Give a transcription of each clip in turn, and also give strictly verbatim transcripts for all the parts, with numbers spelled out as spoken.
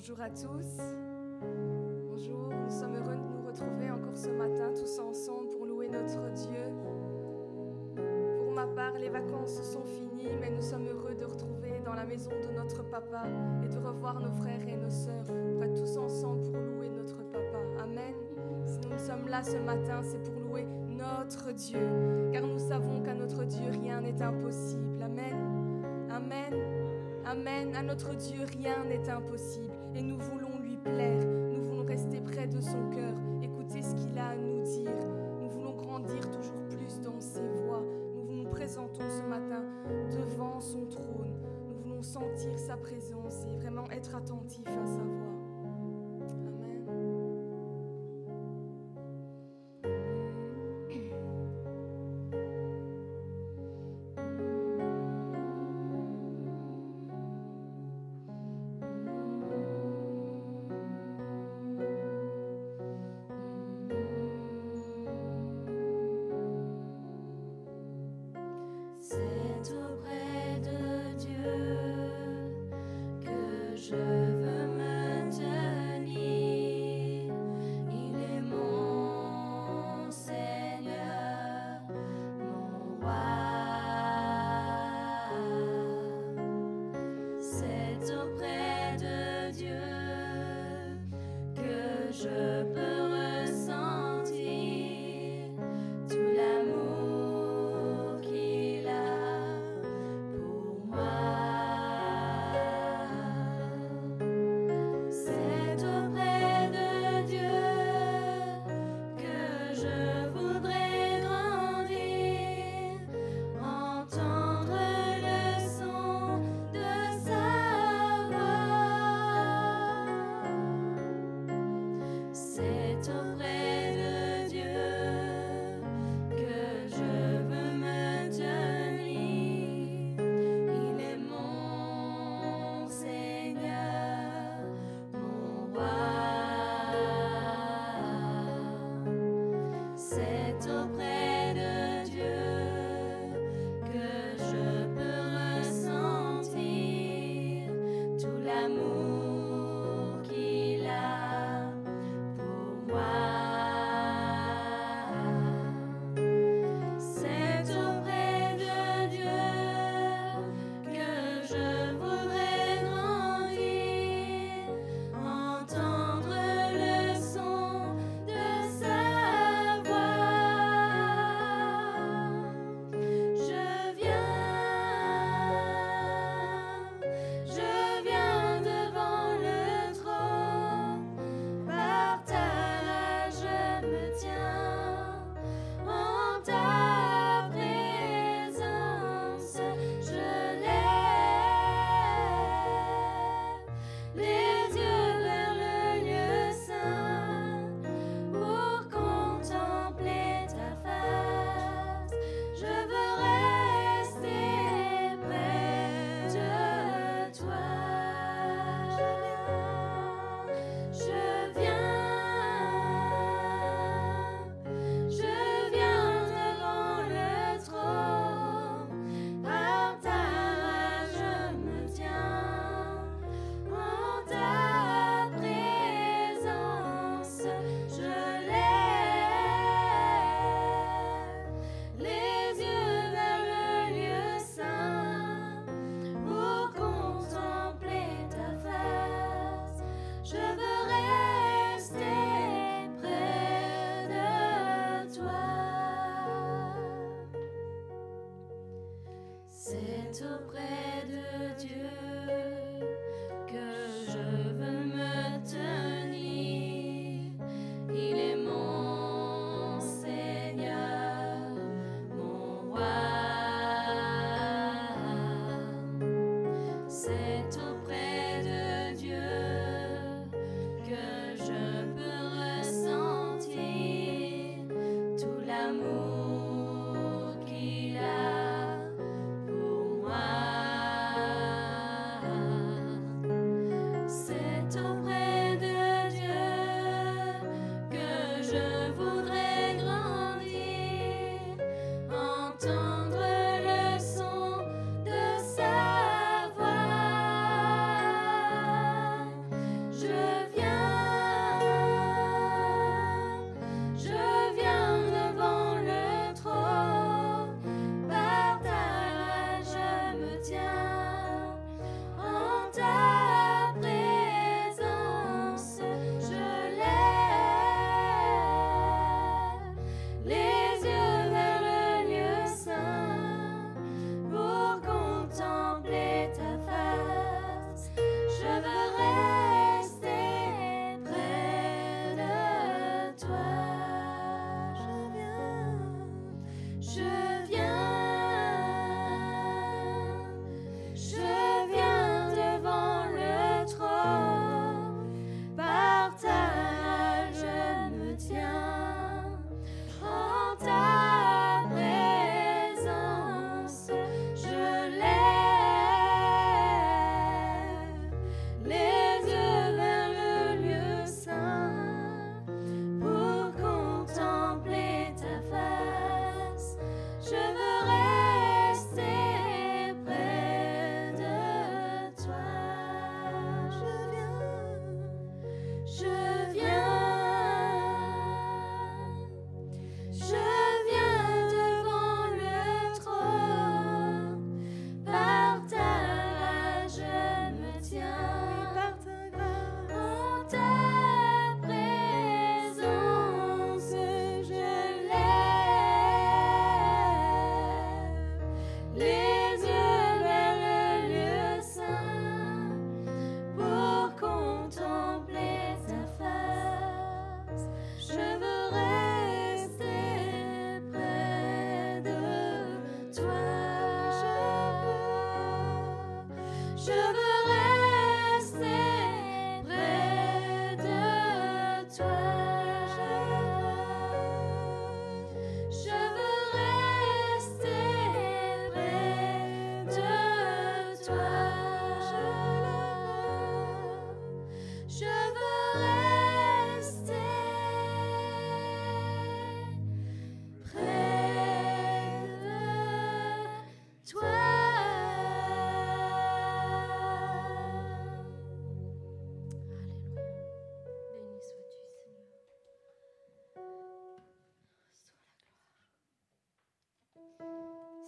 Bonjour à tous. Bonjour, nous sommes heureux de nous retrouver encore ce matin tous ensemble pour louer notre Dieu. Pour ma part, les vacances sont finies, mais nous sommes heureux de retrouver dans la maison de notre papa et de revoir nos frères et nos sœurs pour être tous ensemble pour louer notre papa. Amen. Si nous sommes là ce matin, c'est pour louer notre Dieu, car nous savons qu'à notre Dieu, rien n'est impossible. Amen. Amen. Amen. À notre Dieu, rien n'est impossible. Et nous voulons lui plaire. Nous voulons rester près de son cœur. Écouter ce qu'il a à nous dire. Nous voulons grandir toujours plus dans ses voies. Nous nous présentons ce matin devant son trône. Nous voulons sentir sa présence et vraiment être attentifs à sa voix. C'est auprès de Dieu que je veux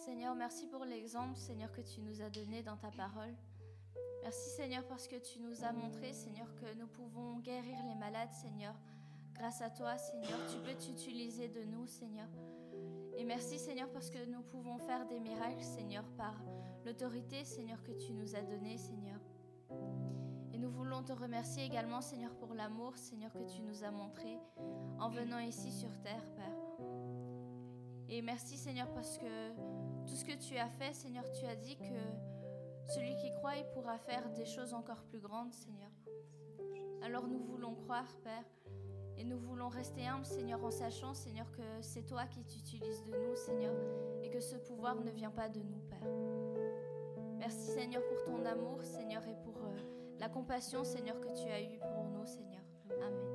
Seigneur, merci pour l'exemple, Seigneur, que tu nous as donné dans ta parole. Merci, Seigneur, parce que tu nous as montré, Seigneur, que nous pouvons guérir les malades, Seigneur. Grâce à toi, Seigneur, tu peux t'utiliser de nous, Seigneur. Et merci, Seigneur, parce que nous pouvons faire des miracles, Seigneur, par l'autorité, Seigneur, que tu nous as donnée, Seigneur. Et nous voulons te remercier également, Seigneur, pour l'amour, Seigneur, que tu nous as montré en venant ici sur terre, Père. Et merci, Seigneur, parce que tout ce que tu as fait, Seigneur, tu as dit que celui qui croit, il pourra faire des choses encore plus grandes, Seigneur. Alors nous voulons croire, Père, et nous voulons rester humbles, Seigneur, en sachant, Seigneur, que c'est toi qui t'utilises de nous, Seigneur, et que ce pouvoir ne vient pas de nous, Père. Merci, Seigneur, pour ton amour, Seigneur, et pour euh, la compassion, Seigneur, que tu as eue pour nous, Seigneur. Amen.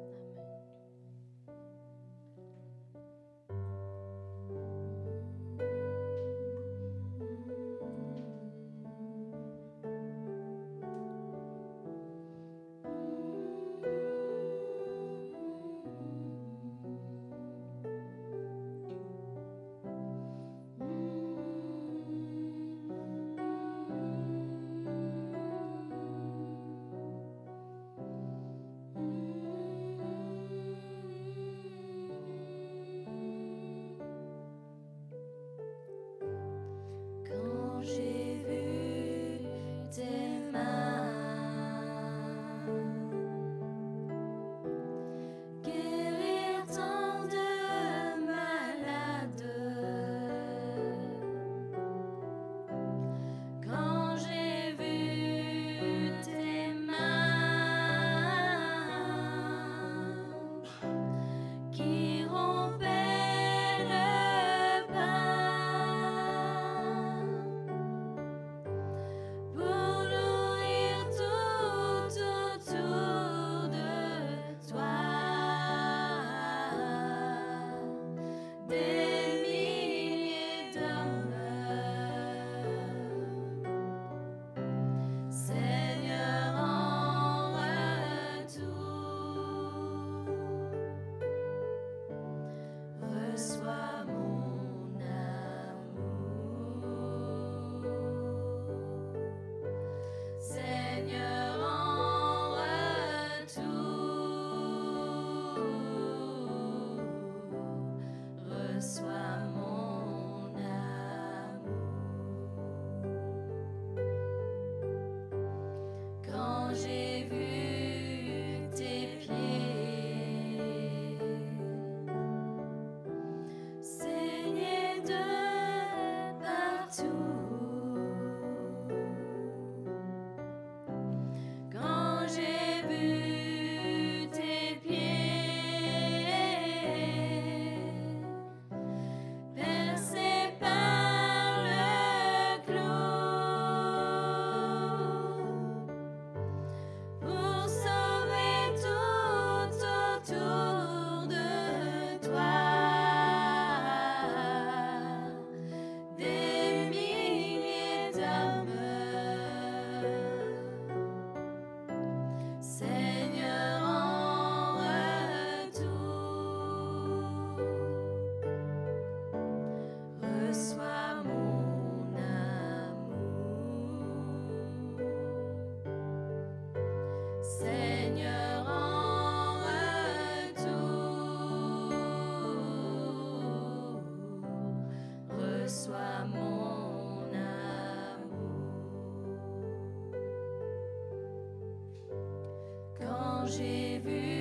J'ai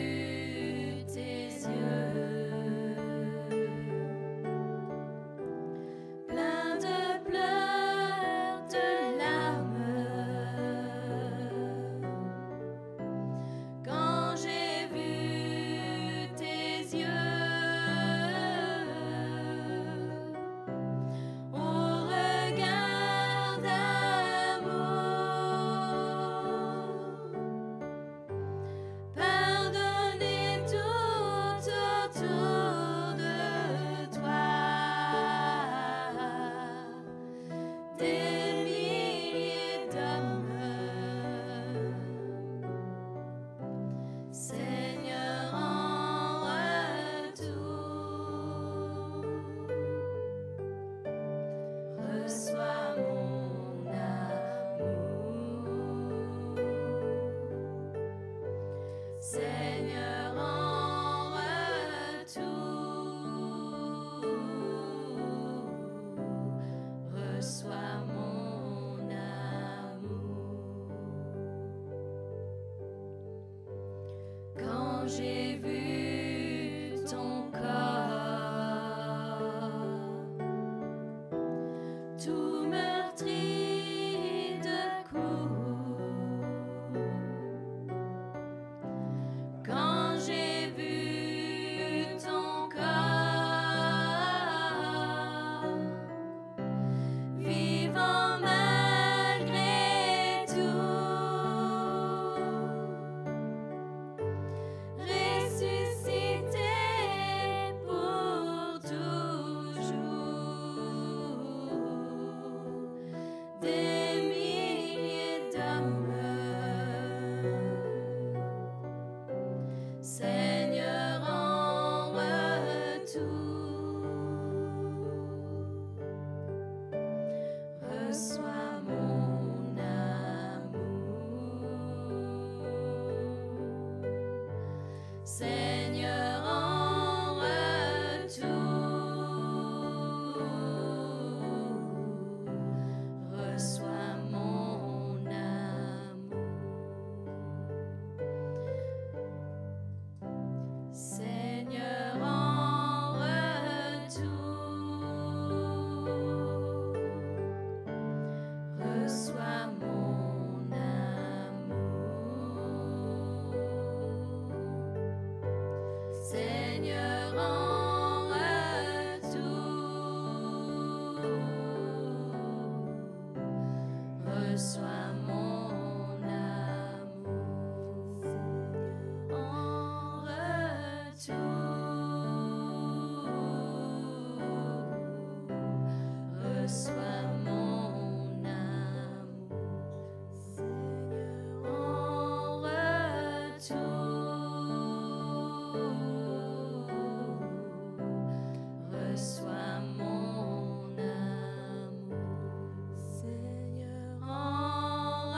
vu tes yeux pleins de pleurs, de larmes. Quand j'ai vu tes yeux au regard d'amour. reçois mon amour en retour. Reçois mon amour, Seigneur, en retour. Reçois mon amour, Seigneur, en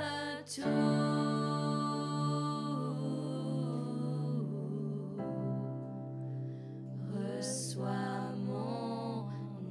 retour. Reçois mon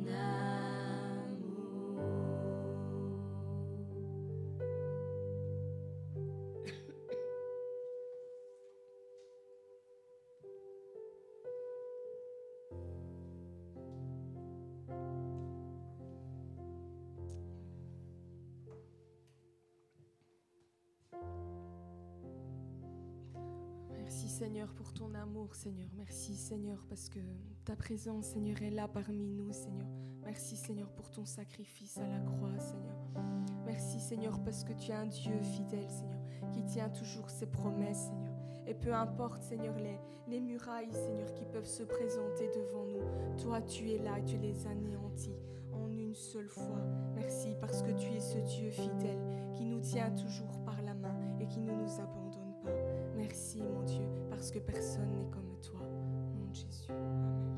Merci Seigneur pour ton amour, Seigneur. Merci Seigneur parce que ta présence, Seigneur, est là parmi nous, Seigneur. Merci Seigneur pour ton sacrifice à la croix, Seigneur. Merci Seigneur parce que tu es un Dieu fidèle, Seigneur, qui tient toujours ses promesses, Seigneur. Et peu importe, Seigneur, les, les murailles, Seigneur, qui peuvent se présenter devant nous, toi tu es là et tu les anéantis en une seule fois. Merci parce que tu es ce Dieu fidèle qui nous tient toujours par la main et qui ne nous abandonne pas. Merci mon Dieu, parce que personne n'est comme toi. Au nom de Jésus. Amen.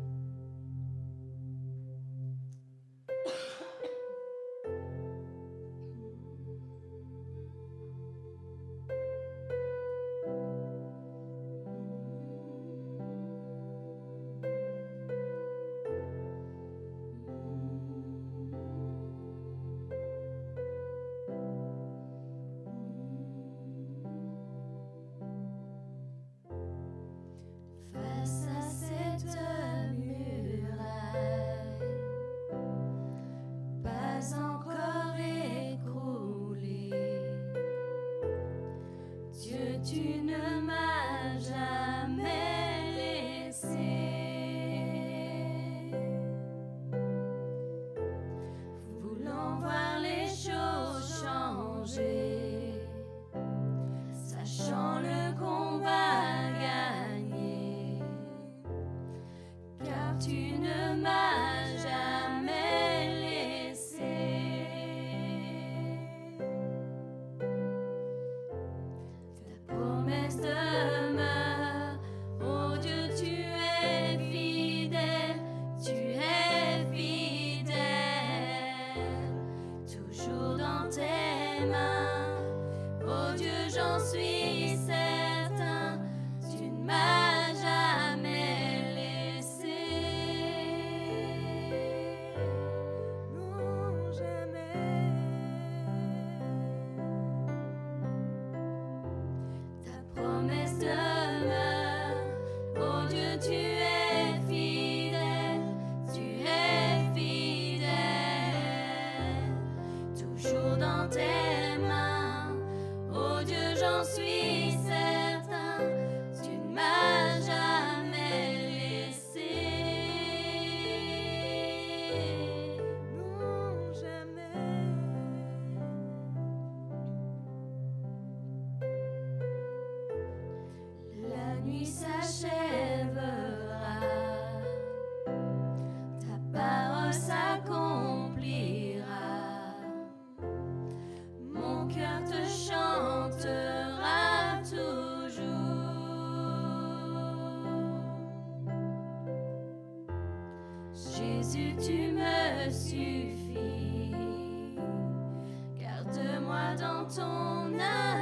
Face à cette muraille, pas encore écroulée, Dieu, tu ne m'as jamais laissé. Voulant voir les choses changer, sachant le combat gagné, car tu ne m'as jamais laissé. Ta promesse demeure, oh Dieu, tu es fidèle, tu es fidèle, toujours dans tes mains, oh Dieu, j'en suis certain, tu ne m'as jamais laissé. Non, jamais. Ta promesse demeure, oh Dieu, tu es fidèle, tu es fidèle, toujours dans tes mains, oh Dieu, j'en suis certain, tu ne m'as jamais laissé. Non, jamais. La nuit s'achèvera, ta parole s'accomplira, mon cœur te chantera toujours. Jésus, tu me suffis, garde-moi dans ton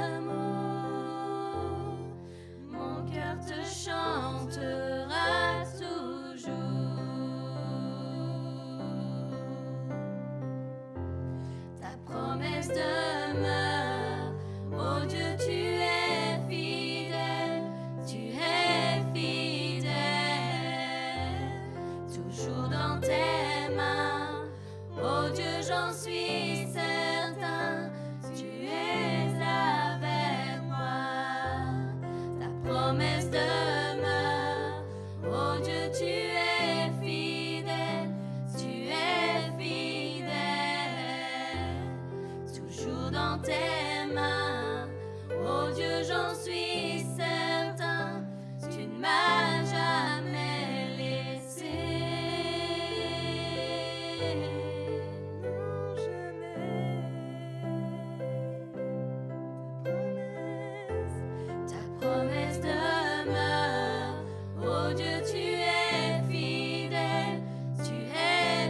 amour, mon cœur te chantera toujours. Ta promesse demeure, oh Dieu, tu es fidèle, tu es fidèle, toujours dans tes mains, oh Dieu, j'en suis certain, tu es avec moi. Ta promesse demeure, oh Dieu, tu es fidèle, tu es fidèle, toujours tes mains. Oh Dieu, j'en suis certain, tu ne m'as jamais laissé. Non, jamais. Ta promesse, ta promesse demeure. Oh Dieu, tu es fidèle, tu es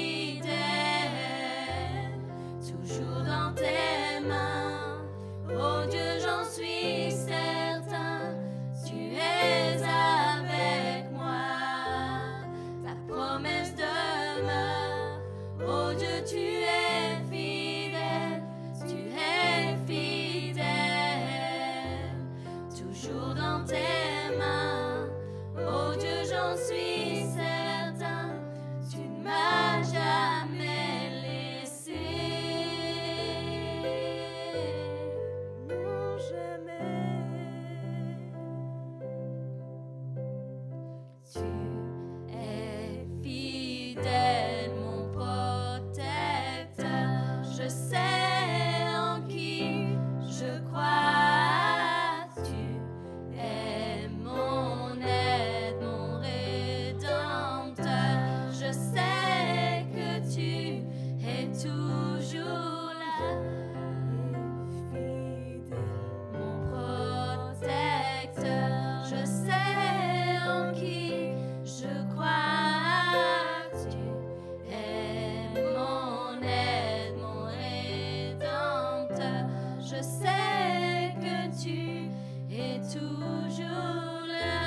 fidèle, toujours dans tes mains. Oh Dieu, j'en suis certain, tu es avec moi. Ta promesse demeure. Oh Dieu, tu es fidèle, tu es fidèle, toujours dans tes mains. Oh Dieu, j'en suis certain, tu ne m'as jamais laissé. Non, jamais. Tu es fidèle, mon protecteur. Je sais en qui je crois. Tu es mon aide, mon rédempteur. Je sais que tu es toujours là. Mon protecteur, je sais en qui je crois. Tu es mon aide, mon rédempteur. Je sais que tu es toujours là.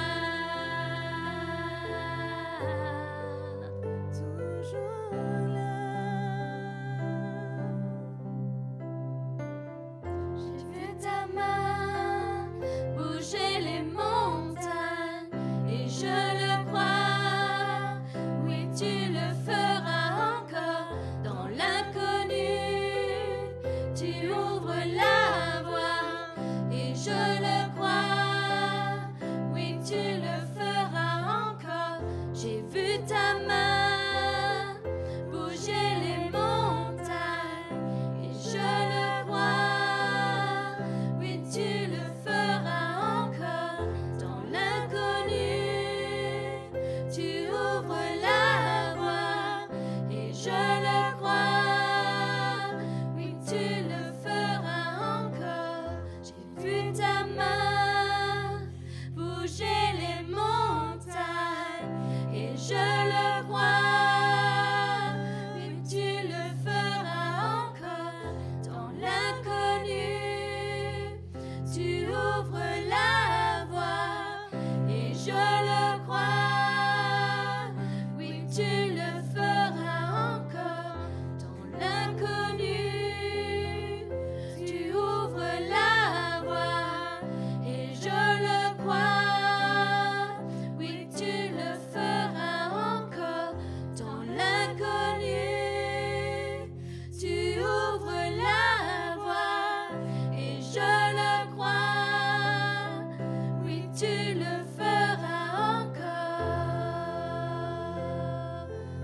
Toujours là. J'ai vu ta main bouger les montagnes et je le crois. Oui, tu le feras encore dans l'inconnu. Tu ouvres la voie et je le crois. Oui, tu le feras encore. J'ai vu ta main bouger les montagnes et je le crois. Oui, tu le feras encore dans l'inconnu. Tu ouvres la voie et je le crois. Oui, tu le feras encore. J'ai vu ta main bouger les montagnes et je le crois. Oui, tu le feras encore dans l'inconnu. Tu ouvres la voie et je le crois. Oui, tu le feras encore dans l'inconnu. Tu ouvres la voie et je le crois. Oui, tu le feras encore dans l'inconnu. Tu ouvres la voie et je le crois. Oui, tu le feras encore.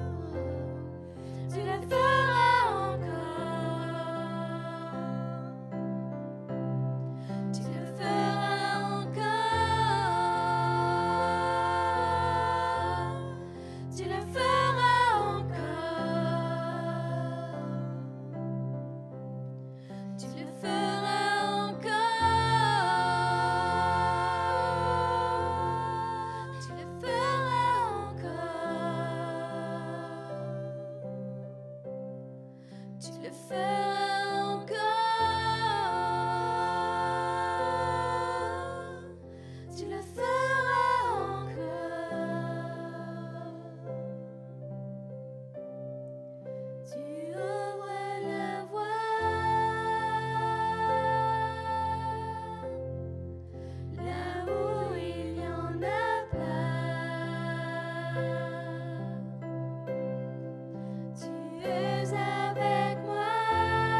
Tu le feras encore. Tu le feras encore. Tu le feras encore. Tu le feras encore. Tu le feras encore. Tu le feras encore. Tu le feras encore. Tu ouvres la voie là où il y en a pas. Tu es avec moi.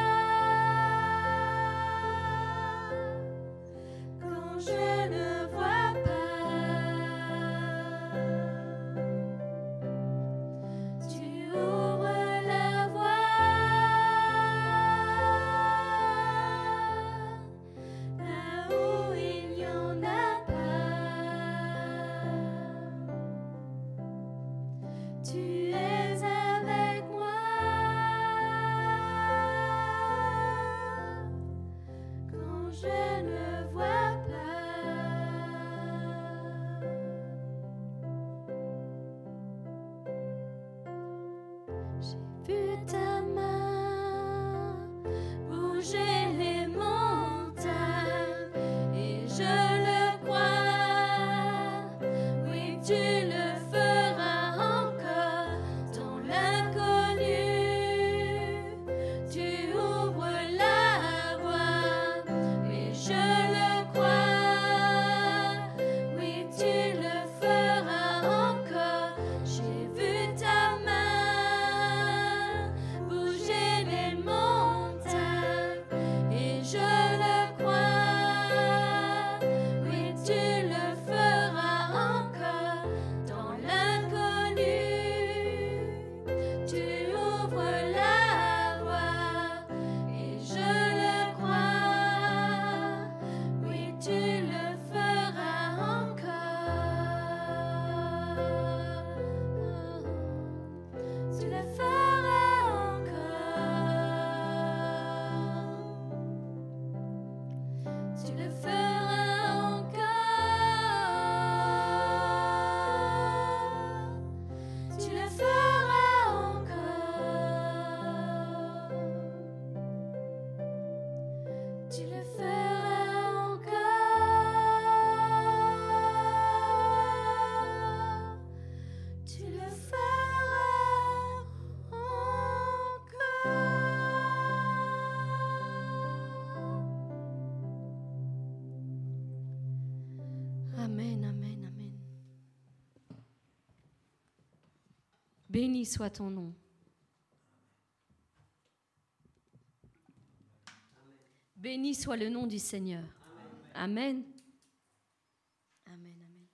vu ta main bouger les montagnes et je le crois, oui tu le feras encore dans l'inconnu, tu ouvres la voie et je le crois, oui tu le feras encore, j'ai vu ta main bouger les montagnes et je le crois, oui tu le feras encore dans l'inconnu, tu ouvres la voie et je le crois, oui tu le feras encore, tu le feras encore, tu le feras encore, tu le feras encore, tu le feras encore, tu le feras encore. Amen, amen, amen. Béni soit ton nom. Béni soit le nom du Seigneur. Amen. Amen, amen.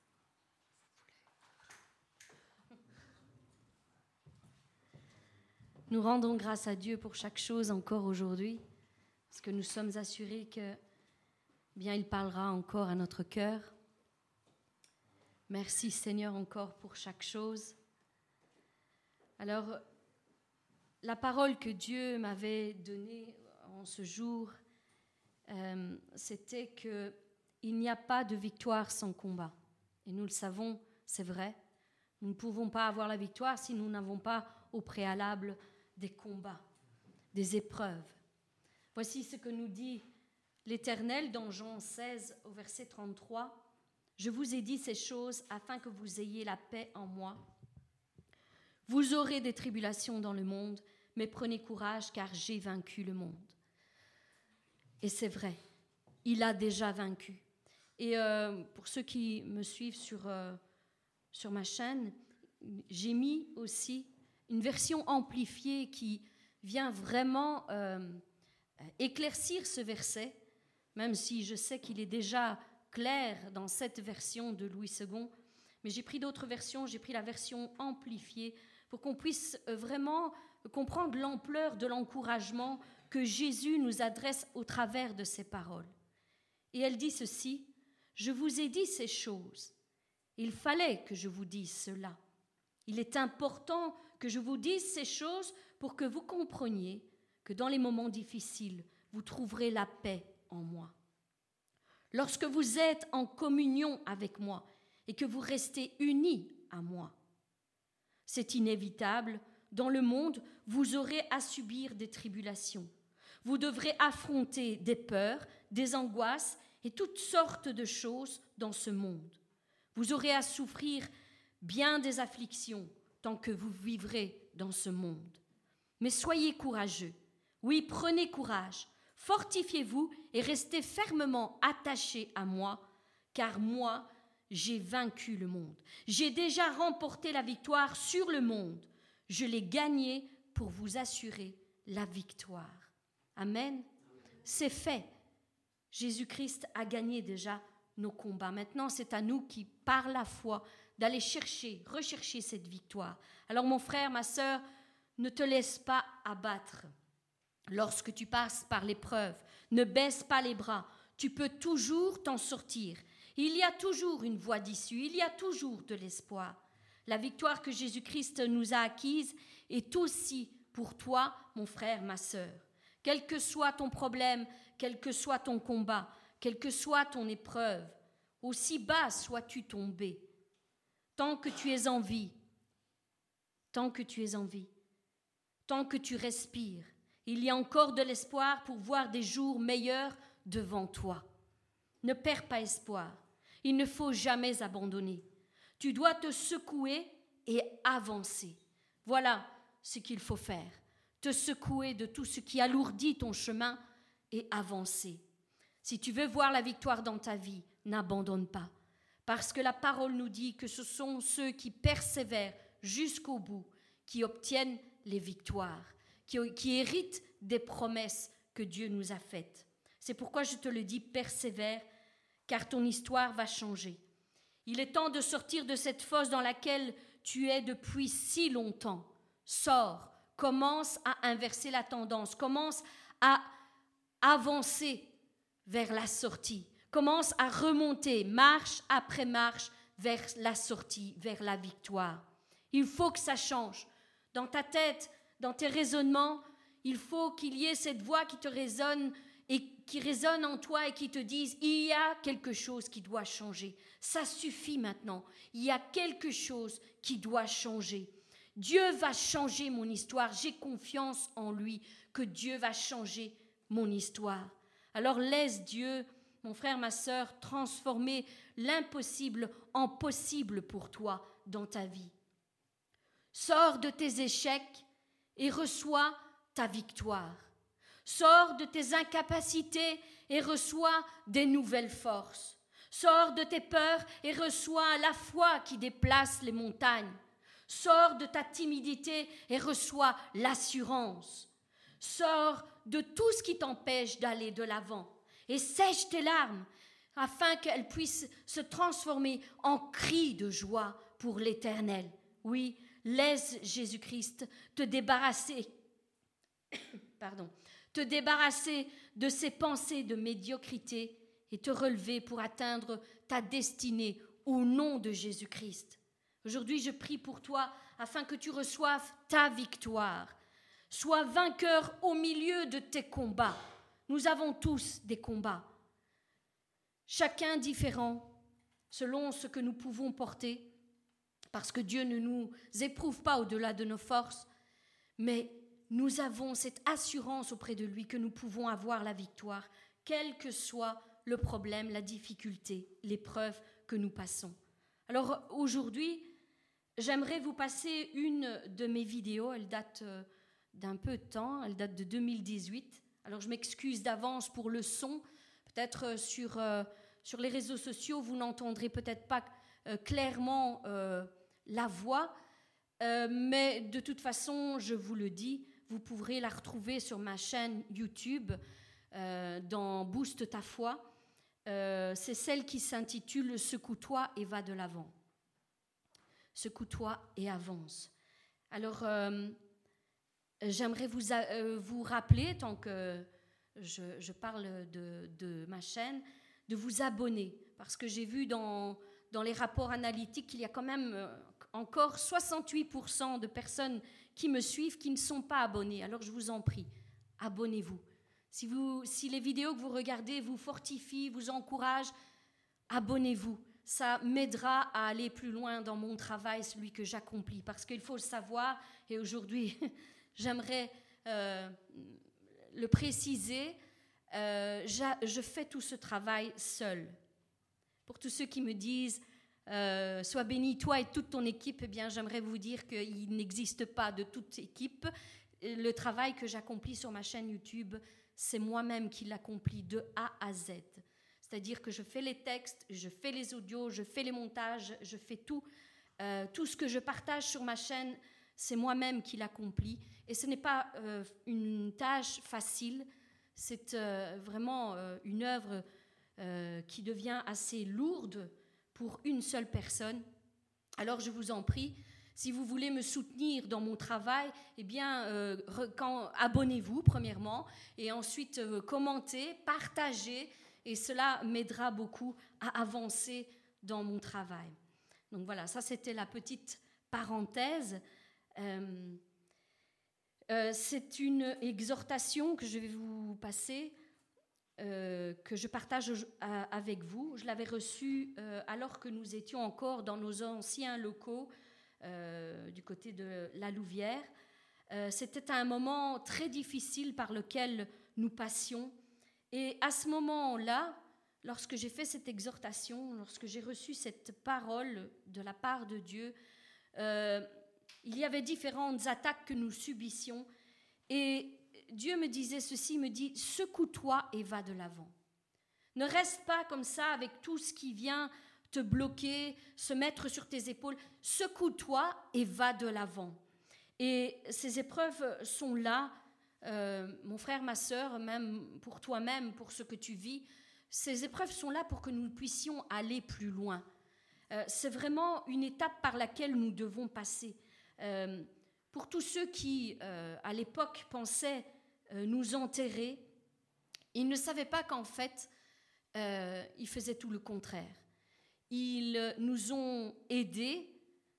Nous rendons grâce à Dieu pour chaque chose encore aujourd'hui, parce que nous sommes assurés que bien il parlera encore à notre cœur. Merci Seigneur encore pour chaque chose. Alors, la parole que Dieu m'avait donnée en ce jour, euh, c'était qu'il n'y a pas de victoire sans combat. Et nous le savons, c'est vrai. Nous ne pouvons pas avoir la victoire si nous n'avons pas au préalable des combats, des épreuves. Voici ce que nous dit l'Éternel dans Jean seize au verset trente-trois. « Je vous ai dit ces choses afin que vous ayez la paix en moi. Vous aurez des tribulations dans le monde, mais prenez courage car j'ai vaincu le monde. » Et c'est vrai, il a déjà vaincu. Et euh, pour ceux qui me suivent sur, euh, sur ma chaîne, j'ai mis aussi une version amplifiée qui vient vraiment euh, éclaircir ce verset, même si je sais qu'il est déjà clair dans cette version de Louis second. Mais j'ai pris d'autres versions, j'ai pris la version amplifiée pour qu'on puisse vraiment comprendre l'ampleur de l'encouragement que Jésus nous adresse au travers de ces paroles. Et elle dit ceci, « Je vous ai dit ces choses. Il fallait que je vous dise cela. Il est important que je vous dise ces choses pour que vous compreniez que dans les moments difficiles, vous trouverez la paix en moi. Lorsque vous êtes en communion avec moi et que vous restez unis à moi, c'est inévitable. Dans le monde, vous aurez à subir des tribulations. Vous devrez affronter des peurs, des angoisses et toutes sortes de choses dans ce monde. Vous aurez à souffrir bien des afflictions tant que vous vivrez dans ce monde. Mais soyez courageux. Oui, prenez courage. Fortifiez-vous et restez fermement attachés à moi, car moi, j'ai vaincu le monde. J'ai déjà remporté la victoire sur le monde. Je l'ai gagné pour vous assurer la victoire. Amen. C'est fait. Jésus-Christ a gagné déjà nos combats. Maintenant, c'est à nous qui, par la foi, d'aller chercher, rechercher cette victoire. Alors, mon frère, ma sœur, ne te laisse pas abattre. Lorsque tu passes par l'épreuve, ne baisse pas les bras. Tu peux toujours t'en sortir. Il y a toujours une voie d'issue. Il y a toujours de l'espoir. La victoire que Jésus-Christ nous a acquise est aussi pour toi, mon frère, ma sœur. Quel que soit ton problème, quel que soit ton combat, quelle que soit ton épreuve, aussi bas sois-tu tombé, tant que tu es en vie, tant que tu es en vie, tant que tu respires. Il y a encore de l'espoir pour voir des jours meilleurs devant toi. Ne perds pas espoir. Il ne faut jamais abandonner. Tu dois te secouer et avancer. Voilà ce qu'il faut faire. Te secouer de tout ce qui alourdit ton chemin et avancer. Si tu veux voir la victoire dans ta vie, n'abandonne pas. Parce que la parole nous dit que ce sont ceux qui persévèrent jusqu'au bout qui obtiennent les victoires, qui, qui héritent des promesses que Dieu nous a faites. C'est pourquoi je te le dis, persévère, car ton histoire va changer. Il est temps de sortir de cette fosse dans laquelle tu es depuis si longtemps. Sors, commence à inverser la tendance, commence à avancer vers la sortie, commence à remonter marche après marche vers la sortie, vers la victoire. Il faut que ça change. Dans ta tête, dans tes raisonnements, il faut qu'il y ait cette voix qui te résonne et qui résonne en toi et qui te dise « il y a quelque chose qui doit changer. Ça suffit maintenant. Il y a quelque chose qui doit changer. Dieu va changer mon histoire. J'ai confiance en lui que Dieu va changer mon histoire. » Alors laisse Dieu, mon frère, ma sœur, transformer l'impossible en possible pour toi dans ta vie. Sors de tes échecs et reçois ta victoire. Sors de tes incapacités et reçois des nouvelles forces. Sors de tes peurs et reçois la foi qui déplace les montagnes. Sors de ta timidité et reçois l'assurance. Sors de tout ce qui t'empêche d'aller de l'avant et sèche tes larmes afin qu'elles puissent se transformer en cris de joie pour l'Éternel. Oui, laisse Jésus-Christ te débarrasser, pardon, te débarrasser de ces pensées de médiocrité et te relever pour atteindre ta destinée au nom de Jésus-Christ. Aujourd'hui, je prie pour toi afin que tu reçoives ta victoire. Sois vainqueur au milieu de tes combats. Nous avons tous des combats, chacun différent, selon ce que nous pouvons porter, parce que Dieu ne nous éprouve pas au-delà de nos forces, mais nous avons cette assurance auprès de lui que nous pouvons avoir la victoire, quel que soit le problème, la difficulté, l'épreuve que nous passons. Alors aujourd'hui, j'aimerais vous passer une de mes vidéos, elle date d'un peu de temps, elle date de deux mille dix-huit. Alors je m'excuse d'avance pour le son, peut-être sur, euh, sur les réseaux sociaux, vous n'entendrez peut-être pas euh, clairement euh, la voix, euh, mais de toute façon, je vous le dis, vous pourrez la retrouver sur ma chaîne YouTube, euh, dans Booste ta foi. Euh, c'est celle qui s'intitule « Secoue-toi et va de l'avant ». Secoue-toi et avance. Alors, euh, j'aimerais vous, euh, vous rappeler, tant que je, je parle de, de ma chaîne, de vous abonner, parce que j'ai vu dans, dans les rapports analytiques qu'il y a quand même euh, encore soixante-huit pour cent de personnes qui me suivent qui ne sont pas abonnées. Alors je vous en prie, abonnez-vous. Si, vous, si les vidéos que vous regardez vous fortifient, vous encouragent, abonnez-vous. Ça m'aidera à aller plus loin dans mon travail, celui que j'accomplis, parce qu'il faut le savoir, et aujourd'hui, j'aimerais euh, le préciser, euh, je fais tout ce travail seul. Pour tous ceux qui me disent euh, « Sois béni, toi et toute ton équipe », eh bien, j'aimerais vous dire qu'il n'existe pas de toute équipe. Le travail que j'accomplis sur ma chaîne YouTube, c'est moi-même qui l'accomplis de A à Z. C'est-à-dire que je fais les textes, je fais les audios, je fais les montages, je fais tout. Euh, tout ce que je partage sur ma chaîne, c'est moi-même qui l'accomplis. Et ce n'est pas euh, une tâche facile, c'est euh, vraiment euh, une œuvre euh, qui devient assez lourde pour une seule personne. Alors je vous en prie, si vous voulez me soutenir dans mon travail, eh bien, euh, quand, abonnez-vous premièrement, et ensuite euh, commentez, partagez, et cela m'aidera beaucoup à avancer dans mon travail. Donc voilà, ça c'était la petite parenthèse. Euh, euh, c'est une exhortation que je vais vous passer, euh, que je partage euh, avec vous. Je l'avais reçue euh, alors que nous étions encore dans nos anciens locaux euh, du côté de la Louvière. Euh, c'était un moment très difficile par lequel nous passions. Et à ce moment-là, lorsque j'ai fait cette exhortation, lorsque j'ai reçu cette parole de la part de Dieu, euh, il y avait différentes attaques que nous subissions. Et Dieu me disait ceci, il me dit « Secoue-toi et va de l'avant. Ne reste pas comme ça avec tout ce qui vient te bloquer, se mettre sur tes épaules. Secoue-toi et va de l'avant. » Et ces épreuves sont là, euh, mon frère, ma sœur, même pour toi-même, pour ce que tu vis. Ces épreuves sont là pour que nous puissions aller plus loin. Euh, c'est vraiment une étape par laquelle nous devons passer. Euh, pour tous ceux qui, euh, à l'époque, pensaient euh, nous enterrer, ils ne savaient pas qu'en fait, euh, ils faisaient tout le contraire. Ils nous ont aidés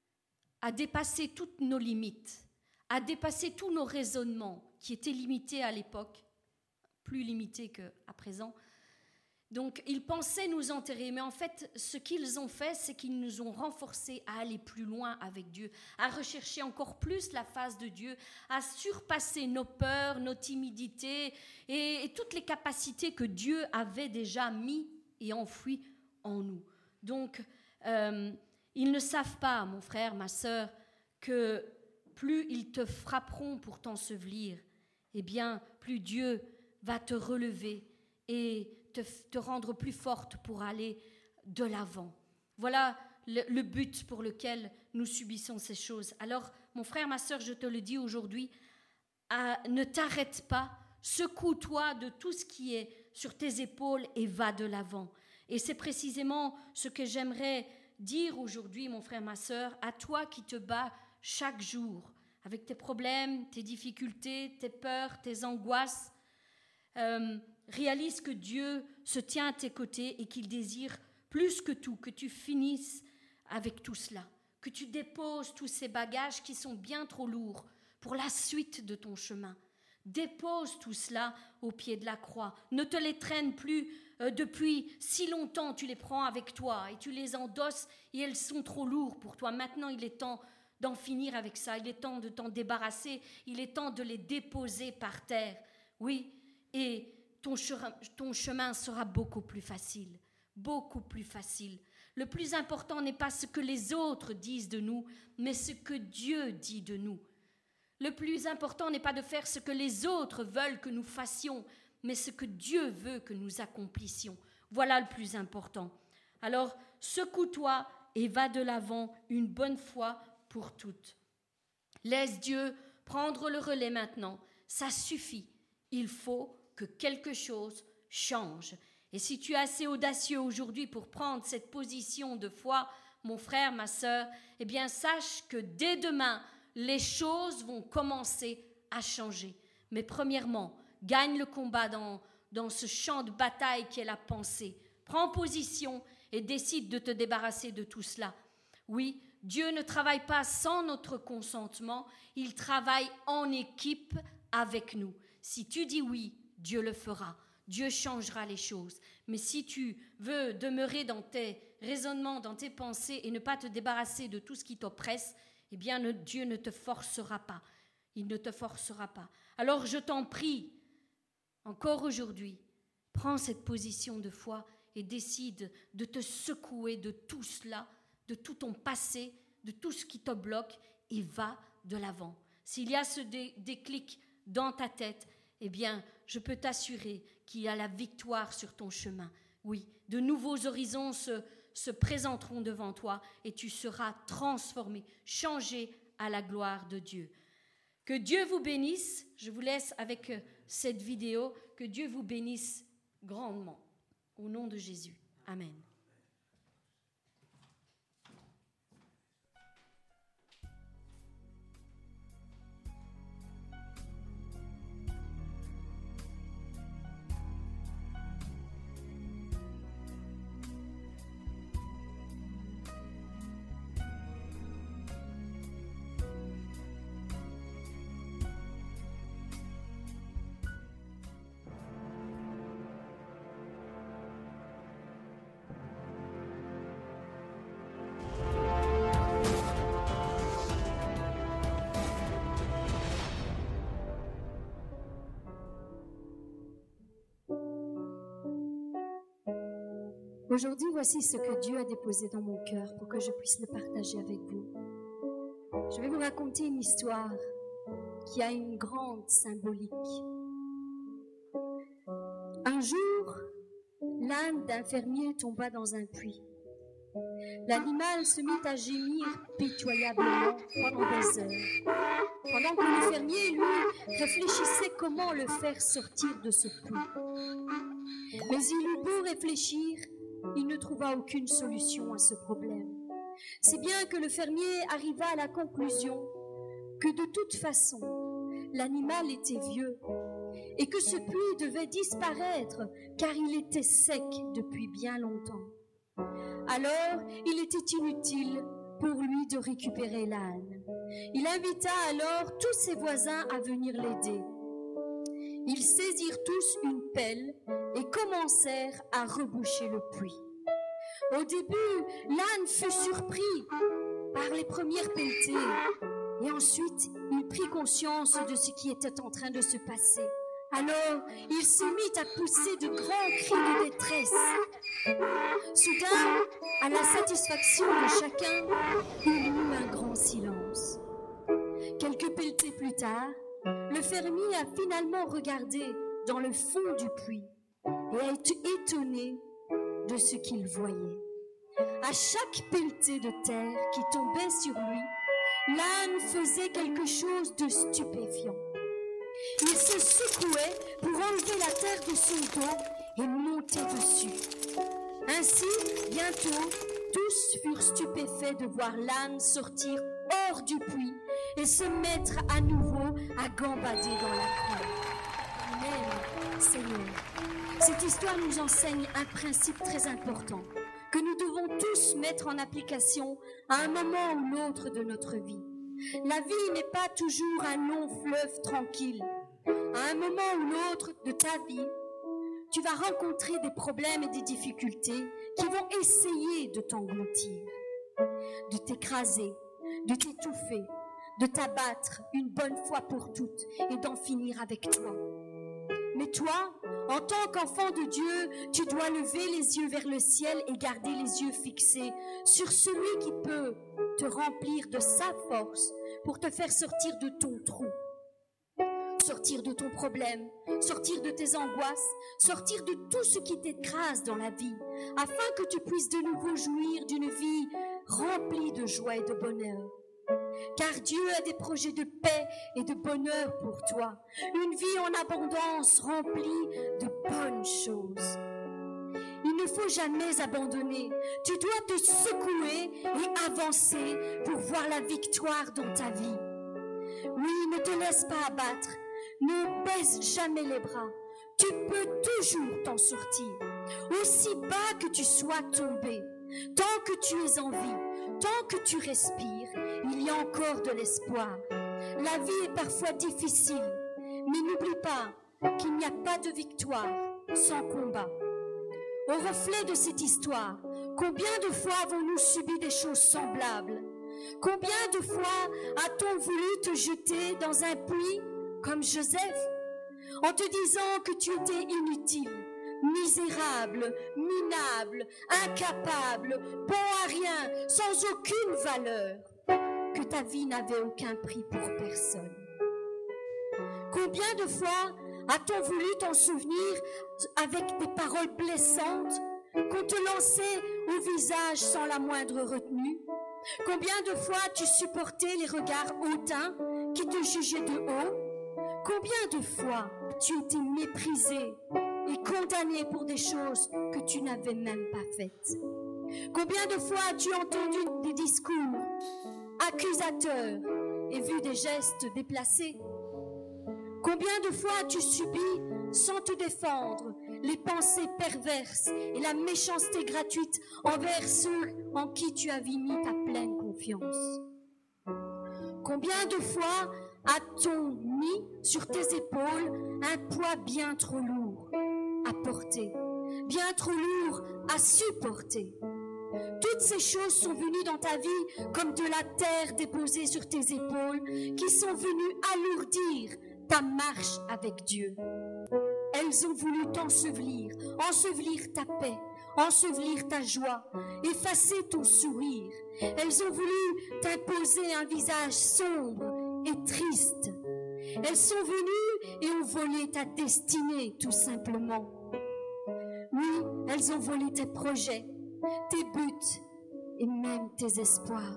à dépasser toutes nos limites, à dépasser tous nos raisonnements qui étaient limités à l'époque, plus limités qu'à présent. Donc, ils pensaient nous enterrer, mais en fait, ce qu'ils ont fait, c'est qu'ils nous ont renforcés à aller plus loin avec Dieu, à rechercher encore plus la face de Dieu, à surpasser nos peurs, nos timidités et, et toutes les capacités que Dieu avait déjà mis et enfouies en nous. Donc, euh, ils ne savent pas, mon frère, ma sœur, que plus ils te frapperont pour t'ensevelir, eh bien, plus Dieu va te relever et te, te rendre plus forte pour aller de l'avant. Voilà le, le but pour lequel nous subissons ces choses. Alors, mon frère, ma sœur, je te le dis aujourd'hui, à, ne t'arrête pas, secoue-toi de tout ce qui est sur tes épaules et va de l'avant. Et c'est précisément ce que j'aimerais dire aujourd'hui, mon frère, ma sœur, à toi qui te bats chaque jour, avec tes problèmes, tes difficultés, tes peurs, tes angoisses. Euh, réalise que Dieu se tient à tes côtés et qu'il désire plus que tout que tu finisses avec tout cela, que tu déposes tous ces bagages qui sont bien trop lourds pour la suite de ton chemin. Dépose tout cela au pied de la croix. Ne te les traîne plus euh, depuis si longtemps. Tu les prends avec toi et tu les endosses et elles sont trop lourdes pour toi. Maintenant, il est temps d'en finir avec ça. Il est temps de t'en débarrasser. Il est temps de les déposer par terre. Oui, et ton chemin, ton chemin sera beaucoup plus facile. Beaucoup plus facile. Le plus important n'est pas ce que les autres disent de nous, mais ce que Dieu dit de nous. Le plus important n'est pas de faire ce que les autres veulent que nous fassions, mais ce que Dieu veut que nous accomplissions. Voilà le plus important. Alors, secoue-toi et va de l'avant une bonne fois pour toutes. Laisse Dieu prendre le relais maintenant. Ça suffit. Il faut que quelque chose change. Et si tu es assez audacieux aujourd'hui pour prendre cette position de foi, mon frère, ma sœur, eh bien, sache que dès demain, les choses vont commencer à changer. Mais premièrement, gagne le combat dans, dans ce champ de bataille qui est la pensée. Prends position et décide de te débarrasser de tout cela. Oui, Dieu ne travaille pas sans notre consentement, il travaille en équipe avec nous. Si tu dis oui, Dieu le fera. Dieu changera les choses. Mais si tu veux demeurer dans tes raisonnements, dans tes pensées et ne pas te débarrasser de tout ce qui t'oppresse, eh bien, Dieu ne te forcera pas. Il ne te forcera pas. Alors, je t'en prie, encore aujourd'hui, prends cette position de foi et décide de te secouer de tout cela, de tout ton passé, de tout ce qui te bloque et va de l'avant. S'il y a ce dé- déclic dans ta tête, eh bien, je peux t'assurer qu'il y a la victoire sur ton chemin. Oui, de nouveaux horizons se se présenteront devant toi et tu seras transformé, changé à la gloire de Dieu. Que Dieu vous bénisse. Je vous laisse avec cette vidéo. Que Dieu vous bénisse grandement. Au nom de Jésus. Amen. Aujourd'hui, voici ce que Dieu a déposé dans mon cœur pour que je puisse le partager avec vous. Je vais vous raconter une histoire qui a une grande symbolique. Un jour, l'âne d'un fermier tomba dans un puits. L'animal se mit à gémir pitoyablement pendant des heures, pendant que le fermier, lui, réfléchissait comment le faire sortir de ce puits. Mais il eut beau réfléchir, il ne trouva aucune solution à ce problème. Si bien que le fermier arriva à la conclusion que de toute façon, l'animal était vieux et que ce puits devait disparaître car il était sec depuis bien longtemps. Alors, il était inutile pour lui de récupérer l'âne. Il invita alors tous ses voisins à venir l'aider. Ils saisirent tous une pelle et commencèrent à reboucher le puits. Au début, l'âne fut surpris par les premières pelletées et ensuite il prit conscience de ce qui était en train de se passer. Alors, il se mit à pousser de grands cris de détresse. Soudain, à la satisfaction de chacun, il y eut un grand silence. Quelques pelletées plus tard, le fermier a finalement regardé dans le fond du puits et a été étonné de ce qu'il voyait. À chaque pelletée de terre qui tombait sur lui, l'âne faisait quelque chose de stupéfiant. Il se secouait pour enlever la terre de son dos et monter dessus. Ainsi, bientôt, tous furent stupéfaits de voir l'âne sortir hors du puits et se mettre à nouveau à gambader dans la cour. Amen, Seigneur. Cette histoire nous enseigne un principe très important que nous devons tous mettre en application à un moment ou l'autre de notre vie. La vie n'est pas toujours un long fleuve tranquille. À un moment ou l'autre de ta vie, tu vas rencontrer des problèmes et des difficultés qui vont essayer de t'engloutir, de t'écraser, de t'étouffer, de t'abattre une bonne fois pour toutes et d'en finir avec toi. Mais toi, en tant qu'enfant de Dieu, tu dois lever les yeux vers le ciel et garder les yeux fixés sur celui qui peut te remplir de sa force pour te faire sortir de ton trou, sortir de ton problème, sortir de tes angoisses, sortir de tout ce qui t'écrase dans la vie, afin que tu puisses de nouveau jouir d'une vie remplie de joie et de bonheur. Car Dieu a des projets de paix et de bonheur pour toi, une vie en abondance remplie de bonnes choses. Il ne faut jamais abandonner, tu dois te secouer et avancer pour voir la victoire dans ta vie. Oui, ne te laisse pas abattre, ne baisse jamais les bras, tu peux toujours t'en sortir, aussi bas que tu sois tombé, tant que tu es en vie. Tant que tu respires, il y a encore de l'espoir. La vie est parfois difficile, mais n'oublie pas qu'il n'y a pas de victoire sans combat. Au reflet de cette histoire, combien de fois avons-nous subi des choses semblables? Combien de fois a-t-on voulu te jeter dans un puits comme Joseph, en te disant que tu étais inutile, misérable, minable, incapable, bon à rien, sans aucune valeur, que ta vie n'avait aucun prix pour personne. Combien de fois a-t-on voulu t'en souvenir avec des paroles blessantes qu'on te lançait au visage sans la moindre retenue? Combien de fois tu supportais les regards hautains qui te jugeaient de haut? Combien de fois tu étais méprisé et condamné pour des choses que tu n'avais même pas faites? Combien de fois as-tu entendu des discours accusateurs et vu des gestes déplacés? Combien de fois as-tu subi, sans te défendre, les pensées perverses et la méchanceté gratuite envers ceux en qui tu avais mis ta pleine confiance? Combien de fois a-t-on mis sur tes épaules un poids bien trop lourd à porter, bien trop lourd à supporter? Toutes ces choses sont venues dans ta vie comme de la terre déposée sur tes épaules qui sont venues alourdir ta marche avec Dieu. Elles ont voulu t'ensevelir, ensevelir ta paix, ensevelir ta joie, effacer ton sourire. Elles ont voulu t'imposer un visage sombre et triste. Elles sont venues et ont volé ta destinée, tout simplement. Oui, elles ont volé tes projets, tes buts et même tes espoirs.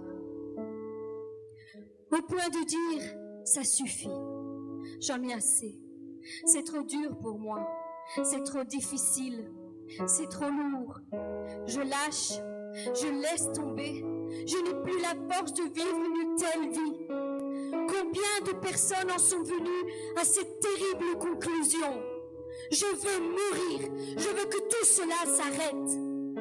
Au point de dire, ça suffit, j'en ai assez. C'est trop dur pour moi, c'est trop difficile, c'est trop lourd. Je lâche, je laisse tomber, je n'ai plus la force de vivre une telle vie. Combien de personnes en sont venues à cette terrible conclusion? Je veux mourir, je veux que tout cela s'arrête.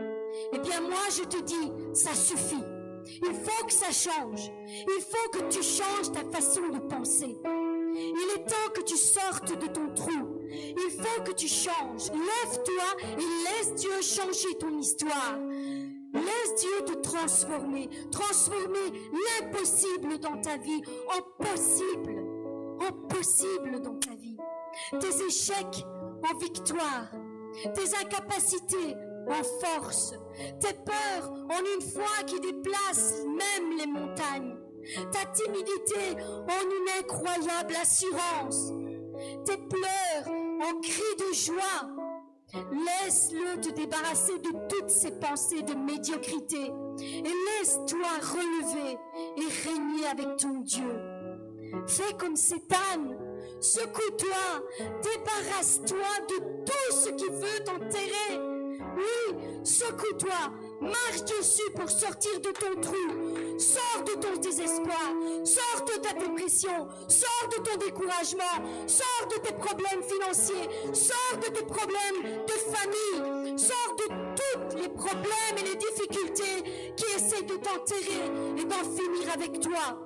Eh bien moi je te dis, ça suffit. Il faut que ça change. Il faut que tu changes ta façon de penser. Il est temps que tu sortes de ton trou. Il faut que tu changes. Lève-toi et laisse Dieu changer ton histoire. Laisse Dieu te transformer. Transformer l'impossible dans ta vie en possible. En possible dans ta vie. Tes échecs en victoire. Tes incapacités en force. Tes peurs en une foi qui déplace même les montagnes. Ta timidité en une incroyable assurance. Tes pleurs en cris de joie. Laisse-le te débarrasser de toutes ces pensées de médiocrité et laisse-toi relever et régner avec ton Dieu. Fais comme cet âne, secoue-toi, débarrasse-toi de tout ce qui veut t'enterrer. Oui, secoue-toi, marche dessus pour sortir de ton trou, sors de ton désespoir, sors de ta dépression, sors de ton découragement, sors de tes problèmes financiers, sors de tes problèmes de famille, sors de tous les problèmes et les difficultés qui essaient de t'enterrer et d'en finir avec toi.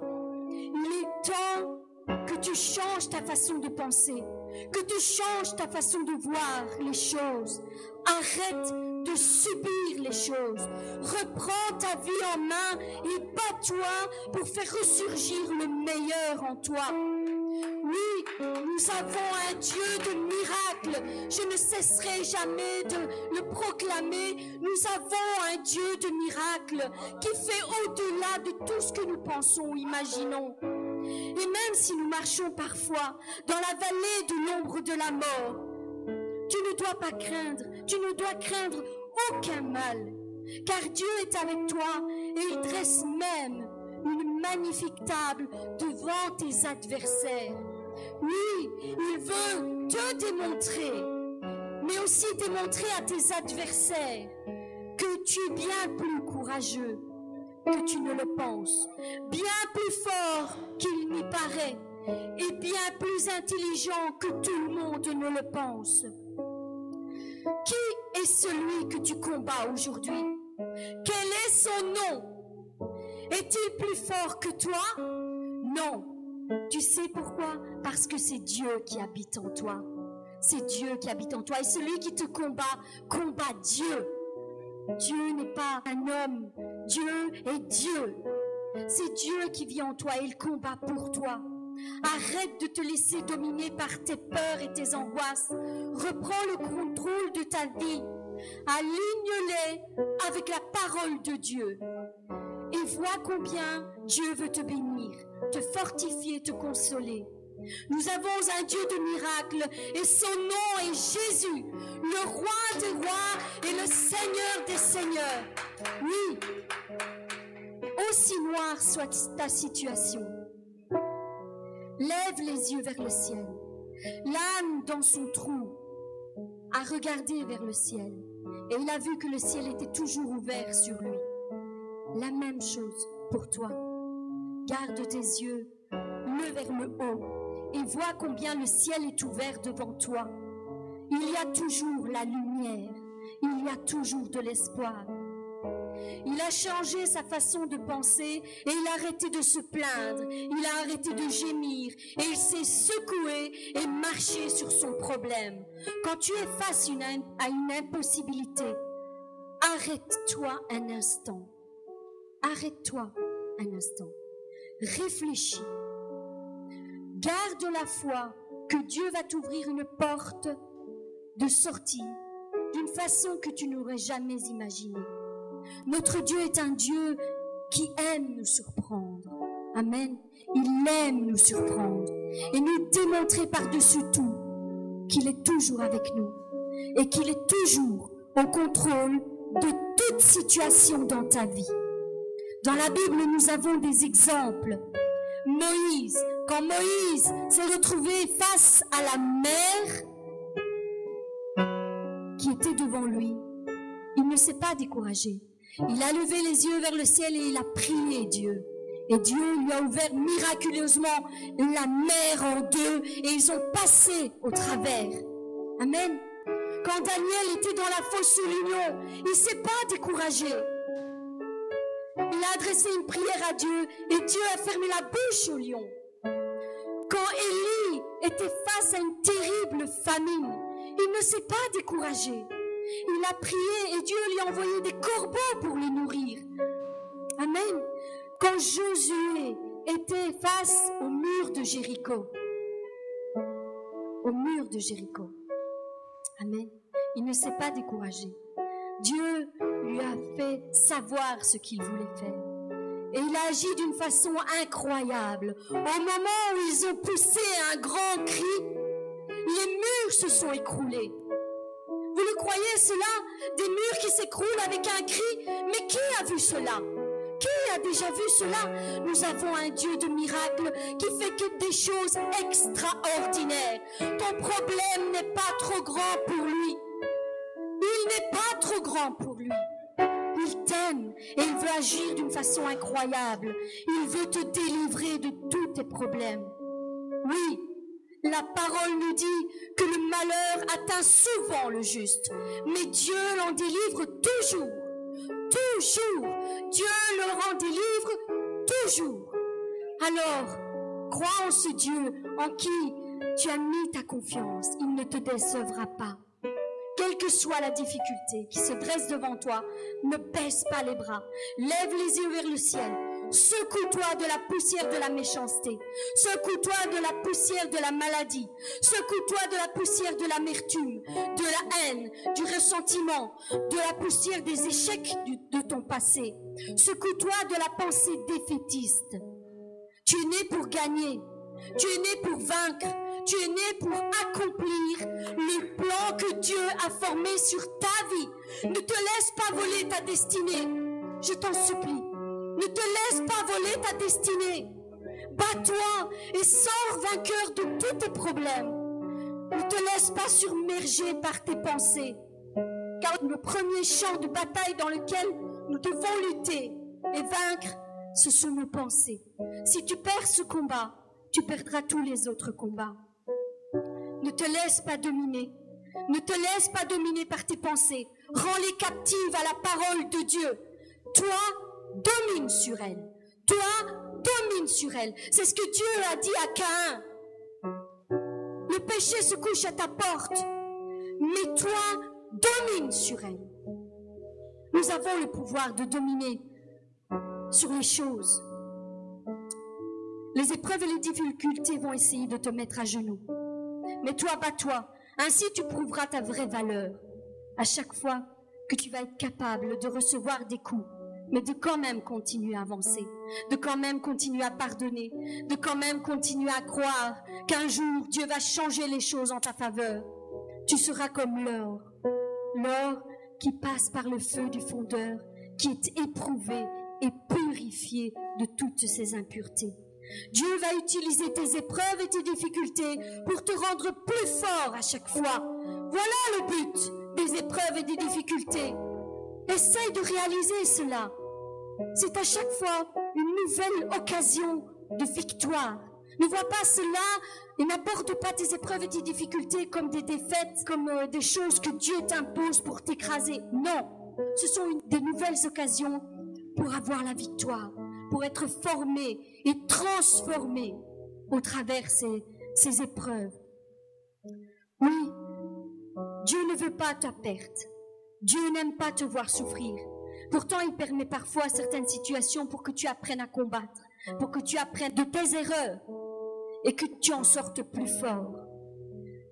Il est temps que tu changes ta façon de penser, que tu changes ta façon de voir les choses. Arrête de subir les choses. Reprends ta vie en main et bats-toi pour faire ressurgir le meilleur en toi. Oui, nous avons un Dieu de miracles. Je ne cesserai jamais de le proclamer. Nous avons un Dieu de miracles qui fait au-delà de tout ce que nous pensons ou imaginons. Et même si nous marchons parfois dans la vallée de l'ombre de la mort, tu ne dois pas craindre, tu ne dois craindre aucun mal, car Dieu est avec toi et il dresse même une magnifique table devant tes adversaires. Oui, il veut te démontrer, mais aussi démontrer à tes adversaires que tu es bien plus courageux que tu ne le penses, bien plus fort qu'il n'y paraît, et bien plus intelligent que tout le monde ne le pense. Qui est celui que tu combats aujourd'hui? Quel est son nom? Est-il plus fort que toi? Non. Tu sais pourquoi? Parce que c'est Dieu qui habite en toi. C'est Dieu qui habite en toi. Et celui qui te combat, combat Dieu. Dieu n'est pas un homme. Dieu est Dieu. C'est Dieu qui vit en toi et il combat pour toi. Arrête de te laisser dominer par tes peurs et tes angoisses. Reprends le contrôle de ta vie. Aligne-les avec la parole de Dieu. Et vois combien Dieu veut te bénir, te fortifier, te consoler. Nous avons un Dieu de miracles et son nom est Jésus, le roi des rois et le Seigneur des seigneurs. Oui, aussi noire soit ta situation, lève les yeux vers le ciel. L'âne dans son trou a regardé vers le ciel et il a vu que le ciel était toujours ouvert sur lui. La même chose pour toi. Garde tes yeux, le vers le haut et vois combien le ciel est ouvert devant toi. Il y a toujours la lumière, il y a toujours de l'espoir. Il a changé sa façon de penser et il a arrêté de se plaindre, il a arrêté de gémir et il s'est secoué et marché sur son problème. Quand tu es face une, à une impossibilité, arrête-toi un instant. Arrête-toi un instant. Réfléchis. Garde la foi que Dieu va t'ouvrir une porte de sortie, d'une façon que tu n'aurais jamais imaginée. Notre Dieu est un Dieu qui aime nous surprendre. Amen. Il aime nous surprendre et nous démontrer par-dessus tout qu'il est toujours avec nous et qu'il est toujours au contrôle de toute situation dans ta vie. Dans la Bible, nous avons des exemples. Moïse, quand Moïse s'est retrouvé face à la mer qui était devant lui, il ne s'est pas découragé. Il a levé les yeux vers le ciel et il a prié Dieu. Et Dieu lui a ouvert miraculeusement la mer en deux et ils ont passé au travers. Amen. Quand Daniel était dans la fosse sous l'union, il ne s'est pas découragé. Il a adressé une prière à Dieu et Dieu a fermé la bouche au lion. Quand Élie était face à une terrible famine, il ne s'est pas découragé. Il a prié et Dieu lui a envoyé des corbeaux pour le nourrir. Amen. Quand Josué était face au mur de Jéricho, au mur de Jéricho, amen, il ne s'est pas découragé. Dieu lui a fait savoir ce qu'il voulait faire. Et il a agi d'une façon incroyable. Au moment où ils ont poussé un grand cri, les murs se sont écroulés. Vous le croyez cela? Des murs qui s'écroulent avec un cri? Mais qui a vu cela? Qui a déjà vu cela? Nous avons un Dieu de miracles qui fait que des choses extraordinaires. Ton problème n'est pas trop grand pour lui. Il n'est pas trop grand pour lui. Il t'aime et il veut agir d'une façon incroyable. Il veut te délivrer de tous tes problèmes. Oui, la parole nous dit que le malheur atteint souvent le juste, mais Dieu l'en délivre toujours. Toujours. Dieu le rend délivre toujours. Alors, crois en ce Dieu en qui tu as mis ta confiance. Il ne te décevra pas. Quelle que soit la difficulté qui se dresse devant toi, ne baisse pas les bras. Lève les yeux vers le ciel. Secoue-toi de la poussière de la méchanceté. Secoue-toi de la poussière de la maladie. Secoue-toi de la poussière de l'amertume, de la haine, du ressentiment, de la poussière des échecs de ton passé. Secoue-toi de la pensée défaitiste. Tu es né pour gagner. Tu es né pour vaincre. Tu es né pour accomplir le plan que Dieu a formé sur ta vie. Ne te laisse pas voler ta destinée. Je t'en supplie. Ne te laisse pas voler ta destinée. Bats-toi et sors vainqueur de tous tes problèmes. Ne te laisse pas submerger par tes pensées. Car le premier champ de bataille dans lequel nous devons lutter et vaincre, ce sont nos pensées. Si tu perds ce combat, tu perdras tous les autres combats. Ne te laisse pas dominer. Ne te laisse pas dominer par tes pensées. Rends-les captives à la parole de Dieu. Toi, domine sur elle. Toi, domine sur elle. C'est ce que Dieu a dit à Caïn. Le péché se couche à ta porte, mais toi, domine sur elle. Nous avons le pouvoir de dominer sur les choses. Les épreuves et les difficultés vont essayer de te mettre à genoux. Mais toi, bats-toi. Ainsi, tu prouveras ta vraie valeur. À chaque fois que tu vas être capable de recevoir des coups, mais de quand même continuer à avancer, de quand même continuer à pardonner, de quand même continuer à croire qu'un jour, Dieu va changer les choses en ta faveur. Tu seras comme l'or, l'or qui passe par le feu du fondeur, qui est éprouvé et purifié de toutes ses impuretés. Dieu va utiliser tes épreuves et tes difficultés pour te rendre plus fort à chaque fois. Voilà le but des épreuves et des difficultés. Essaye de réaliser cela. C'est à chaque fois une nouvelle occasion de victoire. Ne vois pas cela et n'aborde pas tes épreuves et tes difficultés comme des défaites, comme euh, des choses que Dieu t'impose pour t'écraser. Non, ce sont une, des nouvelles occasions pour avoir la victoire, pour être formé et transformé au travers ces, ces épreuves. Oui, Dieu ne veut pas ta perte. Dieu n'aime pas te voir souffrir. Pourtant, il permet parfois certaines situations pour que tu apprennes à combattre, pour que tu apprennes de tes erreurs et que tu en sortes plus fort.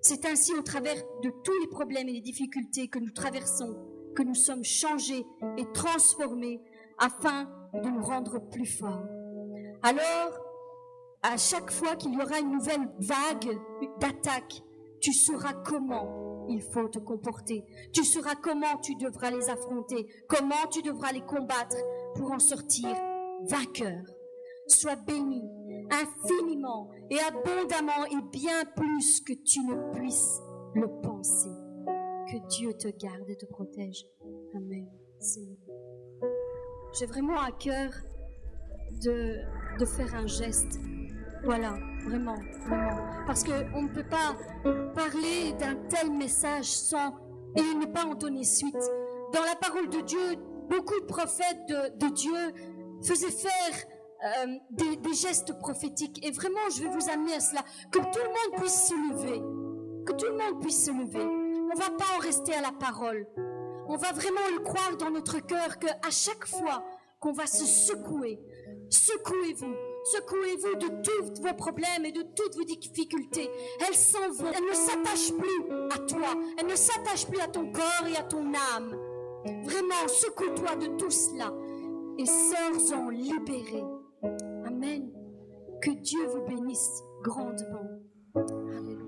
C'est ainsi au travers de tous les problèmes et les difficultés que nous traversons, que nous sommes changés et transformés afin de nous rendre plus forts. Alors, à chaque fois qu'il y aura une nouvelle vague d'attaques, tu sauras comment il faut te comporter. Tu sauras comment tu devras les affronter, comment tu devras les combattre pour en sortir vainqueur. Sois béni infiniment et abondamment et bien plus que tu ne puisses le penser. Que Dieu te garde et te protège. Amen. Seigneur. J'ai vraiment à cœur de, de faire un geste. Voilà, vraiment, vraiment. Parce qu'on ne peut pas parler d'un tel message sans et ne pas en donner suite. Dans la parole de Dieu, beaucoup de prophètes de, de Dieu faisaient faire euh, des, des gestes prophétiques. Et vraiment, je vais vous amener à cela. Que tout le monde puisse se lever. Que tout le monde puisse se lever. On ne va pas en rester à la parole. On va vraiment le croire dans notre cœur qu'à chaque fois qu'on va se secouer, secouez-vous. Secouez-vous de tous vos problèmes et de toutes vos difficultés. Elles s'en vont. Elles ne s'attachent plus à toi. Elles ne s'attachent plus à ton corps et à ton âme. Vraiment, secoue-toi de tout cela et sors-en libéré. Amen. Que Dieu vous bénisse grandement. Alléluia.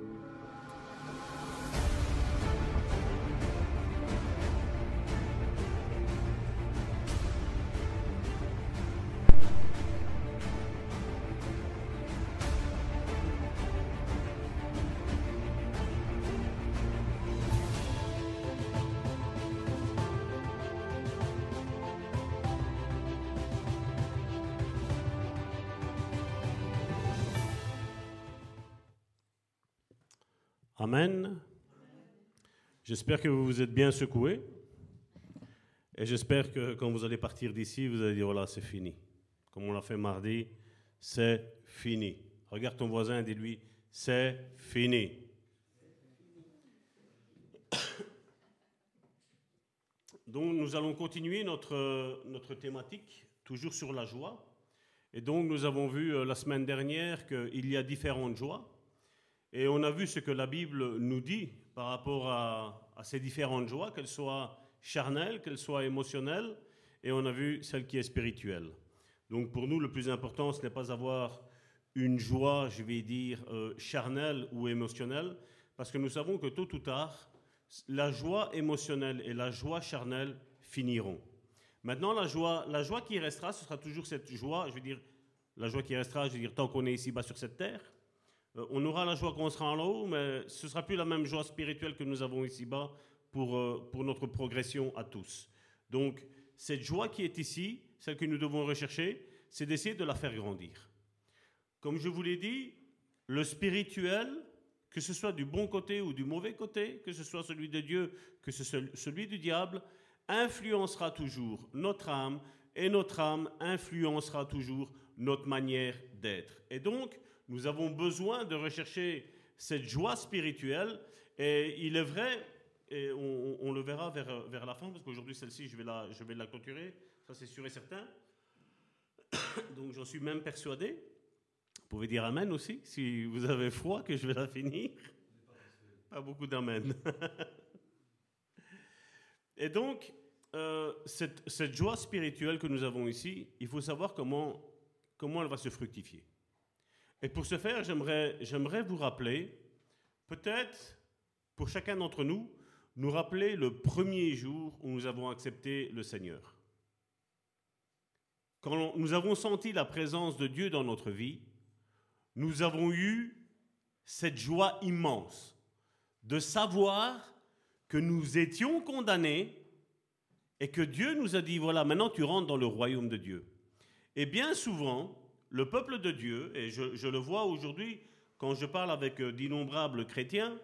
Amen. J'espère que vous vous êtes bien secoués. Et j'espère que quand vous allez partir d'ici, vous allez dire, voilà, c'est fini. Comme on l'a fait mardi, c'est fini. Regarde ton voisin et dis-lui, c'est fini. Donc nous allons continuer notre, notre thématique, toujours sur la joie. Et donc nous avons vu euh, la semaine dernière qu'il y a différentes joies. Et on a vu ce que la Bible nous dit par rapport à, à ces différentes joies, qu'elles soient charnelles, qu'elles soient émotionnelles, et on a vu celle qui est spirituelle. Donc pour nous, le plus important, ce n'est pas avoir une joie, je vais dire, euh, charnelle ou émotionnelle, parce que nous savons que tôt ou tard, la joie émotionnelle et la joie charnelle finiront. Maintenant, la joie, la joie qui restera, ce sera toujours cette joie, je veux dire, la joie qui restera, je veux dire, tant qu'on est ici-bas sur cette terre. On aura la joie quand on sera en haut, mais ce ne sera plus la même joie spirituelle que nous avons ici-bas pour, euh, pour notre progression à tous. Donc, cette joie qui est ici, celle que nous devons rechercher, c'est d'essayer de la faire grandir. Comme je vous l'ai dit, le spirituel, que ce soit du bon côté ou du mauvais côté, que ce soit celui de Dieu, que ce soit celui du diable, influencera toujours notre âme, et notre âme influencera toujours notre manière d'être. Et donc, nous avons besoin de rechercher cette joie spirituelle et il est vrai, et on, on le verra vers, vers la fin, parce qu'aujourd'hui celle-ci je vais la, je vais la clôturer, ça c'est sûr et certain. Donc j'en suis même persuadé. Vous pouvez dire amen aussi, si vous avez foi que je vais la finir. Pas beaucoup d'amen. Et donc, euh, cette, cette joie spirituelle que nous avons ici, il faut savoir comment, comment elle va se fructifier. Et pour ce faire, j'aimerais, j'aimerais vous rappeler, peut-être pour chacun d'entre nous, nous rappeler le premier jour où nous avons accepté le Seigneur. Quand nous avons senti la présence de Dieu dans notre vie, nous avons eu cette joie immense de savoir que nous étions condamnés et que Dieu nous a dit, voilà, maintenant tu rentres dans le royaume de Dieu. Et bien souvent, le peuple de Dieu, et je, je le vois aujourd'hui quand je parle avec d'innombrables chrétiens,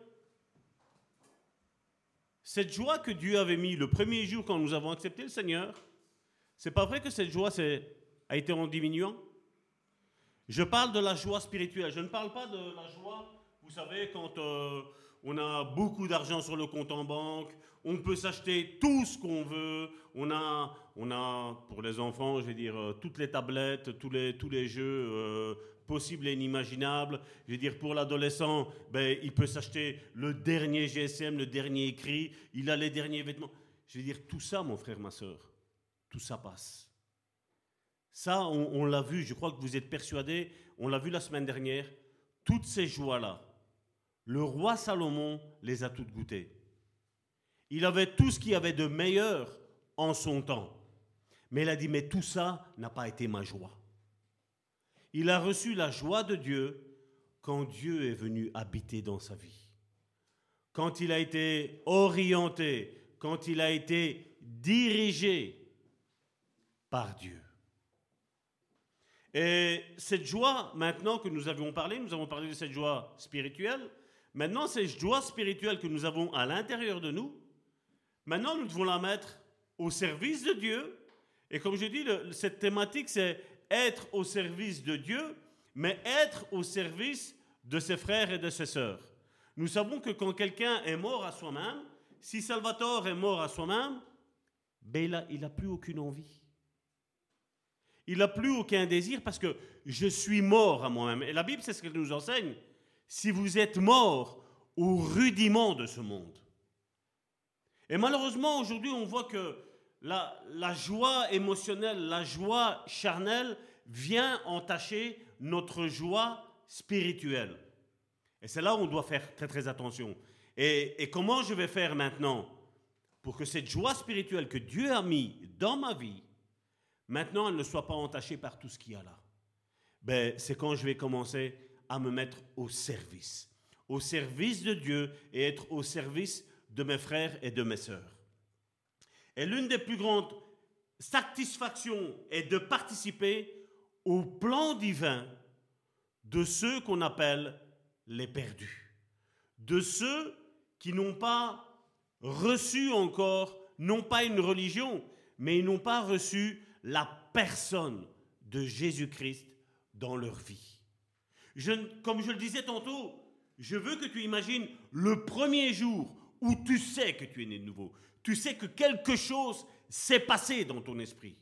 cette joie que Dieu avait mis le premier jour quand nous avons accepté le Seigneur, c'est pas vrai que cette joie c'est, a été en diminuant. Je parle de la joie spirituelle, je ne parle pas de la joie, vous savez, quand euh, on a beaucoup d'argent sur le compte en banque, on peut s'acheter tout ce qu'on veut, on a, on a pour les enfants, je vais dire, toutes les tablettes, tous les, tous les jeux, euh, possibles et inimaginables. Je veux dire, pour l'adolescent, ben, il peut s'acheter le dernier G S M, le dernier écrit, il a les derniers vêtements. Je veux dire, tout ça, mon frère, ma soeur, tout ça passe. Ça, on, on l'a vu, je crois que vous êtes persuadés, on l'a vu la semaine dernière, toutes ces joies-là, le roi Salomon les a toutes goûtées. Il avait tout ce qu'il y avait de meilleur en son temps. Mais il a dit, mais tout ça n'a pas été ma joie. Il a reçu la joie de Dieu quand Dieu est venu habiter dans sa vie. Quand il a été orienté, quand il a été dirigé par Dieu. Et cette joie, maintenant que nous avions parlé, nous avons parlé de cette joie spirituelle. Maintenant, cette joie spirituelle que nous avons à l'intérieur de nous, maintenant, nous devons la mettre au service de Dieu. Et comme je dis, le, cette thématique, c'est être au service de Dieu, mais être au service de ses frères et de ses sœurs. Nous savons que quand quelqu'un est mort à soi-même, si Salvatore est mort à soi-même, ben il n'a plus aucune envie. Il n'a plus aucun désir parce que je suis mort à moi-même. Et la Bible, c'est ce qu'elle nous enseigne. Si vous êtes mort au rudiment de ce monde. Et malheureusement, aujourd'hui, on voit que la, la joie émotionnelle, la joie charnelle vient entacher notre joie spirituelle. Et c'est là où on doit faire très très attention. Et, et comment je vais faire maintenant pour que cette joie spirituelle que Dieu a mis dans ma vie, maintenant, elle ne soit pas entachée par tout ce qu'il y a là. Ben, c'est quand je vais commencer à me mettre au service. Au service de Dieu et être au service de mes frères et de mes sœurs. Et l'une des plus grandes satisfactions est de participer au plan divin de ceux qu'on appelle les perdus. De ceux qui n'ont pas reçu encore, non pas une religion, mais ils n'ont pas reçu la personne de Jésus-Christ dans leur vie. Je, comme je le disais tantôt, je veux que tu imagines le premier jour où tu sais que tu es né de nouveau. Tu sais que quelque chose s'est passé dans ton esprit.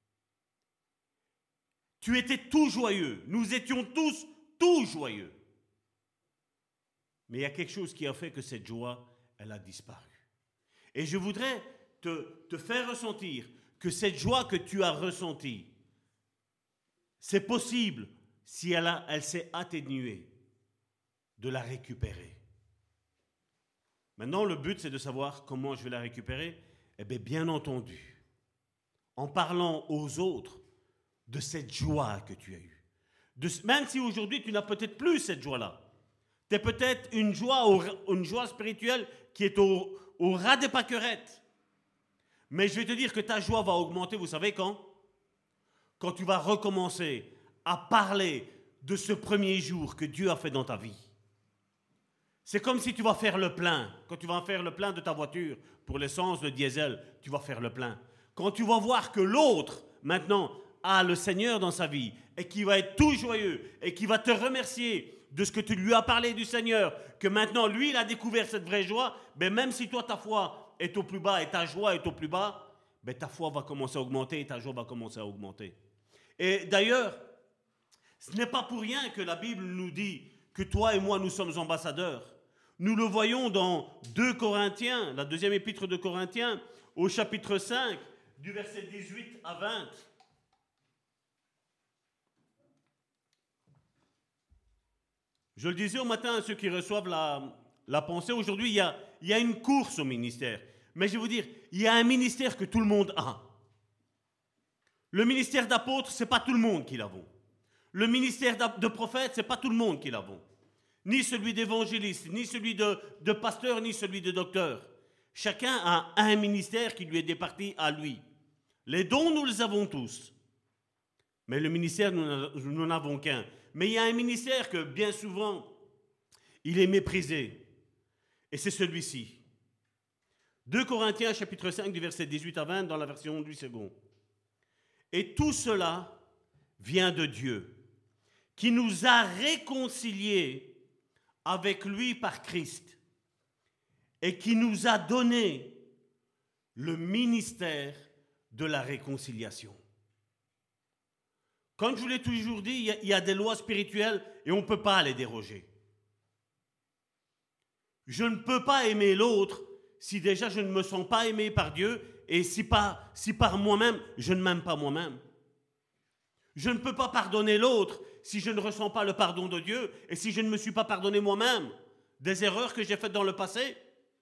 Tu étais tout joyeux. Nous étions tous tout joyeux. Mais il y a quelque chose qui a fait que cette joie, elle a disparu. Et je voudrais te, te faire ressentir que cette joie que tu as ressentie, c'est possible, si elle, a, elle s'est atténuée, de la récupérer. Maintenant, le but, c'est de savoir comment je vais la récupérer. Eh bien, bien entendu, en parlant aux autres de cette joie que tu as eue. De, même si aujourd'hui, tu n'as peut-être plus cette joie-là. Tu as peut-être une joie, au, une joie spirituelle qui est au, au ras des pâquerettes. Mais je vais te dire que ta joie va augmenter, vous savez quand ? Quand tu vas recommencer à parler de ce premier jour que Dieu a fait dans ta vie. C'est comme si tu vas faire le plein. Quand tu vas faire le plein de ta voiture, pour l'essence, le diesel, tu vas faire le plein. Quand tu vas voir que l'autre, maintenant, a le Seigneur dans sa vie, et qui va être tout joyeux, et qui va te remercier de ce que tu lui as parlé du Seigneur, que maintenant, lui, il a découvert cette vraie joie, ben même si toi, ta foi est au plus bas, et ta joie est au plus bas, ben ta foi va commencer à augmenter, et ta joie va commencer à augmenter. Et d'ailleurs, ce n'est pas pour rien que la Bible nous dit que toi et moi, nous sommes ambassadeurs. Nous le voyons dans deux Corinthiens, la deuxième épître de Corinthiens, au chapitre cinq, du verset dix-huit à vingt. Je le disais au matin à ceux qui reçoivent la, la pensée, aujourd'hui, il y a, il y a une course au ministère. Mais je vais vous dire, il y a un ministère que tout le monde a. Le ministère d'apôtre, ce n'est pas tout le monde qui l'a. Le ministère de prophète, ce n'est pas tout le monde qui l'a. Ni celui d'évangéliste, ni celui de, de pasteur, ni celui de docteur. Chacun a un ministère qui lui est départi à lui. Les dons, nous les avons tous. Mais le ministère, nous n'en avons qu'un. Mais il y a un ministère que, bien souvent, il est méprisé. Et c'est celui-ci. deux Corinthiens, chapitre cinq, du verset dix-huit à vingt, dans la version du second. Et tout cela vient de Dieu, qui nous a réconciliés avec lui par Christ et qui nous a donné le ministère de la réconciliation. Comme je vous l'ai toujours dit, il y a, il y a des lois spirituelles et on ne peut pas les déroger. Je ne peux pas aimer l'autre si déjà je ne me sens pas aimé par Dieu et si par, si par moi-même, je ne m'aime pas moi-même. Je ne peux pas pardonner l'autre si je ne ressens pas le pardon de Dieu et si je ne me suis pas pardonné moi-même des erreurs que j'ai faites dans le passé.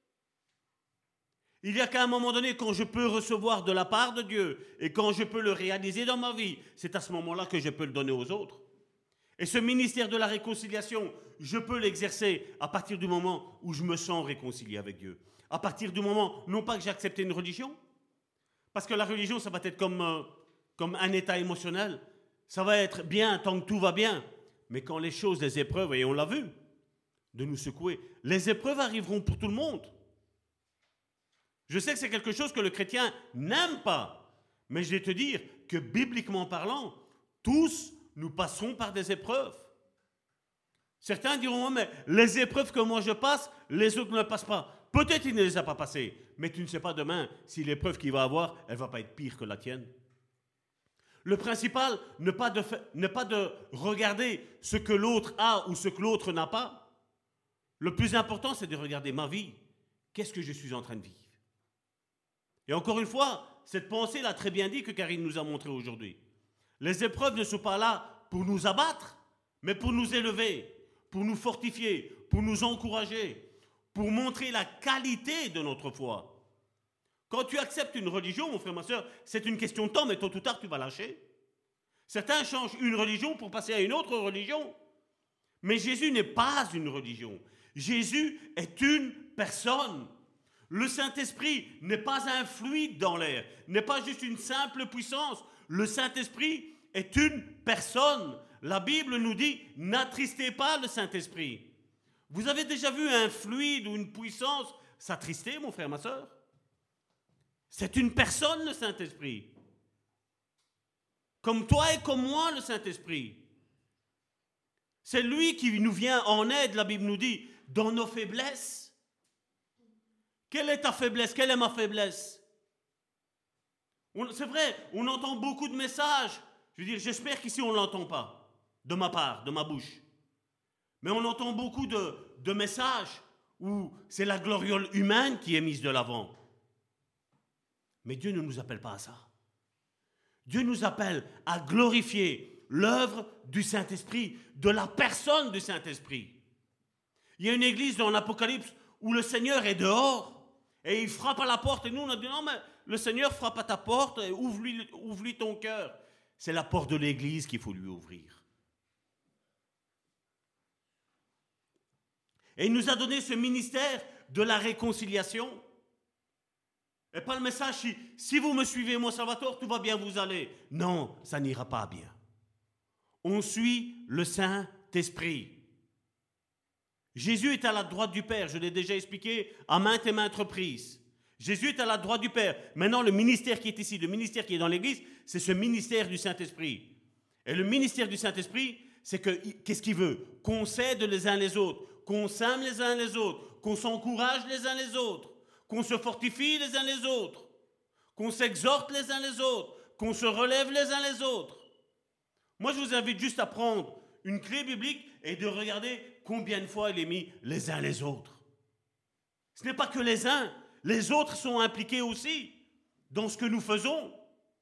Il n'y a qu'à un moment donné, quand je peux recevoir de la part de Dieu et quand je peux le réaliser dans ma vie, c'est à ce moment-là que je peux le donner aux autres. Et ce ministère de la réconciliation, je peux l'exercer à partir du moment où je me sens réconcilié avec Dieu. À partir du moment, non pas que j'ai accepté une religion, parce que la religion, ça va être comme, euh, comme un état émotionnel. Ça va être bien tant que tout va bien. Mais quand les choses, les épreuves, et on l'a vu, de nous secouer, les épreuves arriveront pour tout le monde. Je sais que c'est quelque chose que le chrétien n'aime pas, mais je vais te dire que bibliquement parlant, tous nous passerons par des épreuves. Certains diront, mais les épreuves que moi je passe, les autres ne passent pas. Peut-être qu'il ne les a pas passées, mais tu ne sais pas demain si l'épreuve qu'il va avoir, elle ne va pas être pire que la tienne. Le principal, ne pas de, ne pas de regarder ce que l'autre a ou ce que l'autre n'a pas. Le plus important, c'est de regarder ma vie. Qu'est-ce que je suis en train de vivre? Et encore une fois, cette pensée l'a très bien dit que Karine nous a montré aujourd'hui. Les épreuves ne sont pas là pour nous abattre, mais pour nous élever, pour nous fortifier, pour nous encourager, pour montrer la qualité de notre foi. Quand tu acceptes une religion, mon frère, ma soeur, c'est une question de temps, mais tôt ou tard, tu vas lâcher. Certains changent une religion pour passer à une autre religion. Mais Jésus n'est pas une religion. Jésus est une personne. Le Saint-Esprit n'est pas un fluide dans l'air, n'est pas juste une simple puissance. Le Saint-Esprit est une personne. La Bible nous dit, n'attristez pas le Saint-Esprit. Vous avez déjà vu un fluide ou une puissance s'attrister, mon frère, ma soeur? C'est une personne, le Saint-Esprit. Comme toi et comme moi, le Saint-Esprit. C'est lui qui nous vient en aide, la Bible nous dit, dans nos faiblesses. Quelle est ta faiblesse? Quelle est ma faiblesse? On, c'est vrai, on entend beaucoup de messages. Je veux dire, j'espère qu'ici on ne l'entend pas, de ma part, de ma bouche. Mais on entend beaucoup de, de messages où c'est la gloriole humaine qui est mise de l'avant. Mais Dieu ne nous appelle pas à ça. Dieu nous appelle à glorifier l'œuvre du Saint-Esprit, de la personne du Saint-Esprit. Il y a une église dans l'Apocalypse où le Seigneur est dehors et il frappe à la porte. Et nous, on a dit, non, mais le Seigneur frappe à ta porte et ouvre-lui, ouvre-lui ton cœur. C'est la porte de l'église qu'il faut lui ouvrir. Et il nous a donné ce ministère de la réconciliation. Et pas le message, si, si vous me suivez, mon Salvateur, tout va bien vous aller. Non, ça n'ira pas bien. On suit le Saint-Esprit. Jésus est à la droite du Père, je l'ai déjà expliqué à maintes et maintes reprises. Jésus est à la droite du Père. Maintenant, le ministère qui est ici, le ministère qui est dans l'Église, c'est ce ministère du Saint-Esprit. Et le ministère du Saint-Esprit, c'est que, qu'est-ce qu'il veut? Qu'on s'aide les uns les autres, qu'on s'aime les uns les autres, qu'on s'encourage les uns les autres, qu'on se fortifie les uns les autres, qu'on s'exhorte les uns les autres, qu'on se relève les uns les autres. Moi, je vous invite juste à prendre une clé biblique et de regarder combien de fois il est mis les uns les autres. Ce n'est pas que les uns, les autres sont impliqués aussi dans ce que nous faisons.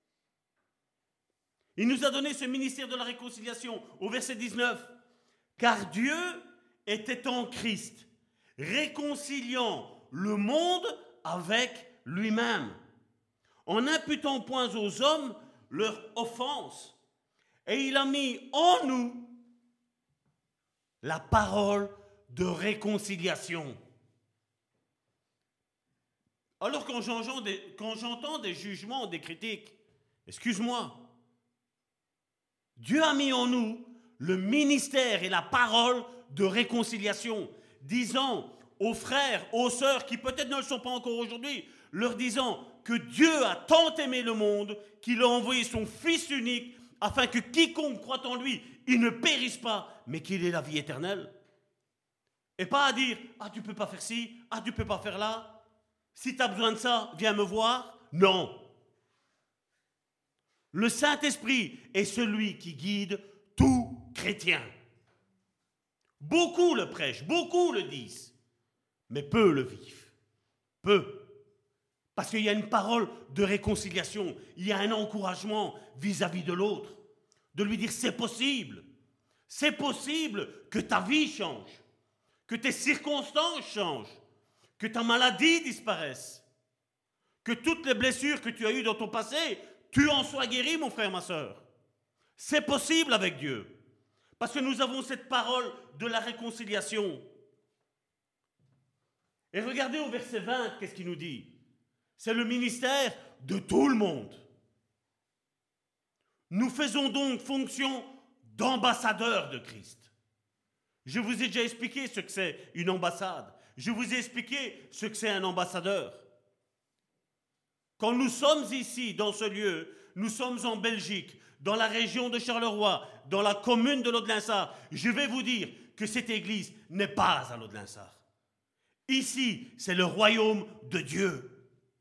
Il nous a donné ce ministère de la réconciliation au verset dix-neuf. Car Dieu était en Christ, réconciliant le monde avec lui-même, en n'imputant point aux hommes leur offense. Et il a mis en nous la parole de réconciliation. Alors quand j'entends des, quand j'entends des jugements, des critiques, excuse-moi, Dieu a mis en nous le ministère et la parole de réconciliation, disant aux frères, aux sœurs qui peut-être ne le sont pas encore aujourd'hui, leur disant que Dieu a tant aimé le monde qu'il a envoyé son Fils unique afin que quiconque croit en lui, il ne périsse pas, mais qu'il ait la vie éternelle. Et pas à dire, ah tu peux pas faire ci, ah tu peux pas faire là, si tu as besoin de ça, viens me voir. Non. Le Saint-Esprit est celui qui guide tout chrétien. Beaucoup le prêchent, beaucoup le disent, mais peu le vivent. Peu. Parce qu'il y a une parole de réconciliation, il y a un encouragement vis-à-vis de l'autre, de lui dire c'est possible, c'est possible que ta vie change, que tes circonstances changent, que ta maladie disparaisse, que toutes les blessures que tu as eues dans ton passé, tu en sois guéri, mon frère, ma soeur. C'est possible avec Dieu, parce que nous avons cette parole de la réconciliation. Et regardez au verset vingt, qu'est-ce qu'il nous dit? C'est le ministère de tout le monde. Nous faisons donc fonction d'ambassadeurs de Christ. Je vous ai déjà expliqué ce que c'est une ambassade. Je vous ai expliqué ce que c'est un ambassadeur. Quand nous sommes ici, dans ce lieu, nous sommes en Belgique, dans la région de Charleroi, dans la commune de l'Aude-Linsart, je vais vous dire que cette église n'est pas à l'Aude-Linsart. Ici, c'est le royaume de Dieu.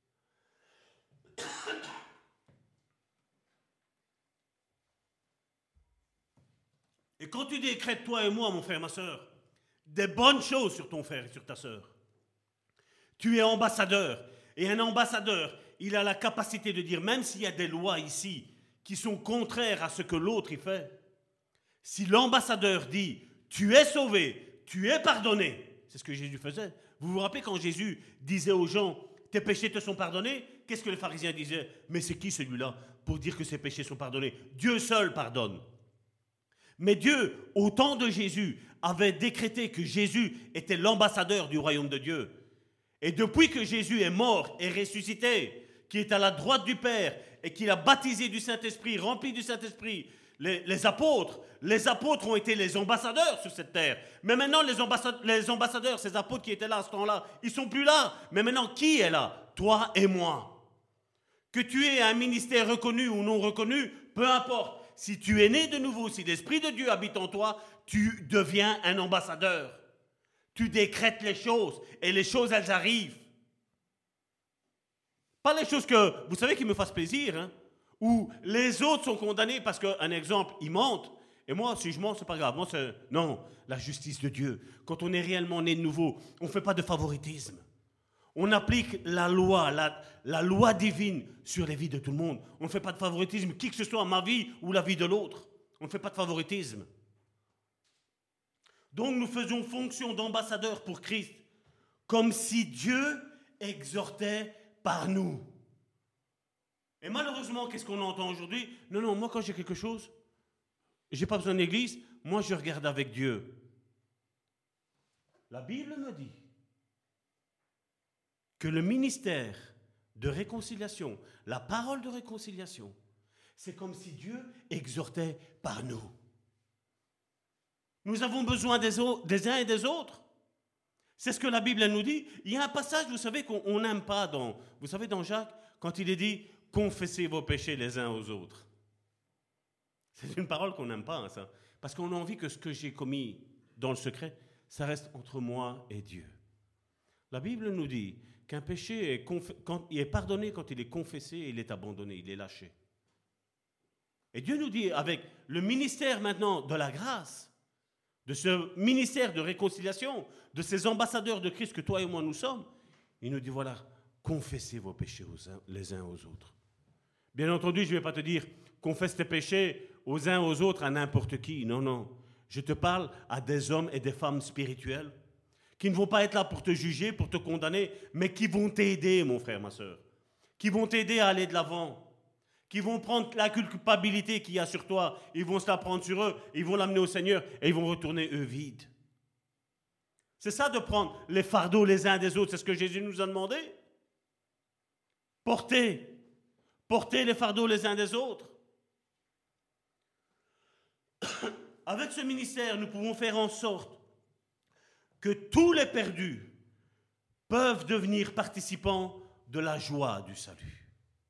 Et quand tu décrètes, toi et moi, mon frère, ma soeur, des bonnes choses sur ton frère et sur ta soeur, tu es ambassadeur. Et un ambassadeur, il a la capacité de dire, même s'il y a des lois ici qui sont contraires à ce que l'autre y fait, si l'ambassadeur dit, tu es sauvé, tu es pardonné, c'est ce que Jésus faisait. Vous vous rappelez quand Jésus disait aux gens, tes péchés te sont pardonnés? Qu'est-ce que les pharisiens disaient? Mais c'est qui celui-là pour dire que ses péchés sont pardonnés? Dieu seul pardonne. Mais Dieu, au temps de Jésus, avait décrété que Jésus était l'ambassadeur du royaume de Dieu. Et depuis que Jésus est mort et ressuscité, qui est à la droite du Père et qu'il a baptisé du Saint-Esprit, rempli du Saint-Esprit, les, les apôtres, les apôtres ont été les ambassadeurs sur cette terre. Mais maintenant, les ambassadeurs, les ambassadeurs, ces apôtres qui étaient là à ce temps-là, ils ne sont plus là. Mais maintenant, qui est là? Toi et moi. Que tu aies un ministère reconnu ou non reconnu, peu importe. Si tu es né de nouveau, si l'Esprit de Dieu habite en toi, tu deviens un ambassadeur. Tu décrètes les choses et les choses, elles arrivent. Pas les choses que, vous savez, qui me fassent plaisir, hein, où les autres sont condamnés parce qu'un exemple, ils mentent. Et moi, si je mens, c'est pas grave. Moi, c'est, non, la justice de Dieu. Quand on est réellement né de nouveau, on ne fait pas de favoritisme. On applique la loi, la, la loi divine sur les vies de tout le monde. On ne fait pas de favoritisme, qui que ce soit, ma vie ou la vie de l'autre. On ne fait pas de favoritisme. Donc nous faisons fonction d'ambassadeurs pour Christ, comme si Dieu exhortait par nous. Et malheureusement, qu'est-ce qu'on entend aujourd'hui? Non, non, moi quand j'ai quelque chose, je n'ai pas besoin d'église, moi je regarde avec Dieu. La Bible me dit que le ministère de réconciliation, la parole de réconciliation, c'est comme si Dieu exhortait par nous. Nous avons besoin des, autres, des uns et des autres. C'est ce que la Bible nous dit. Il y a un passage, vous savez, qu'on n'aime pas dans, vous savez, dans Jacques, quand il est dit « Confessez vos péchés les uns aux autres ». C'est une parole qu'on n'aime pas, hein, ça. Parce qu'on a envie que ce que j'ai commis dans le secret, ça reste entre moi et Dieu. La Bible nous dit qu'un péché est, conf... quand il est pardonné quand il est confessé, il est abandonné, il est lâché. Et Dieu nous dit, avec le ministère maintenant de la grâce, de ce ministère de réconciliation, de ces ambassadeurs de Christ que toi et moi nous sommes, il nous dit, voilà, confessez vos péchés aux uns, les uns aux autres. Bien entendu, je ne vais pas te dire, confesse tes péchés aux uns aux autres à n'importe qui. Non, non. Je te parle à des hommes et des femmes spirituels qui ne vont pas être là pour te juger, pour te condamner, mais qui vont t'aider, mon frère, ma soeur, qui vont t'aider à aller de l'avant, qui vont prendre la culpabilité qu'il y a sur toi, ils vont se la prendre sur eux, ils vont l'amener au Seigneur et ils vont retourner eux vides. C'est ça de prendre les fardeaux les uns des autres, c'est ce que Jésus nous a demandé. Portez, portez les fardeaux les uns des autres. Avec ce ministère, nous pouvons faire en sorte que tous les perdus peuvent devenir participants de la joie du salut.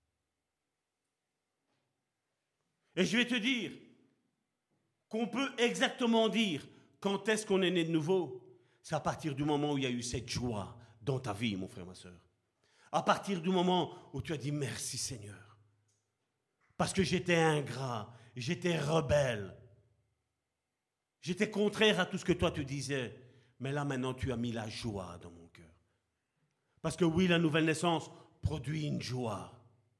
Et je vais te dire qu'on peut exactement dire quand est-ce qu'on est né de nouveau. C'est à partir du moment où il y a eu cette joie dans ta vie, mon frère, ma soeur. À partir du moment où tu as dit merci Seigneur. Parce que j'étais ingrat, j'étais rebelle. J'étais contraire à tout ce que toi tu disais. Mais là maintenant tu as mis la joie dans mon cœur. Parce que oui, la nouvelle naissance produit une joie.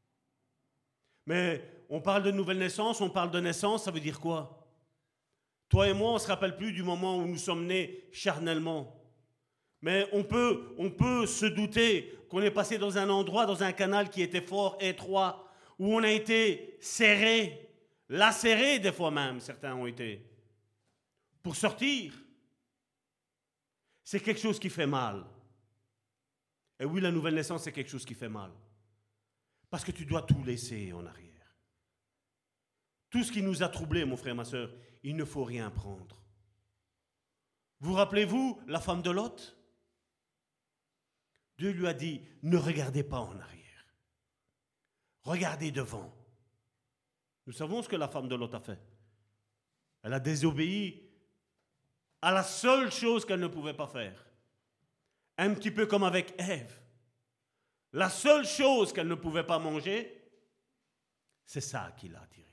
Mais on parle de nouvelle naissance, on parle de naissance, ça veut dire quoi? Toi et moi, on ne se rappelle plus du moment où nous sommes nés charnellement. Mais on peut, on peut se douter qu'on est passé dans un endroit, dans un canal qui était fort étroit, où on a été serré, lacéré des fois même, certains ont été, pour sortir. C'est quelque chose qui fait mal. Et oui, la nouvelle naissance, c'est quelque chose qui fait mal. Parce que tu dois tout laisser en arrière. Tout ce qui nous a troublés, mon frère, ma soeur, il ne faut rien prendre. Vous rappelez-vous la femme de Lot? Dieu lui a dit, ne regardez pas en arrière. Regardez devant. Nous savons ce que la femme de Lot a fait. Elle a désobéi à la seule chose qu'elle ne pouvait pas faire. Un petit peu comme avec Ève. La seule chose qu'elle ne pouvait pas manger, c'est ça qui l'a attirée.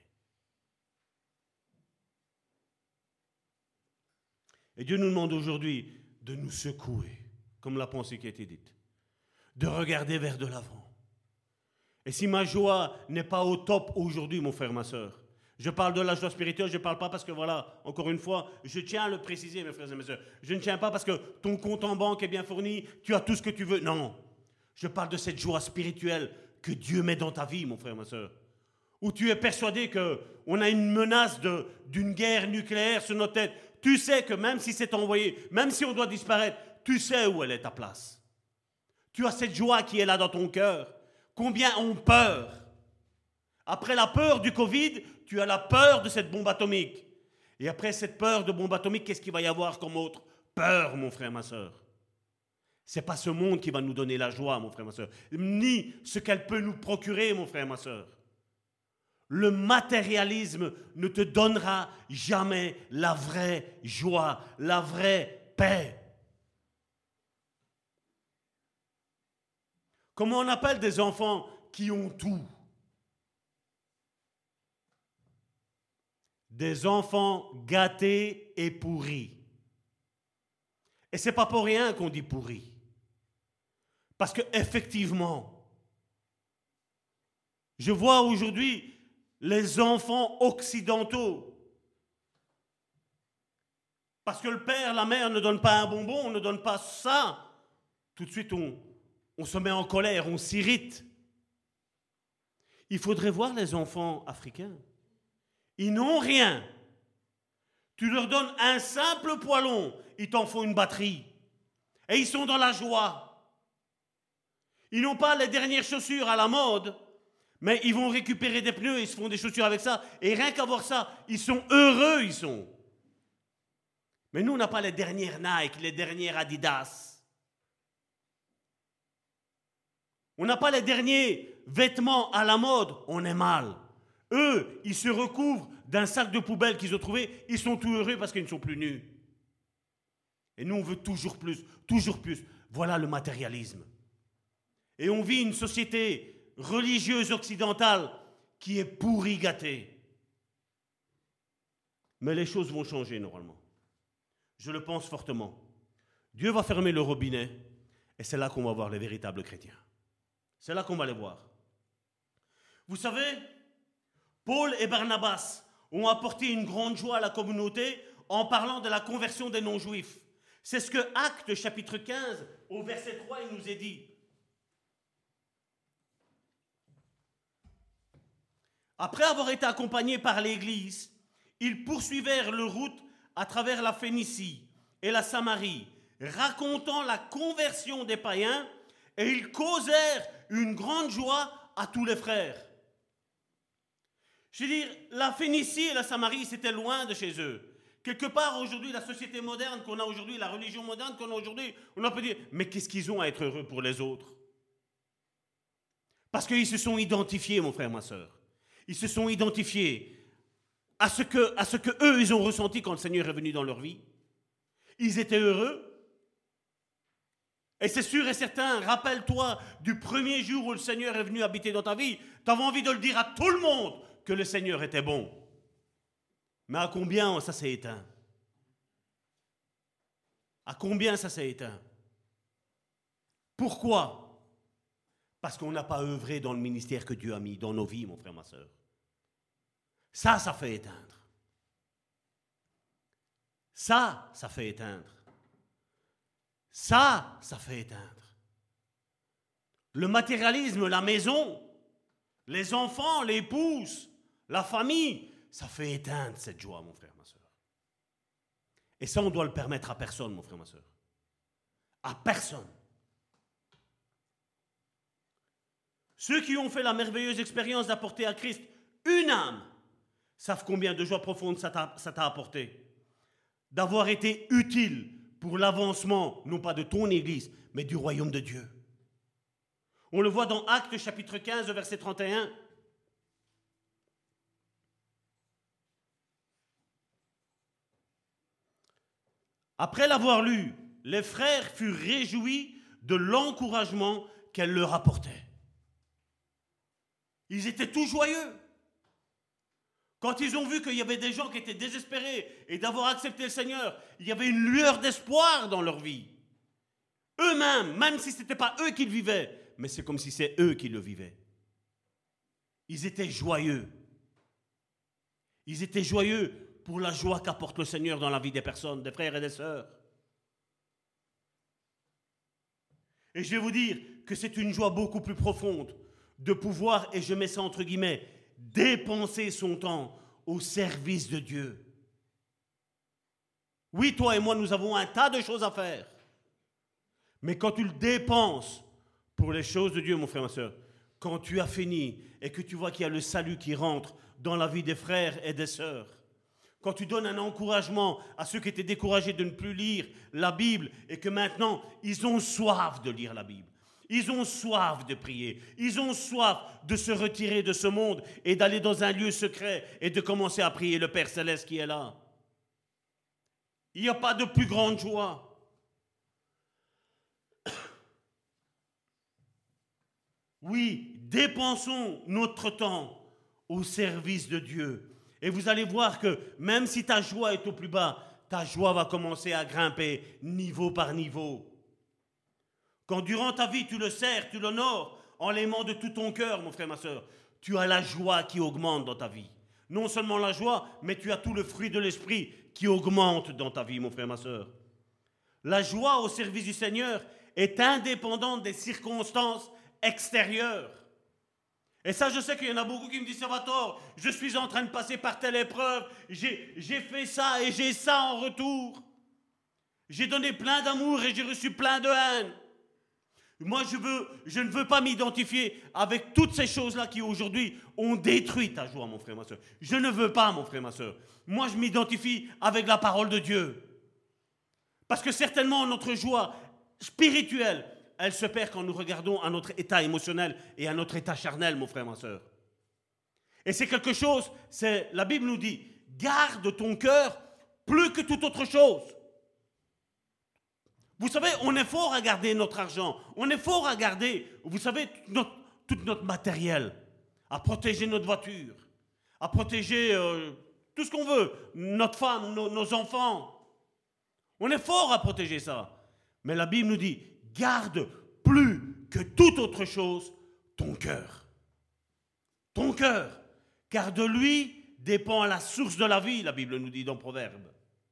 Et Dieu nous demande aujourd'hui de nous secouer, comme la pensée qui a été dite, de regarder vers de l'avant. Et si ma joie n'est pas au top aujourd'hui, mon frère, ma soeur, je parle de la joie spirituelle, je ne parle pas parce que, voilà, encore une fois, je tiens à le préciser, mes frères et mes soeurs. Je ne tiens pas parce que ton compte en banque est bien fourni, tu as tout ce que tu veux. Non, je parle de cette joie spirituelle que Dieu met dans ta vie, mon frère, ma soeur. Où tu es persuadé qu'on a une menace de, d'une guerre nucléaire sur nos têtes. Tu sais que même si c'est envoyé, même si on doit disparaître, tu sais où elle est ta place. Tu as cette joie qui est là dans ton cœur. Combien ont peur? Après la peur du Covid, tu as la peur de cette bombe atomique. Et après cette peur de bombe atomique, qu'est-ce qu'il va y avoir comme autre peur, mon frère, ma soeur? Ce n'est pas ce monde qui va nous donner la joie, mon frère, ma soeur, ni ce qu'elle peut nous procurer, mon frère, ma soeur. Le matérialisme ne te donnera jamais la vraie joie, la vraie paix. Comment on appelle des enfants qui ont tout? Des enfants gâtés et pourris. Et ce n'est pas pour rien qu'on dit pourris. Parce qu'effectivement, je vois aujourd'hui les enfants occidentaux. Parce que le père, la mère ne donne pas un bonbon, on ne donne pas ça. Tout de suite, on, on se met en colère, on s'irrite. Il faudrait voir les enfants africains. Ils n'ont rien. Tu leur donnes un simple poêlon, ils t'en font une batterie. Et ils sont dans la joie. Ils n'ont pas les dernières chaussures à la mode, mais ils vont récupérer des pneus, ils se font des chaussures avec ça. Et rien qu'à voir ça, ils sont heureux, ils sont. Mais nous, on n'a pas les dernières Nike, les dernières Adidas. On n'a pas les derniers vêtements à la mode, on est mal. Eux, ils se recouvrent d'un sac de poubelle qu'ils ont trouvé, ils sont tout heureux parce qu'ils ne sont plus nus. Et nous, on veut toujours plus, toujours plus. Voilà le matérialisme. Et on vit une société religieuse occidentale qui est pourrie gâtée. Mais les choses vont changer normalement. Je le pense fortement. Dieu va fermer le robinet et c'est là qu'on va voir les véritables chrétiens. C'est là qu'on va les voir. Vous savez, Paul et Barnabas ont apporté une grande joie à la communauté en parlant de la conversion des non-juifs. C'est ce que Actes chapitre quinze, au verset trois, il nous est dit. Après avoir été accompagnés par l'Église, ils poursuivèrent leur route à travers la Phénicie et la Samarie, racontant la conversion des païens, et ils causèrent une grande joie à tous les frères. Je veux dire, la Phénicie et la Samarie, c'était loin de chez eux. Quelque part, aujourd'hui, la société moderne qu'on a aujourd'hui, la religion moderne qu'on a aujourd'hui, on peut dire, mais qu'est-ce qu'ils ont à être heureux pour les autres? Parce qu'ils se sont identifiés, mon frère, ma soeur. Ils se sont identifiés à ce que, à ce que eux, ils ont ressenti quand le Seigneur est venu dans leur vie. Ils étaient heureux. Et c'est sûr et certain, rappelle-toi du premier jour où le Seigneur est venu habiter dans ta vie, tu avais envie de le dire à tout le monde. que le Seigneur était bon. Mais à combien ça s'est éteint? À combien ça s'est éteint? Pourquoi? Parce qu'on n'a pas œuvré dans le ministère que Dieu a mis dans nos vies, mon frère, ma soeur. Ça, ça fait éteindre. Ça, ça fait éteindre. Ça, ça fait éteindre. Le matérialisme, la maison, les enfants, l'épouse, la famille, ça fait éteindre cette joie, mon frère, ma soeur. Et ça, on doit le permettre à personne, mon frère, ma soeur. À personne. Ceux qui ont fait la merveilleuse expérience d'apporter à Christ une âme savent combien de joie profonde ça t'a, ça t'a apporté. D'avoir été utile pour l'avancement, non pas de ton Église, mais du royaume de Dieu. On le voit dans Actes chapitre quinze, verset trente et un. Après l'avoir lu, les frères furent réjouis de l'encouragement qu'elle leur apportait. Ils étaient tout joyeux. Quand ils ont vu qu'il y avait des gens qui étaient désespérés et d'avoir accepté le Seigneur, il y avait une lueur d'espoir dans leur vie. Eux-mêmes, même si ce n'était pas eux qui le vivaient, mais c'est comme si c'est eux qui le vivaient. Ils étaient joyeux. Ils étaient joyeux pour la joie qu'apporte le Seigneur dans la vie des personnes, des frères et des sœurs. Et je vais vous dire que c'est une joie beaucoup plus profonde de pouvoir, et je mets ça entre guillemets, dépenser son temps au service de Dieu. Oui, toi et moi, nous avons un tas de choses à faire. Mais quand tu le dépenses pour les choses de Dieu, mon frère, ma soeur, quand tu as fini et que tu vois qu'il y a le salut qui rentre dans la vie des frères et des sœurs, quand tu donnes un encouragement à ceux qui étaient découragés de ne plus lire la Bible et que maintenant, ils ont soif de lire la Bible. Ils ont soif de prier. Ils ont soif de se retirer de ce monde et d'aller dans un lieu secret et de commencer à prier le Père Céleste qui est là. Il n'y a pas de plus grande joie. Oui, dépensons notre temps au service de Dieu. Et vous allez voir que même si ta joie est au plus bas, ta joie va commencer à grimper niveau par niveau. Quand durant ta vie tu le sers, tu l'honores en l'aimant de tout ton cœur, mon frère, ma soeur, tu as la joie qui augmente dans ta vie. Non seulement la joie, mais tu as tout le fruit de l'esprit qui augmente dans ta vie, mon frère, ma soeur. La joie au service du Seigneur est indépendante des circonstances extérieures. Et ça, je sais qu'il y en a beaucoup qui me disent, Salvatore, je suis en train de passer par telle épreuve, j'ai, j'ai fait ça et j'ai ça en retour. J'ai donné plein d'amour et j'ai reçu plein de haine. Moi, je, veux, je ne veux pas m'identifier avec toutes ces choses-là qui aujourd'hui ont détruit ta joie, mon frère, ma soeur. Je ne veux pas, mon frère, ma soeur. Moi, je m'identifie avec la parole de Dieu. Parce que certainement, notre joie spirituelle, elle se perd quand nous regardons à notre état émotionnel et à notre état charnel, mon frère, ma soeur. Et c'est quelque chose, c'est, la Bible nous dit, garde ton cœur plus que toute autre chose. Vous savez, on est fort à garder notre argent, on est fort à garder, vous savez, notre, tout notre matériel, à protéger notre voiture, à protéger euh, tout ce qu'on veut, notre femme, nos, nos enfants. On est fort à protéger ça. Mais la Bible nous dit, garde plus que toute autre chose ton cœur. Ton cœur, car de lui dépend la source de la vie, la Bible nous dit dans Proverbes.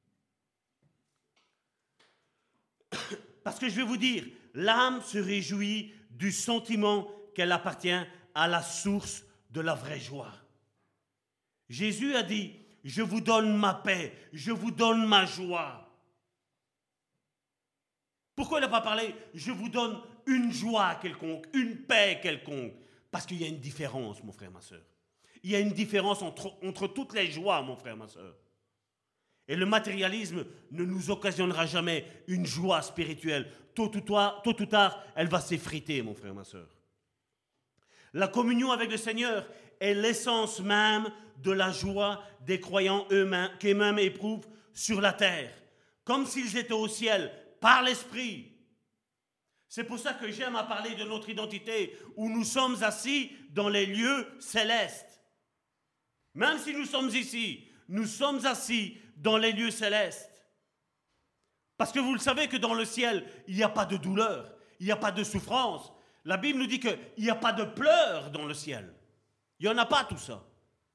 Parce que je vais vous dire, l'âme se réjouit du sentiment qu'elle appartient à la source de la vraie joie. Jésus a dit, je vous donne ma paix, je vous donne ma joie. Pourquoi il n'a pas parlé, je vous donne une joie quelconque, une paix quelconque? Parce qu'il y a une différence, mon frère, ma soeur. Il y a une différence entre, entre toutes les joies, mon frère, ma soeur. Et le matérialisme ne nous occasionnera jamais une joie spirituelle. Tôt ou tard, tôt ou tard, elle va s'effriter, mon frère, ma soeur. La communion avec le Seigneur est l'essence même de la joie des croyants eux-mêmes, qu'eux-mêmes éprouvent sur la terre, comme s'ils étaient au ciel, par l'Esprit. C'est pour ça que j'aime à parler de notre identité, où nous sommes assis dans les lieux célestes. Même si nous sommes ici, nous sommes assis dans les lieux célestes. Parce que vous le savez que dans le ciel, il n'y a pas de douleur, il n'y a pas de souffrance. La Bible nous dit qu'il n'y a pas de pleurs dans le ciel. Il n'y en a pas tout ça.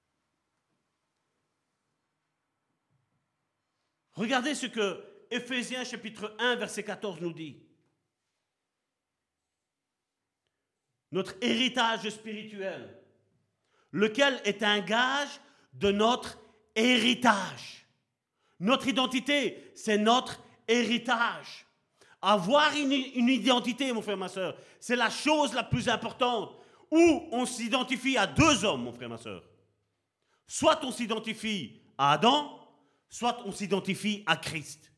Regardez ce que Éphésiens chapitre un, verset quatorze nous dit. Notre héritage spirituel, lequel est un gage de notre héritage. Notre identité, c'est notre héritage. Avoir une, une identité, mon frère, ma soeur, c'est la chose la plus importante. Où on s'identifie à deux hommes, mon frère, ma soeur. Soit on s'identifie à Adam, soit on s'identifie à Christ.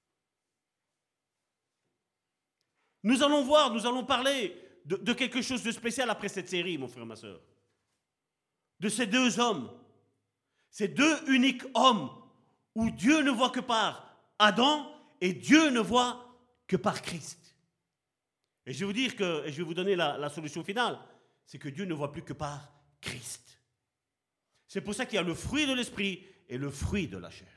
Nous allons voir, nous allons parler de, de quelque chose de spécial après cette série, mon frère, ma soeur. De ces deux hommes, ces deux uniques hommes où Dieu ne voit que par Adam et Dieu ne voit que par Christ. Et je vais vous dire que, et je vais vous donner la, la solution finale, c'est que Dieu ne voit plus que par Christ. C'est pour ça qu'il y a le fruit de l'esprit et le fruit de la chair.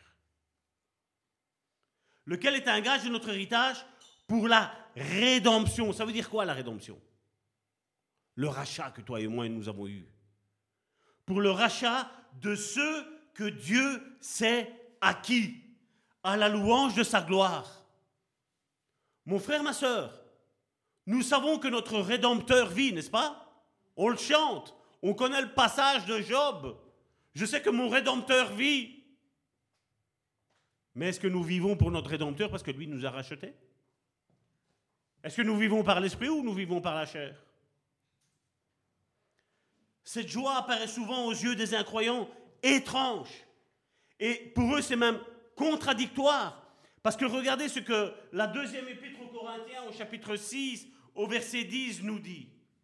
Lequel est un gage de notre héritage pour la rédemption. Ça veut dire quoi la rédemption? Le rachat que toi et moi nous avons eu. Pour le rachat de ceux que Dieu s'est acquis, à la louange de sa gloire. Mon frère, ma sœur, nous savons que notre Rédempteur vit, n'est-ce pas? On le chante, on connaît le passage de Job. Je sais que mon Rédempteur vit. Mais est-ce que nous vivons pour notre Rédempteur parce que lui nous a rachetés? Est-ce que nous vivons par l'esprit ou nous vivons par la chair? Cette joie apparaît souvent aux yeux des incroyants étrange. Et pour eux, c'est même contradictoire. Parce que regardez ce que la deuxième épître aux Corinthiens, au chapitre six, au verset dix, nous dit.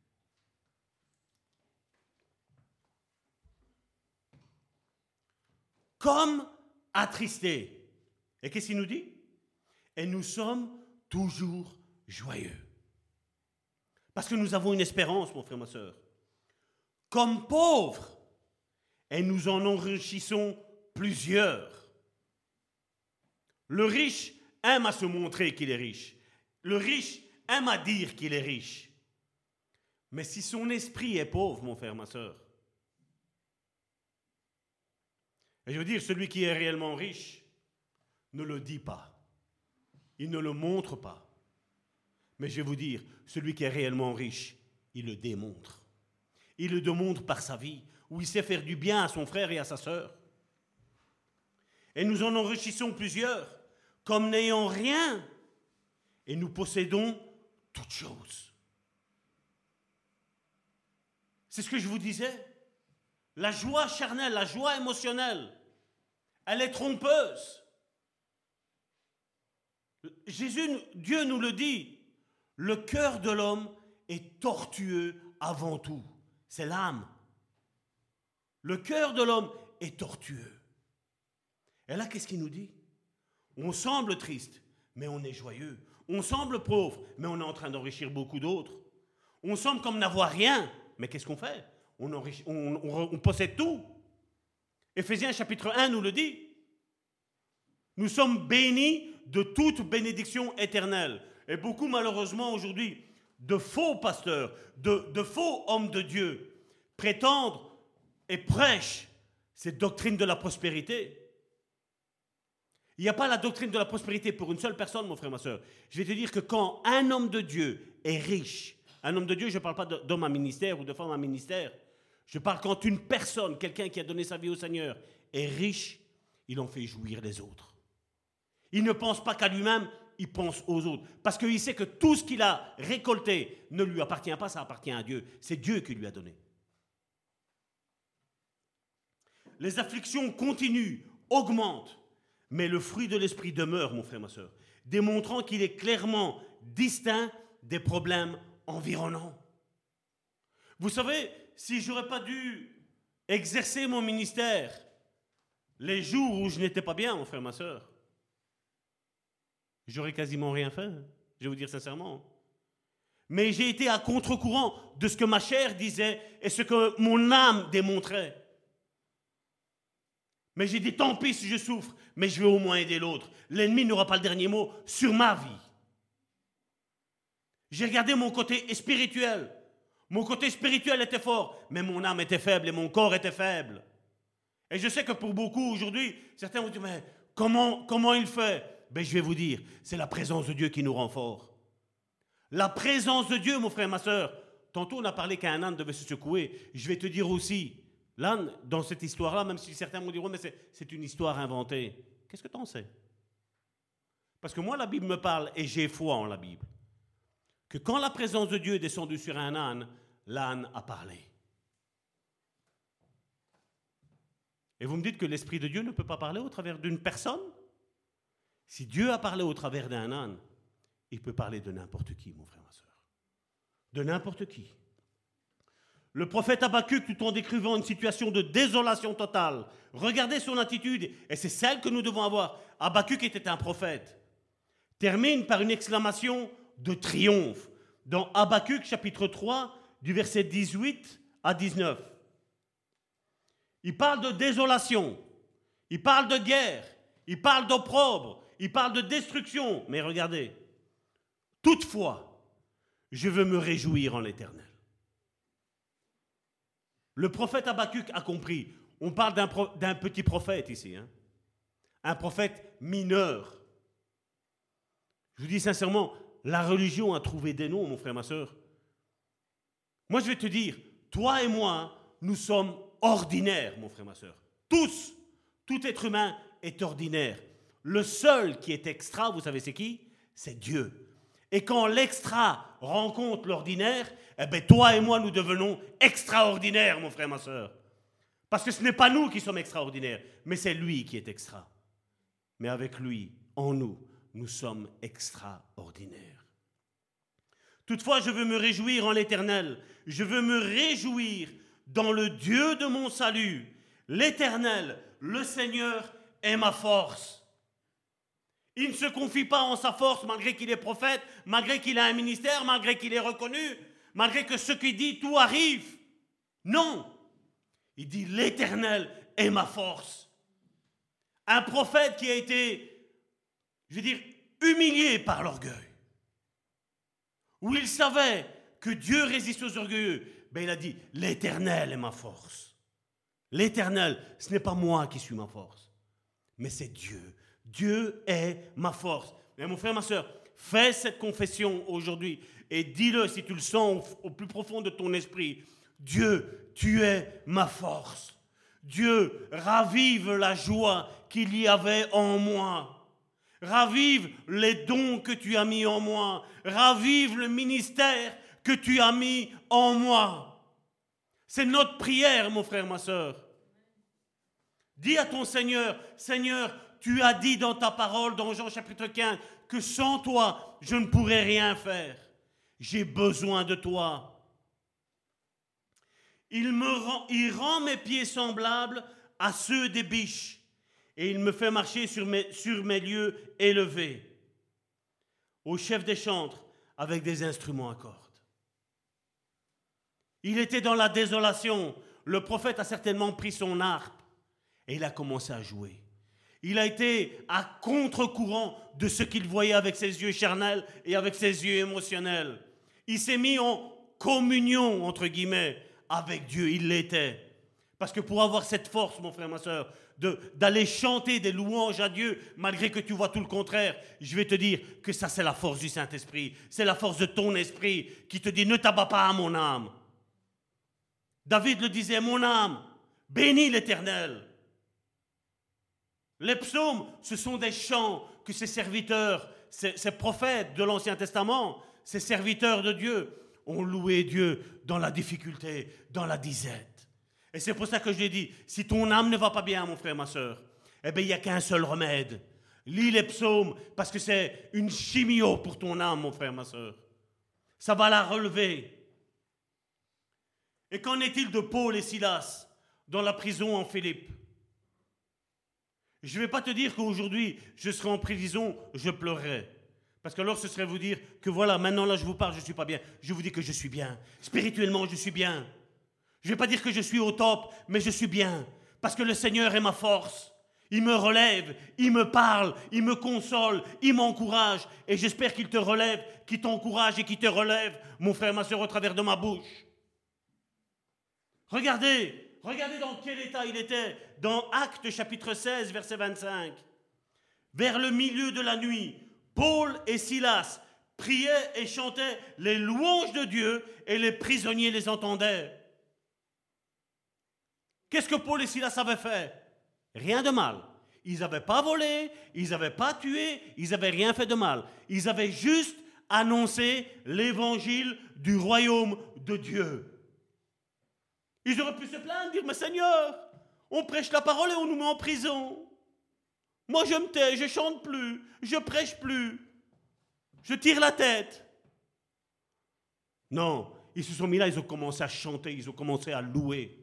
Comme attristés. Et qu'est-ce qu'il nous dit? Et nous sommes toujours joyeux. Parce que nous avons une espérance, mon frère, ma soeur. Comme pauvres. Et nous en enrichissons plusieurs. Le riche aime à se montrer qu'il est riche. Le riche aime à dire qu'il est riche. Mais si son esprit est pauvre, mon frère, ma soeur, et je veux dire, celui qui est réellement riche ne le dit pas. Il ne le montre pas. Mais je vais vous dire, celui qui est réellement riche, il le démontre. Il le démontre par sa vie, où il sait faire du bien à son frère et à sa sœur. Et nous en enrichissons plusieurs, comme n'ayant rien, et nous possédons toutes choses. C'est ce que je vous disais. La joie charnelle, la joie émotionnelle, elle est trompeuse. Jésus, Dieu nous le dit, le cœur de l'homme est tortueux avant tout. C'est l'âme. Le cœur de l'homme est tortueux. Et là, qu'est-ce qu'il nous dit? On semble triste, mais on est joyeux. On semble pauvre, mais on est en train d'enrichir beaucoup d'autres. On semble comme n'avoir rien, mais qu'est-ce qu'on fait? on, enrichit, on, on, on possède tout. Éphésiens chapitre un nous le dit. Nous sommes bénis de toute bénédiction éternelle. Et beaucoup, malheureusement, aujourd'hui, de faux pasteurs, de, de faux hommes de Dieu, prétendent et prêchent cette doctrine de la prospérité. Il n'y a pas la doctrine de la prospérité pour une seule personne, mon frère, ma soeur. Je vais te dire que quand un homme de Dieu est riche, un homme de Dieu, je ne parle pas d'homme à ministère ou de femme à ministère, je parle quand une personne, quelqu'un qui a donné sa vie au Seigneur, est riche, il en fait jouir les autres. Il ne pense pas qu'à lui-même, il pense aux autres. Parce qu'il sait que tout ce qu'il a récolté ne lui appartient pas, ça appartient à Dieu. C'est Dieu qui lui a donné. Les afflictions continuent, augmentent, mais le fruit de l'esprit demeure, mon frère, ma soeur, démontrant qu'il est clairement distinct des problèmes environnants. Vous savez, si je n'aurais pas dû exercer mon ministère les jours où je n'étais pas bien, mon frère, ma soeur, j'aurais quasiment rien fait, je vais vous dire sincèrement. Mais j'ai été à contre-courant de ce que ma chair disait et ce que mon âme démontrait. Mais j'ai dit, tant pis si je souffre, mais je vais au moins aider l'autre. L'ennemi n'aura pas le dernier mot sur ma vie. J'ai regardé mon côté spirituel. Mon côté spirituel était fort, mais mon âme était faible et mon corps était faible. Et je sais que pour beaucoup aujourd'hui, certains vont dire, mais comment, comment il fait? Ben, je vais vous dire, c'est la présence de Dieu qui nous rend forts. La présence de Dieu, mon frère, ma soeur. Tantôt, on a parlé qu'un âne devait se secouer. Je vais te dire aussi, l'âne, dans cette histoire-là, même si certains vont dire, oh, mais c'est, c'est une histoire inventée. Qu'est-ce que tu en sais? Parce que moi, la Bible me parle, et j'ai foi en la Bible, que quand la présence de Dieu est descendue sur un âne, l'âne a parlé. Et vous me dites que l'Esprit de Dieu ne peut pas parler au travers d'une personne? Si Dieu a parlé au travers d'un âne, il peut parler de n'importe qui, mon frère, ma soeur. De n'importe qui. Le prophète Habakkuk, tout en décrivant une situation de désolation totale, regardez son attitude, et c'est celle que nous devons avoir. Habakkuk était un prophète. Termine par une exclamation de triomphe dans Habakkuk chapitre trois, du verset dix-huit à dix-neuf. Il parle de désolation, il parle de guerre, il parle d'opprobre, il parle de destruction. Mais regardez, toutefois, je veux me réjouir en l'Éternel. Le prophète Habakkuk a compris. On parle d'un, pro, d'un petit prophète ici, hein? Un prophète mineur. Je vous dis sincèrement, la religion a trouvé des noms, mon frère, ma soeur. Moi, je vais te dire, toi et moi, nous sommes ordinaires, mon frère, ma soeur. Tous, tout être humain est ordinaire. Le seul qui est extra, vous savez c'est qui? C'est Dieu. Et quand l'extra rencontre l'ordinaire, eh bien, toi et moi, nous devenons extraordinaires, mon frère, ma soeur. Parce que ce n'est pas nous qui sommes extraordinaires, mais c'est lui qui est extra. Mais avec lui, en nous, nous sommes extraordinaires. Toutefois, je veux me réjouir en l'Éternel. Je veux me réjouir dans le Dieu de mon salut. L'Éternel, le Seigneur, est ma force. Il ne se confie pas en sa force malgré qu'il est prophète, malgré qu'il a un ministère, malgré qu'il est reconnu, malgré que ce qu'il dit, tout arrive. Non. Il dit, l'Éternel est ma force. Un prophète qui a été, je veux dire, humilié par l'orgueil, où il savait que Dieu résiste aux orgueilleux, ben il a dit, l'Éternel est ma force. L'Éternel, ce n'est pas moi qui suis ma force, mais c'est Dieu. Dieu est ma force. Mais mon frère, ma soeur, fais cette confession aujourd'hui et dis-le si tu le sens au, au plus profond de ton esprit. Dieu, tu es ma force. Dieu, ravive la joie qu'il y avait en moi. Ravive les dons que tu as mis en moi. Ravive le ministère que tu as mis en moi. C'est notre prière, mon frère, ma soeur. Dis à ton Seigneur, Seigneur, tu as dit dans ta parole, dans Jean chapitre quinze, que sans toi, je ne pourrais rien faire. J'ai besoin de toi. Il, me rend, il rend mes pieds semblables à ceux des biches, et il me fait marcher sur mes, sur mes lieux élevés, au chef des chantres, avec des instruments à cordes. Il était dans la désolation. Le prophète a certainement pris son harpe, et il a commencé à jouer. Il a été à contre-courant de ce qu'il voyait avec ses yeux charnels et avec ses yeux émotionnels. Il s'est mis en communion, entre guillemets, avec Dieu. Il l'était. Parce que pour avoir cette force, mon frère, ma soeur, de, d'aller chanter des louanges à Dieu, malgré que tu vois tout le contraire, je vais te dire que ça, c'est la force du Saint-Esprit. C'est la force de ton esprit qui te dit, ne t'abats pas à mon âme. David le disait, mon âme, bénis l'Éternel. Les psaumes, ce sont des chants que ces serviteurs, ces, ces prophètes de l'Ancien Testament, ces serviteurs de Dieu, ont loué Dieu dans la difficulté, dans la disette. Et c'est pour ça que je l'ai dit, si ton âme ne va pas bien, mon frère, ma soeur, eh bien, il n'y a qu'un seul remède. Lis les psaumes, parce que c'est une chimio pour ton âme, mon frère, ma soeur. Ça va la relever. Et qu'en est-il de Paul et Silas dans la prison en Philippe? Je ne vais pas te dire qu'aujourd'hui, je serai en prison, je pleurerai. Parce que alors, ce serait vous dire que voilà, maintenant, là, je vous parle, je ne suis pas bien. Je vous dis que je suis bien. Spirituellement, je suis bien. Je ne vais pas dire que je suis au top, mais je suis bien. Parce que le Seigneur est ma force. Il me relève, il me parle, il me console, il m'encourage. Et j'espère qu'il te relève, qu'il t'encourage et qu'il te relève, mon frère, ma soeur, au travers de ma bouche. Regardez, regardez dans quel état il était. Dans Actes chapitre seize, verset vingt-cinq. Vers le milieu de la nuit, Paul et Silas priaient et chantaient les louanges de Dieu et les prisonniers les entendaient. Qu'est-ce que Paul et Silas avaient fait? Rien de mal. Ils n'avaient pas volé, ils n'avaient pas tué, ils n'avaient rien fait de mal. Ils avaient juste annoncé l'évangile du royaume de Dieu. Ils auraient pu se plaindre, dire, mais Seigneur, on prêche la parole et on nous met en prison. Moi je me tais, je chante plus, je prêche plus, je tire la tête. Non, ils se sont mis là, ils ont commencé à chanter, ils ont commencé à louer.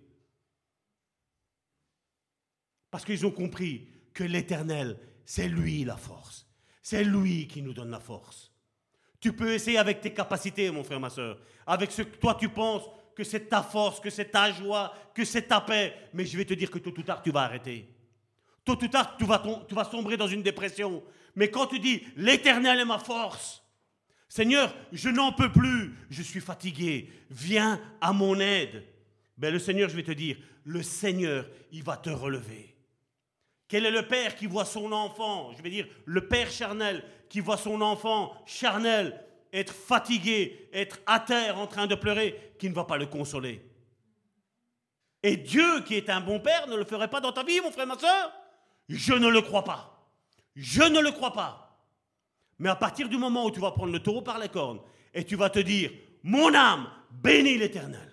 Parce qu'ils ont compris que l'Éternel, c'est lui la force. C'est lui qui nous donne la force. Tu peux essayer avec tes capacités, mon frère, ma soeur, avec ce que toi tu penses que c'est ta force, que c'est ta joie, que c'est ta paix, mais je vais te dire que tôt ou tard tu vas arrêter. Tôt ou tard tu vas, ton, tu vas sombrer dans une dépression. Mais quand tu dis « l'Éternel est ma force », Seigneur, je n'en peux plus, je suis fatigué, viens à mon aide. Ben, le Seigneur, je vais te dire, le Seigneur, il va te relever. Quel est le père qui voit son enfant, je vais dire le père charnel, qui voit son enfant charnel être fatigué, être à terre en train de pleurer, qui ne va pas le consoler? Et Dieu, qui est un bon père, ne le ferait pas dans ta vie, mon frère, ma soeur? Je ne le crois pas. Je ne le crois pas. Mais à partir du moment où tu vas prendre le taureau par les cornes et tu vas te dire, mon âme bénit l'Éternel.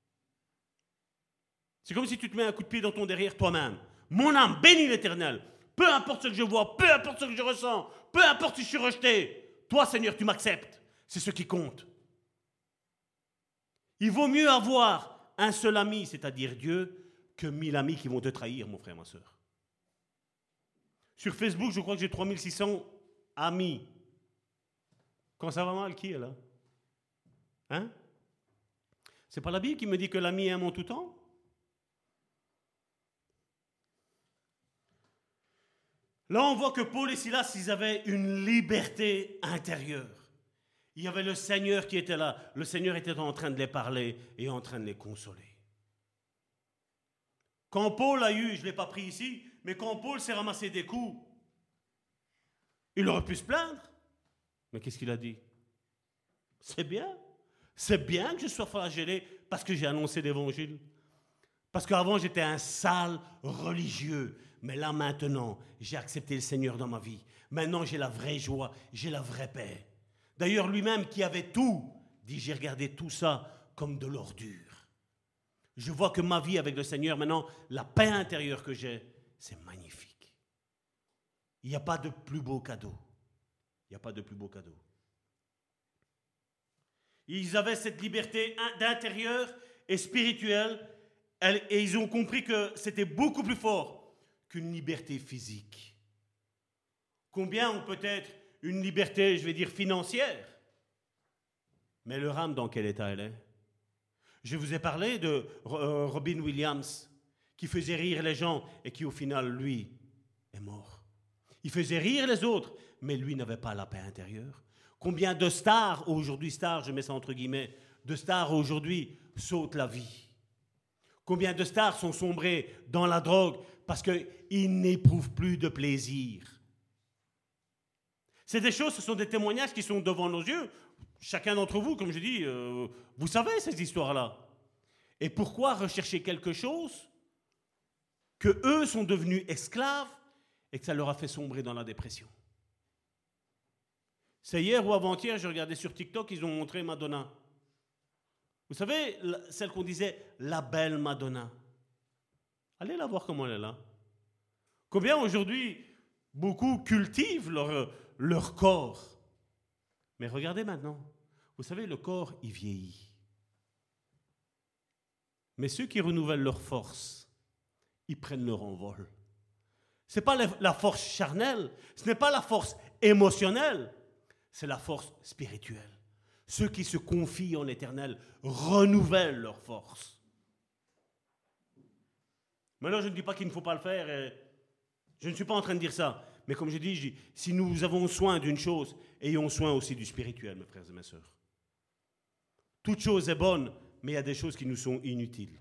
C'est comme si tu te mets un coup de pied dans ton derrière toi-même. Mon âme bénit l'Éternel. Peu importe ce que je vois, peu importe ce que je ressens, peu importe si je suis rejeté. Toi, Seigneur, tu m'acceptes. C'est ce qui compte. Il vaut mieux avoir un seul ami, c'est-à-dire Dieu, que mille amis qui vont te trahir, mon frère, ma soeur. Sur Facebook, je crois que j'ai trois mille six cents amis. Quand ça va mal, qui est là? Hein? C'est pas la Bible qui me dit que l'ami aime en tout temps? Là, on voit que Paul et Silas, ils avaient une liberté intérieure. Il y avait le Seigneur qui était là. Le Seigneur était en train de les parler et en train de les consoler. Quand Paul a eu, je ne l'ai pas pris ici, mais quand Paul s'est ramassé des coups, il aurait pu se plaindre. Mais qu'est-ce qu'il a dit? C'est bien. C'est bien que je sois flagellé parce que j'ai annoncé l'évangile. Parce qu'avant, j'étais un sale religieux. Mais là, maintenant, j'ai accepté le Seigneur dans ma vie. Maintenant, j'ai la vraie joie, j'ai la vraie paix. D'ailleurs, lui-même qui avait tout, dit, j'ai regardé tout ça comme de l'ordure. Je vois que ma vie avec le Seigneur, maintenant, la paix intérieure que j'ai, c'est magnifique. Il n'y a pas de plus beau cadeau. Il n'y a pas de plus beau cadeau. Ils avaient cette liberté d'intérieur et spirituelle, et ils ont compris que c'était beaucoup plus fort qu'une liberté physique. Combien ont peut-être une liberté, je vais dire, financière, mais leur âme, dans quel état elle est? Je vous ai parlé de Robin Williams, qui faisait rire les gens et qui, au final, lui, est mort. Il faisait rire les autres, mais lui n'avait pas la paix intérieure. Combien de stars, aujourd'hui, stars, je mets ça entre guillemets, de stars aujourd'hui sautent la vie? Combien de stars sont sombrées dans la drogue parce qu'ils n'éprouvent plus de plaisir? C'est des choses, ce sont des témoignages qui sont devant nos yeux. Chacun d'entre vous, comme je dis, euh, vous savez ces histoires-là. Et pourquoi rechercher quelque chose que eux sont devenus esclaves et que ça leur a fait sombrer dans la dépression? C'est hier ou avant-hier, je regardais sur TikTok, ils ont montré Madonna. Vous savez, celle qu'on disait, la belle Madonna. Allez la voir comment elle est là. Combien aujourd'hui, beaucoup cultivent leur, leur corps. Mais regardez maintenant. Vous savez, le corps, il vieillit. Mais ceux qui renouvellent leur force, ils prennent leur envol. Ce n'est pas la force charnelle, ce n'est pas la force émotionnelle, c'est la force spirituelle. Ceux qui se confient en l'Éternel renouvellent leur force. Maintenant, je ne dis pas qu'il ne faut pas le faire. Et je ne suis pas en train de dire ça. Mais comme je dis, je dis, si nous avons soin d'une chose, ayons soin aussi du spirituel, mes frères et mes sœurs. Toute chose est bonne, mais il y a des choses qui nous sont inutiles.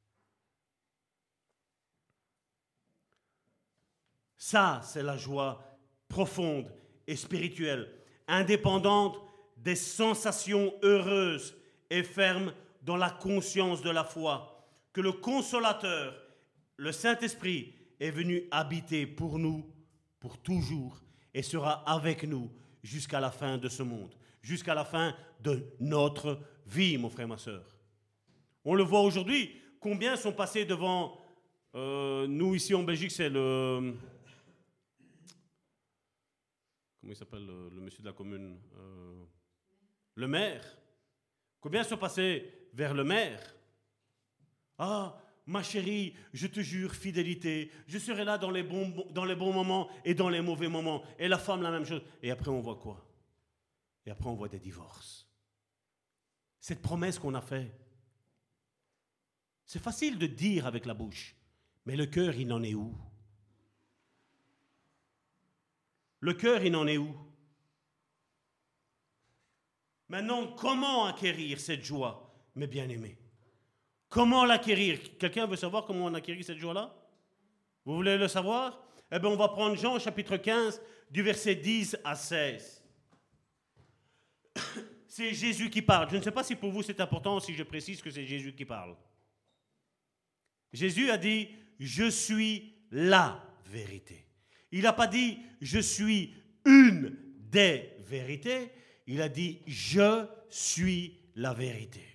Ça, c'est la joie profonde et spirituelle, indépendante des sensations heureuses et fermes dans la conscience de la foi, que le Consolateur, le Saint-Esprit, est venu habiter pour nous, pour toujours, et sera avec nous jusqu'à la fin de ce monde, jusqu'à la fin de notre vie, mon frère, ma sœur. On le voit aujourd'hui, combien sont passés devant, euh, nous ici en Belgique, c'est le... Comment il s'appelle, le, le monsieur de la commune euh, le maire. Combien sont passés vers le maire? Ah, ma chérie, je te jure, fidélité, je serai là dans les, bons, dans les bons moments et dans les mauvais moments. Et la femme, la même chose. Et après, on voit quoi? Et après, on voit des divorces. Cette promesse qu'on a faite, c'est facile de dire avec la bouche, mais le cœur, il en est où? Le cœur, il en est où? Maintenant, comment acquérir cette joie, mes bien-aimés? Comment l'acquérir? Quelqu'un veut savoir comment on acquérit cette joie-là? Vous voulez le savoir? Eh bien, on va prendre Jean, chapitre quinze, du verset dix à seize. C'est Jésus qui parle. Je ne sais pas si pour vous c'est important si je précise que c'est Jésus qui parle. Jésus a dit, je suis la vérité. Il n'a pas dit, je suis une des vérités. Il a dit, je suis la vérité.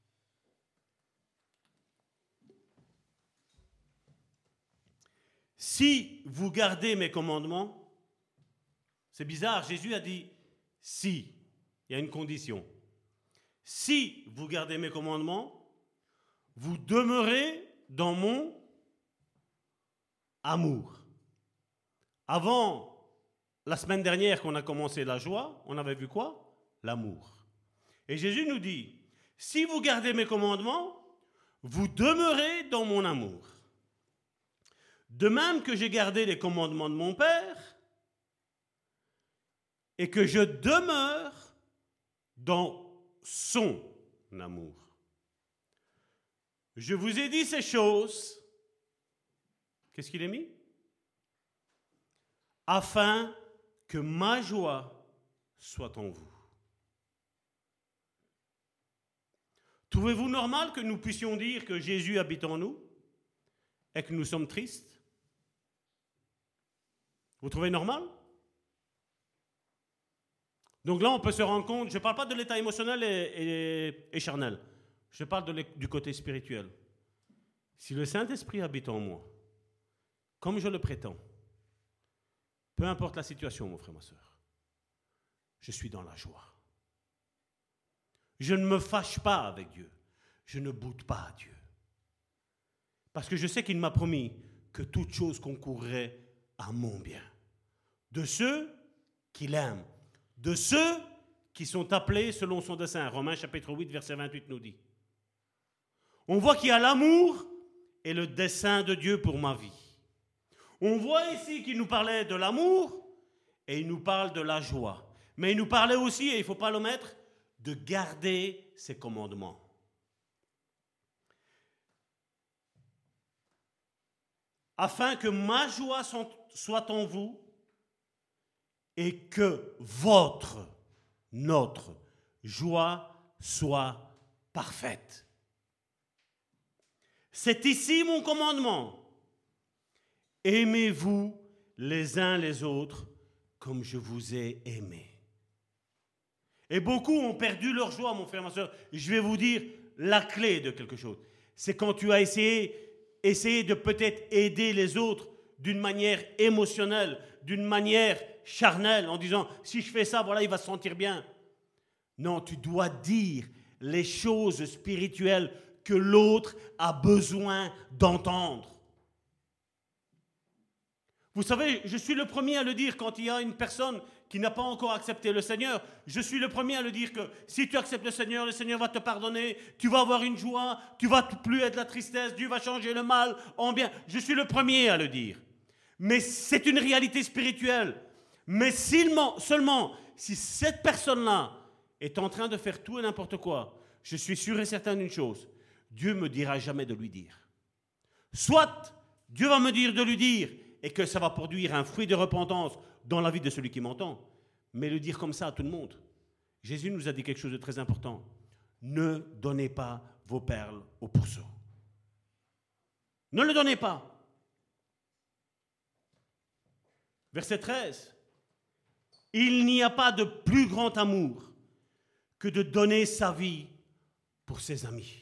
Si vous gardez mes commandements, c'est bizarre, Jésus a dit, si, il y a une condition. Si vous gardez mes commandements, vous demeurez dans mon amour. Avant, la semaine dernière qu'on a commencé la joie, on avait vu quoi? L'amour. Et Jésus nous dit, si vous gardez mes commandements, vous demeurez dans mon amour. De même que j'ai gardé les commandements de mon Père et que je demeure dans son amour. Je vous ai dit ces choses. Qu'est-ce qu'il a mis? Afin que ma joie soit en vous. Trouvez-vous normal que nous puissions dire que Jésus habite en nous et que nous sommes tristes? Vous trouvez normal? Donc là, on peut se rendre compte, je ne parle pas de l'état émotionnel et, et, et charnel, je parle de du côté spirituel. Si le Saint-Esprit habite en moi, comme je le prétends, peu importe la situation, mon frère, ma soeur, je suis dans la joie. Je ne me fâche pas avec Dieu. Je ne boude pas à Dieu. Parce que je sais qu'il m'a promis que toute chose concourrait à mon bien. De ceux qui l'aiment. De ceux qui sont appelés selon son dessein. Romains chapitre huit, verset vingt-huit nous dit. On voit qu'il y a l'amour et le dessein de Dieu pour ma vie. On voit ici qu'il nous parlait de l'amour et il nous parle de la joie. Mais il nous parlait aussi, et il ne faut pas l'omettre, de garder ses commandements. Afin que ma joie soit en vous et que votre, notre joie soit parfaite. C'est ici mon commandement. Aimez-vous les uns les autres comme je vous ai aimés. Et beaucoup ont perdu leur joie, mon frère, ma soeur. Je vais vous dire la clé de quelque chose. C'est quand tu as essayé, essayé de peut-être aider les autres d'une manière émotionnelle, d'une manière charnelle, en disant, si je fais ça, voilà, il va se sentir bien. Non, tu dois dire les choses spirituelles que l'autre a besoin d'entendre. Vous savez, je suis le premier à le dire quand il y a une personne qui n'a pas encore accepté le Seigneur, je suis le premier à le dire que si tu acceptes le Seigneur, le Seigneur va te pardonner, tu vas avoir une joie, tu vas plus être la tristesse, Dieu va changer le mal en bien. Je suis le premier à le dire. Mais c'est une réalité spirituelle. Mais seulement, seulement si cette personne-là est en train de faire tout et n'importe quoi, je suis sûr et certain d'une chose, Dieu ne me dira jamais de lui dire. Soit Dieu va me dire de lui dire et que ça va produire un fruit de repentance dans la vie de celui qui m'entend, mais le dire comme ça à tout le monde. Jésus nous a dit quelque chose de très important. Ne donnez pas vos perles aux pourceaux. Ne le donnez pas. Verset treize. Il n'y a pas de plus grand amour que de donner sa vie pour ses amis.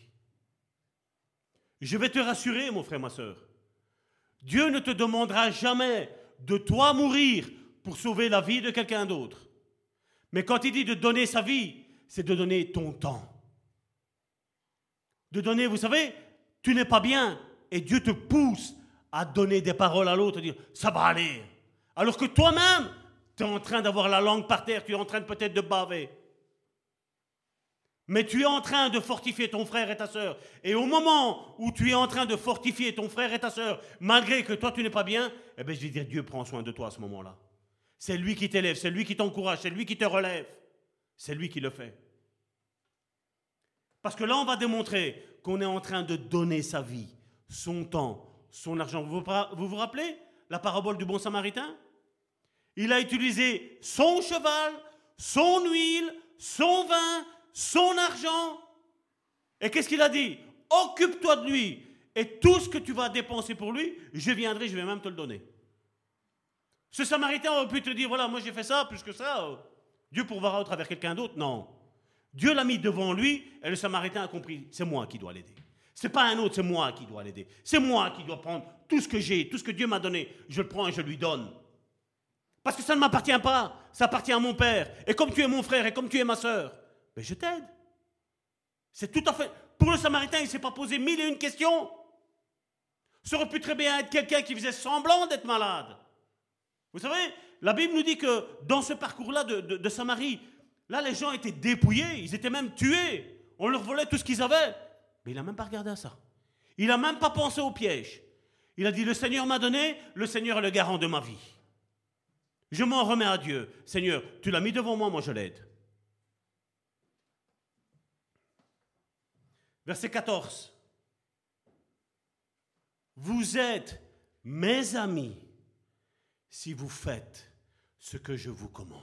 Je vais te rassurer, mon frère, ma soeur. Dieu ne te demandera jamais de toi mourir pour sauver la vie de quelqu'un d'autre. Mais quand il dit de donner sa vie, c'est de donner ton temps. De donner, vous savez, tu n'es pas bien et Dieu te pousse à donner des paroles à l'autre, à dire ça va aller. Alors que toi-même, tu es en train d'avoir la langue par terre, tu es en train de peut-être de baver. Mais tu es en train de fortifier ton frère et ta sœur. Et au moment où tu es en train de fortifier ton frère et ta sœur, malgré que toi tu n'es pas bien, eh bien je vais dire Dieu prend soin de toi à ce moment-là. C'est lui qui t'élève, c'est lui qui t'encourage, c'est lui qui te relève. C'est lui qui le fait. Parce que là on va démontrer qu'on est en train de donner sa vie, son temps, son argent. Vous vous, vous rappelez la parabole du bon samaritain? Il a utilisé son cheval, son huile, son vin, son argent. Et qu'est-ce qu'il a dit? Occupe-toi de lui. Et tout ce que tu vas dépenser pour lui, je viendrai, je vais même te le donner. Ce Samaritain aurait pu te dire, voilà, moi j'ai fait ça, plus que ça. Dieu pourra au travers quelqu'un d'autre. Non. Dieu l'a mis devant lui et le Samaritain a compris, c'est moi qui dois l'aider. C'est pas un autre, c'est moi qui dois l'aider. C'est moi qui dois prendre tout ce que j'ai, tout ce que Dieu m'a donné, je le prends et je lui donne. Parce que ça ne m'appartient pas, ça appartient à mon père. Et comme tu es mon frère et comme tu es ma sœur, mais je t'aide. C'est tout à fait... Pour le Samaritain, il ne s'est pas posé mille et une questions. Ça aurait pu très bien être quelqu'un qui faisait semblant d'être malade. Vous savez, la Bible nous dit que dans ce parcours-là de, de, de Samarie, là, les gens étaient dépouillés, ils étaient même tués. On leur volait tout ce qu'ils avaient. Mais il n'a même pas regardé à ça. Il n'a même pas pensé au piège. Il a dit, le Seigneur m'a donné, le Seigneur est le garant de ma vie. Je m'en remets à Dieu. Seigneur, tu l'as mis devant moi, moi je l'aide. Verset quatorze. Vous êtes mes amis si vous faites ce que je vous commande.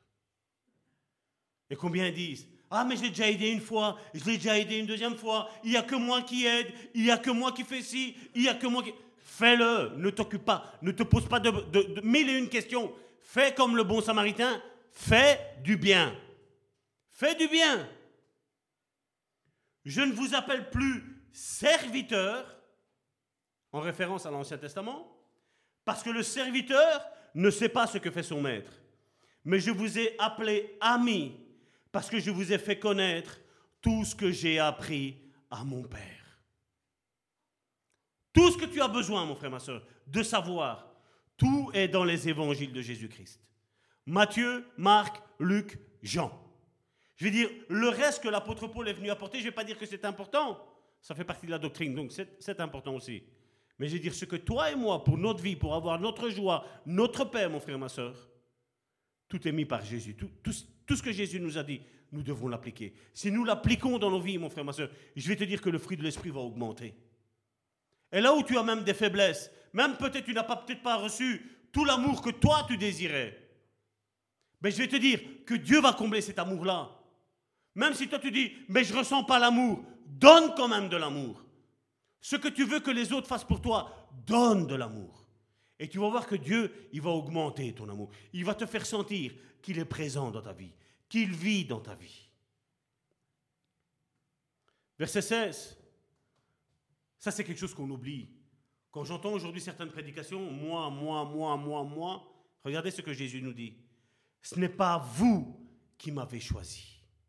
Et combien disent, ah mais je l'ai déjà aidé une fois, je l'ai déjà aidé une deuxième fois, il n'y a que moi qui aide, il n'y a que moi qui fais ci, il n'y a que moi qui... Fais-le, ne t'occupe pas, ne te pose pas de, de, de mille et une questions. Fais comme le bon Samaritain, fais du bien. Fais du bien. Je ne vous appelle plus serviteur, en référence à l'Ancien Testament, parce que le serviteur ne sait pas ce que fait son maître. Mais je vous ai appelé ami, parce que je vous ai fait connaître tout ce que j'ai appris à mon Père. Tout ce que tu as besoin, mon frère, ma soeur, de savoir, tout est dans les évangiles de Jésus-Christ. Matthieu, Marc, Luc, Jean. Je vais dire, le reste que l'apôtre Paul est venu apporter, je ne vais pas dire que c'est important. Ça fait partie de la doctrine, donc c'est, c'est important aussi. Mais je vais dire, ce que toi et moi, pour notre vie, pour avoir notre joie, notre paix, mon frère, ma soeur, tout est mis par Jésus. Tout, tout, tout ce que Jésus nous a dit, nous devons l'appliquer. Si nous l'appliquons dans nos vies, mon frère, ma soeur, je vais te dire que le fruit de l'esprit va augmenter. Et là où tu as même des faiblesses, même peut-être tu n'as pas, peut-être pas reçu tout l'amour que toi tu désirais, mais je vais te dire que Dieu va combler cet amour-là. Même si toi tu dis, mais je ne ressens pas l'amour, donne quand même de l'amour. Ce que tu veux que les autres fassent pour toi, donne de l'amour. Et tu vas voir que Dieu, il va augmenter ton amour. Il va te faire sentir qu'il est présent dans ta vie, qu'il vit dans ta vie. Verset seize. Ça, c'est quelque chose qu'on oublie. Quand j'entends aujourd'hui certaines prédications, moi, moi, moi, moi, moi, regardez ce que Jésus nous dit. Ce n'est pas vous qui m'avez choisi.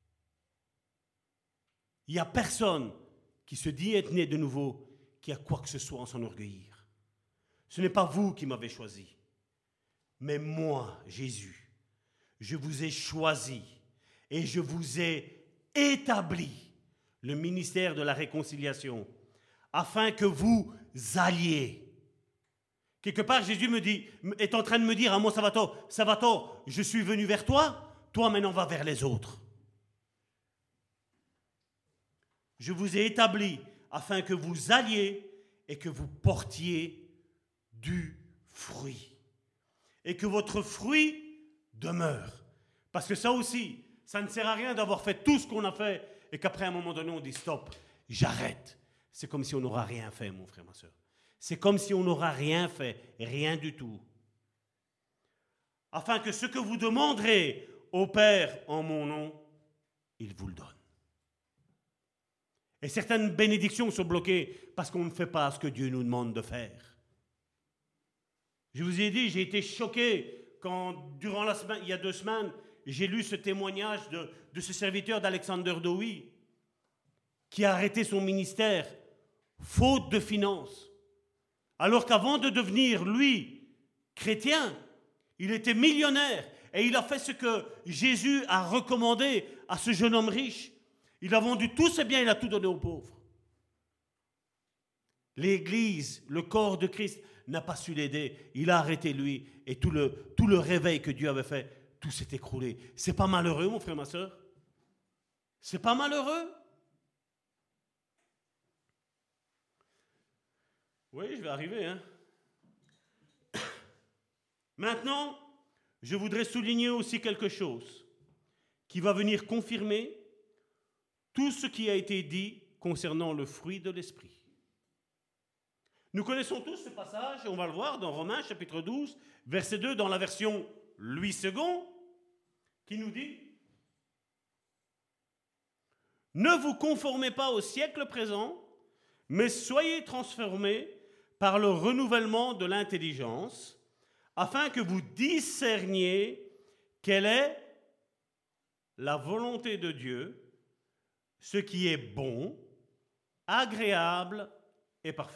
Il n'y a personne qui se dit être né de nouveau qui a quoi que ce soit en s'enorgueillir. Ce n'est pas vous qui m'avez choisi, mais moi, Jésus. je vous ai choisi et je vous ai établi le ministère de la réconciliation, afin que vous alliez. Quelque part, Jésus me dit, est en train de me dire à moi, Salvatore, Salvatore, je suis venu vers toi, toi maintenant va vers les autres. Je vous ai établi afin que vous alliez et que vous portiez du fruit. Et que votre fruit demeure. Parce que ça aussi, ça ne sert à rien d'avoir fait tout ce qu'on a fait et qu'après à un moment donné on dit stop, j'arrête. C'est comme si on n'aura rien fait, mon frère, ma soeur. C'est comme si on n'aura rien fait, rien du tout. Afin que ce que vous demanderez au Père en mon nom, il vous le donne. Et certaines bénédictions sont bloquées parce qu'on ne fait pas ce que Dieu nous demande de faire. Je vous ai dit, j'ai été choqué quand, durant la semaine, il y a deux semaines, j'ai lu ce témoignage de, de ce serviteur d'Alexander Dowie qui a arrêté son ministère faute de finances. Alors qu'avant de devenir, lui, chrétien, il était millionnaire et il a fait ce que Jésus a recommandé à ce jeune homme riche. Il a vendu tous ses biens, il a tout donné aux pauvres. L'Église, le corps de Christ, n'a pas su l'aider. Il a arrêté lui et tout le, tout le réveil que Dieu avait fait, tout s'est écroulé. C'est pas malheureux, mon frère, ma soeur? C'est pas malheureux? Oui, je vais arriver, hein. Maintenant, je voudrais souligner aussi quelque chose qui va venir confirmer tout ce qui a été dit concernant le fruit de l'esprit. Nous connaissons tous ce passage, et on va le voir dans Romains chapitre douze, verset deux, dans la version Louis second, qui nous dit « Ne vous conformez pas au siècle présent, mais soyez transformés par le renouvellement de l'intelligence, afin que vous discerniez quelle est la volonté de Dieu, ce qui est bon, agréable et parfait. »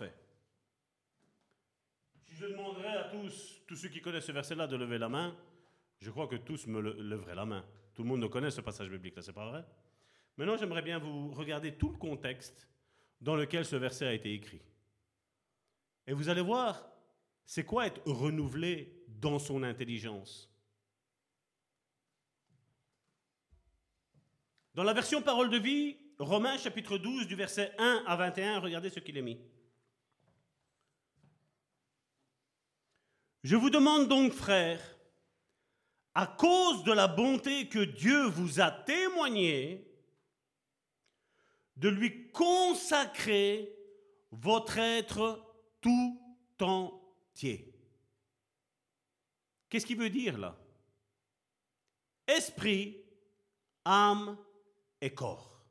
Si je demanderais à tous, tous ceux qui connaissent ce verset-là de lever la main, je crois que tous me le, leveraient la main. Tout le monde ne connaît ce passage biblique-là, c'est pas vrai? Maintenant, j'aimerais bien vous regarder tout le contexte dans lequel ce verset a été écrit. Et vous allez voir, c'est quoi être renouvelé dans son intelligence. Dans la version Parole de vie, Romains chapitre douze, du verset un à vingt et un, regardez ce qu'il est mis. Je vous demande donc, frères, à cause de la bonté que Dieu vous a témoignée, de lui consacrer votre être tout entier. Qu'est-ce qu'il veut dire là? Esprit, âme et corps.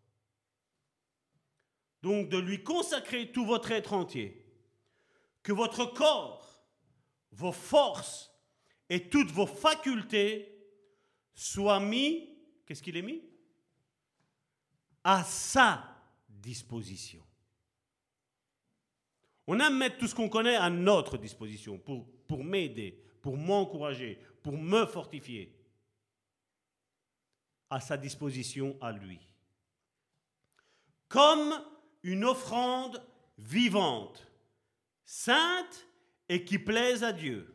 Donc de lui consacrer tout votre être entier. Que votre corps, vos forces et toutes vos facultés soient mis, qu'est-ce qu'il est mis? À sa disposition. On aime mettre tout ce qu'on connaît à notre disposition pour, pour m'aider, pour m'encourager, pour me fortifier. À sa disposition à lui. Comme une offrande vivante, sainte et qui plaise à Dieu.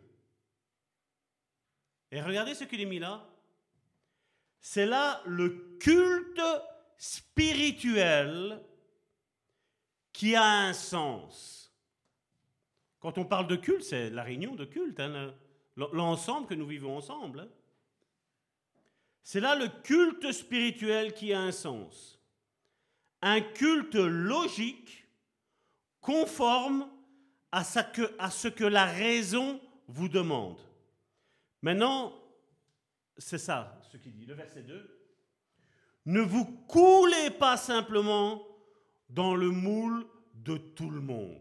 Et regardez ce qu'il est mis là. C'est là le culte spirituel qui a un sens. Quand on parle de culte, c'est la réunion de culte, hein, l'ensemble que nous vivons ensemble. Hein. C'est là le culte spirituel qui a un sens. Un culte logique, conforme à ce que, à ce que la raison vous demande. Maintenant, c'est ça ce qu'il dit, le verset deux. Ne vous coulez pas simplement dans le moule de tout le monde.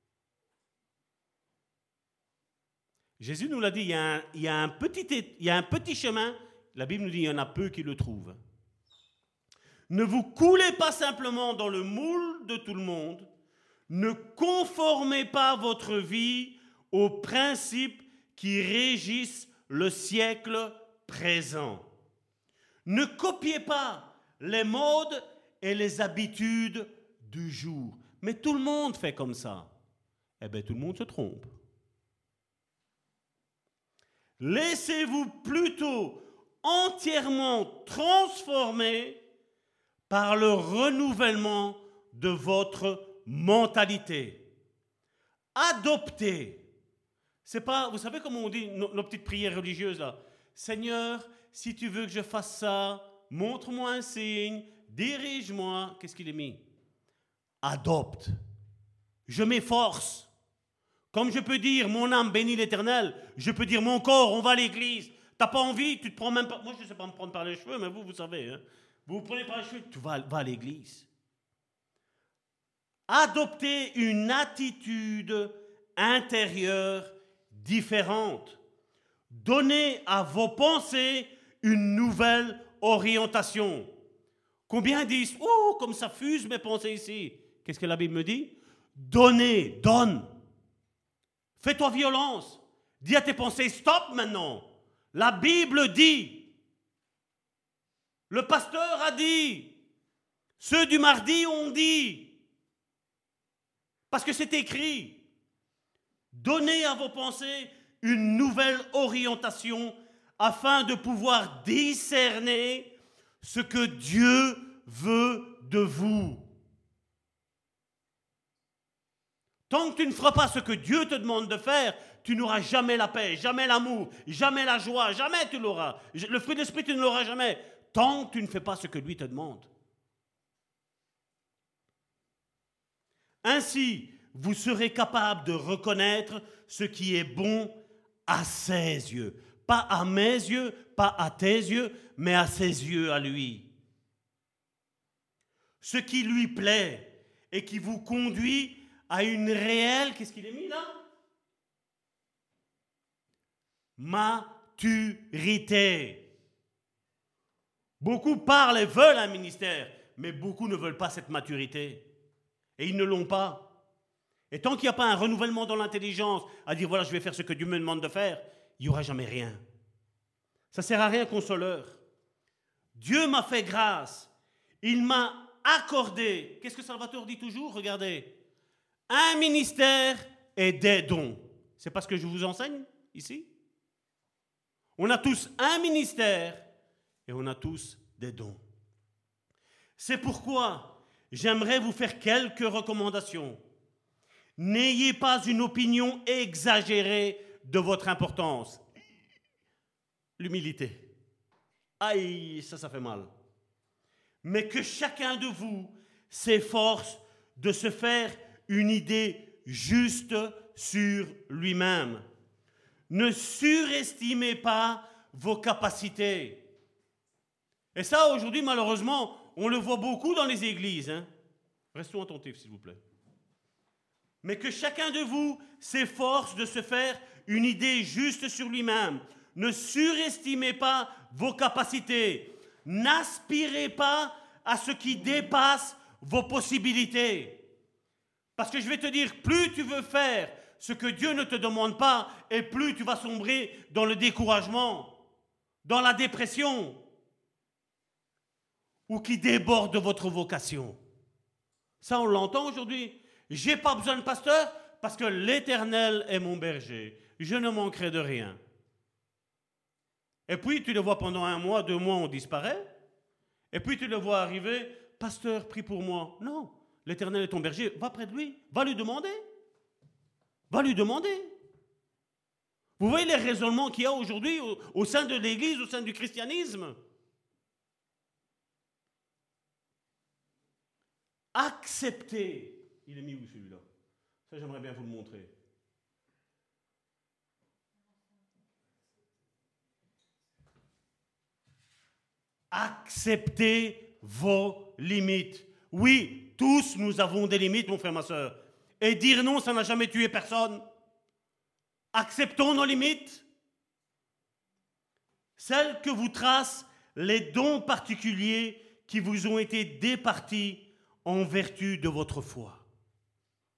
Jésus nous l'a dit, il y a un, il y a un petit, il y a un petit chemin, la Bible nous dit, il y en a peu qui le trouvent. Ne vous coulez pas simplement dans le moule de tout le monde, ne conformez pas votre vie aux principes qui régissent le siècle présent. Ne copiez pas les modes et les habitudes du jour. Mais tout le monde fait comme ça. Eh bien, tout le monde se trompe. Laissez-vous plutôt entièrement transformer par le renouvellement de votre mentalité. Adoptez. C'est pas, vous savez comment on dit nos, nos petites prières religieuses là. Seigneur, si tu veux que je fasse ça, montre-moi un signe, dirige-moi. Qu'est-ce qu'il est mis? Adopte. Je m'efforce. Comme je peux dire, mon âme bénit l'Éternel, je peux dire, mon corps, on va à l'église. T'as pas envie, tu te prends même pas... Moi, je ne sais pas me prendre par les cheveux, mais vous, vous savez. Hein? Vous vous prenez par les cheveux, tu vas, vas à l'église. Adoptez une attitude intérieure différente. Donnez à vos pensées une nouvelle orientation. Combien disent, oh, comme ça fuse mes pensées ici. Qu'est-ce que la Bible me dit? Donnez, donne. Fais-toi violence. Dis à tes pensées, stop maintenant. La Bible dit. Le pasteur a dit. Ceux du mardi ont dit. Parce que c'est écrit. Donnez à vos pensées une nouvelle orientation afin de pouvoir discerner ce que Dieu veut de vous. Tant que tu ne feras pas ce que Dieu te demande de faire, tu n'auras jamais la paix, jamais l'amour, jamais la joie, jamais tu l'auras. Le fruit de l'esprit, tu ne l'auras jamais. Tant que tu ne fais pas ce que lui te demande. Ainsi, vous serez capable de reconnaître ce qui est bon à ses yeux. Pas à mes yeux, pas à tes yeux, mais à ses yeux, à lui. Ce qui lui plaît et qui vous conduit à une réelle, qu'est-ce qu'il est mis là? Maturité. Beaucoup parlent et veulent un ministère, mais beaucoup ne veulent pas cette maturité. Et ils ne l'ont pas. Et tant qu'il n'y a pas un renouvellement dans l'intelligence, à dire voilà, je vais faire ce que Dieu me demande de faire, il n'y aura jamais rien. Ça ne sert à rien, consoleur. Dieu m'a fait grâce. Il m'a accordé. Qu'est-ce que Salvatore dit toujours? Regardez. Un ministère et des dons. C'est pas ce que je vous enseigne ici? On a tous un ministère et on a tous des dons. C'est pourquoi j'aimerais vous faire quelques recommandations. N'ayez pas une opinion exagérée de votre importance. L'humilité. Aïe, ça, ça fait mal. Mais que chacun de vous s'efforce de se faire une idée juste sur lui-même. Ne surestimez pas vos capacités. Et ça, aujourd'hui, malheureusement, on le voit beaucoup dans les églises. Hein. Restons attentifs, s'il vous plaît. Mais que chacun de vous s'efforce de se faire une idée juste sur lui-même. Ne surestimez pas vos capacités. N'aspirez pas à ce qui dépasse vos possibilités. Parce que je vais te dire, plus tu veux faire ce que Dieu ne te demande pas, et plus tu vas sombrer dans le découragement, dans la dépression, ou qui déborde de votre vocation. Ça, on l'entend aujourd'hui. J'ai pas besoin de pasteur parce que l'Éternel est mon berger. Je ne manquerai de rien. Et puis, tu le vois pendant un mois, deux mois, on disparaît. Et puis, tu le vois arriver, pasteur, prie pour moi. Non. L'Éternel est ton berger, va près de lui, va lui demander. Va lui demander. Vous voyez les raisonnements qu'il y a aujourd'hui au, au sein de l'Église, au sein du christianisme. Acceptez. Il est mis où celui-là? Ça, j'aimerais bien vous le montrer. Acceptez vos limites. Oui, tous nous avons des limites, mon frère, ma soeur. Et dire non, ça n'a jamais tué personne. Acceptons nos limites. Celles que vous tracent les dons particuliers qui vous ont été départis en vertu de votre foi.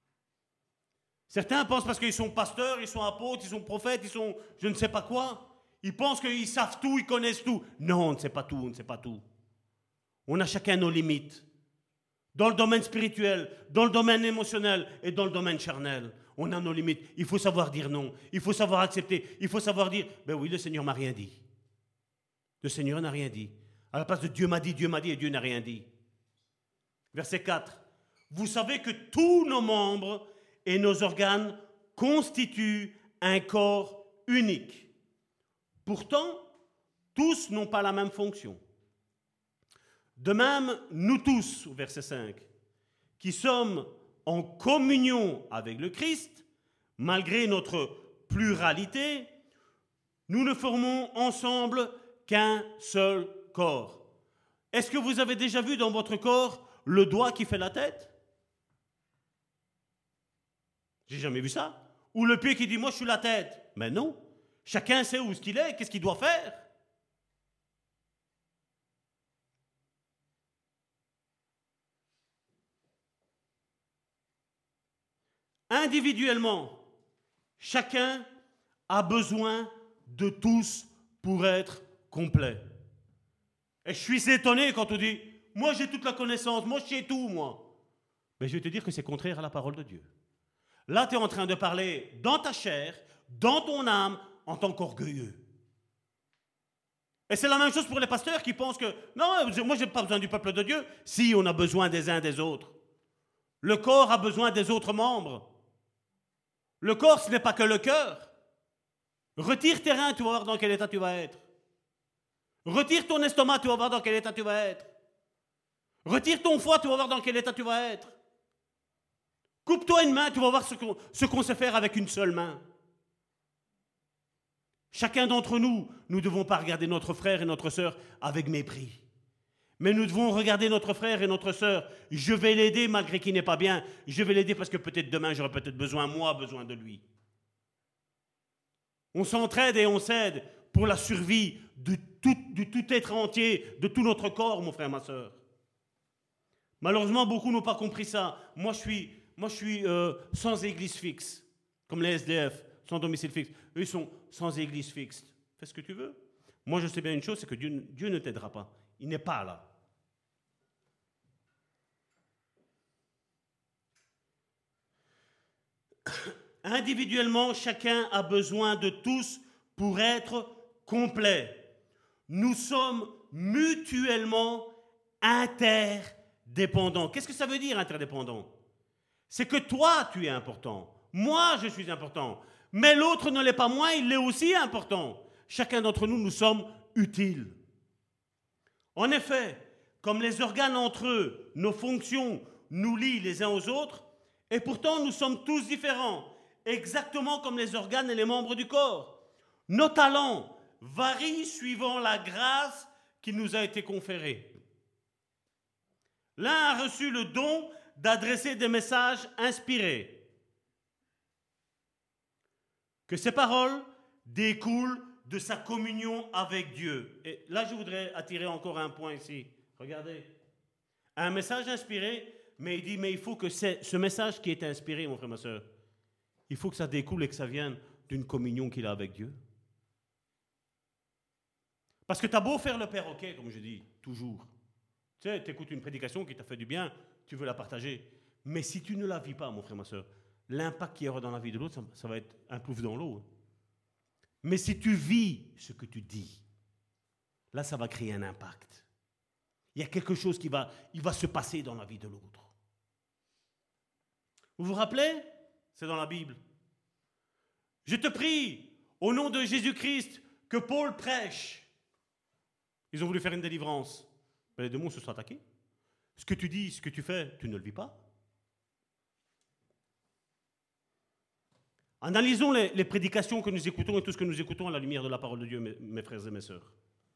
Certains pensent parce qu'ils sont pasteurs, ils sont apôtres, ils sont prophètes, ils sont je ne sais pas quoi. Ils pensent qu'ils savent tout, ils connaissent tout. Non, on ne sait pas tout, on ne sait pas tout. On a chacun nos limites. Dans le domaine spirituel, dans le domaine émotionnel et dans le domaine charnel, on a nos limites. Il faut savoir dire non. Il faut savoir accepter. Il faut savoir dire, ben oui, le Seigneur m'a rien dit. Le Seigneur n'a rien dit. À la place de Dieu m'a dit, Dieu m'a dit et Dieu n'a rien dit. Verset quatre. Vous savez que tous nos membres et nos organes constituent un corps unique. Pourtant, tous n'ont pas la même fonction. De même, nous tous, au verset cinq, qui sommes en communion avec le Christ, malgré notre pluralité, nous ne formons ensemble qu'un seul corps. Est-ce que vous avez déjà vu dans votre corps le doigt qui fait la tête? J'ai jamais vu ça. Ou le pied qui dit « moi je suis la tête ». Mais non, chacun sait où ce qu'il est, qu'est-ce qu'il doit faire. Individuellement, chacun a besoin de tous pour être complet. Et je suis étonné quand on dit « moi j'ai toute la connaissance, moi je sais tout, moi ». Mais je vais te dire que c'est contraire à la parole de Dieu. Là, tu es en train de parler dans ta chair, dans ton âme, en tant qu'orgueilleux. Et c'est la même chose pour les pasteurs qui pensent que « non, moi je n'ai pas besoin du peuple de Dieu ». Si, on a besoin des uns des autres. Le corps a besoin des autres membres. Le corps, ce n'est pas que le cœur. Retire tes reins, tu vas voir dans quel état tu vas être. Retire ton estomac, tu vas voir dans quel état tu vas être. Retire ton foie, tu vas voir dans quel état tu vas être. Coupe-toi une main, tu vas voir ce qu'on, ce qu'on sait faire avec une seule main. Chacun d'entre nous, nous ne devons pas regarder notre frère et notre sœur avec mépris. Mais nous devons regarder notre frère et notre sœur. Je vais l'aider malgré qu'il n'est pas bien. Je vais l'aider parce que peut-être demain, j'aurai peut-être besoin, moi, besoin de lui. On s'entraide et on s'aide pour la survie de tout, de tout être entier, de tout notre corps, mon frère, ma sœur. Malheureusement, beaucoup n'ont pas compris ça. Moi, je suis, moi, je suis euh, sans église fixe, comme les S D F, sans domicile fixe. Eux, ils sont sans église fixe. Fais ce que tu veux. Moi, je sais bien une chose, c'est que Dieu, Dieu ne t'aidera pas. Il n'est pas là. Individuellement, chacun a besoin de tous pour être complet. Nous sommes mutuellement interdépendants. Qu'est-ce que ça veut dire, interdépendant? C'est que toi, tu es important. Moi, je suis important. Mais l'autre ne l'est pas moins, il est aussi important. Chacun d'entre nous, nous sommes utiles. En effet, comme les organes entre eux, nos fonctions nous lient les uns aux autres, et pourtant nous sommes tous différents, exactement comme les organes et les membres du corps. Nos talents varient suivant la grâce qui nous a été conférée. L'un a reçu le don d'adresser des messages inspirés. Que ces paroles découlent de sa communion avec Dieu. Et là, je voudrais attirer encore un point ici. Regardez. Un message inspiré, mais il dit, mais il faut que ce message qui est inspiré, mon frère, ma soeur, il faut que ça découle et que ça vienne d'une communion qu'il a avec Dieu. Parce que tu as beau faire le perroquet, comme je dis, toujours. Tu sais, tu écoutes une prédication qui t'a fait du bien, tu veux la partager. Mais si tu ne la vis pas, mon frère, ma soeur, l'impact qu'il y aura dans la vie de l'autre, ça, ça va être un plouf dans l'eau. Mais si tu vis ce que tu dis, là, ça va créer un impact. Il y a quelque chose qui va, il va se passer dans la vie de l'autre. Vous vous rappelez? C'est dans la Bible. Je te prie, au nom de Jésus-Christ, que Paul prêche. Ils ont voulu faire une délivrance. Mais les démons se sont attaqués. Ce que tu dis, ce que tu fais, tu ne le vis pas. Analysons les, les prédications que nous écoutons et tout ce que nous écoutons à la lumière de la parole de Dieu, mes, mes frères et mes sœurs.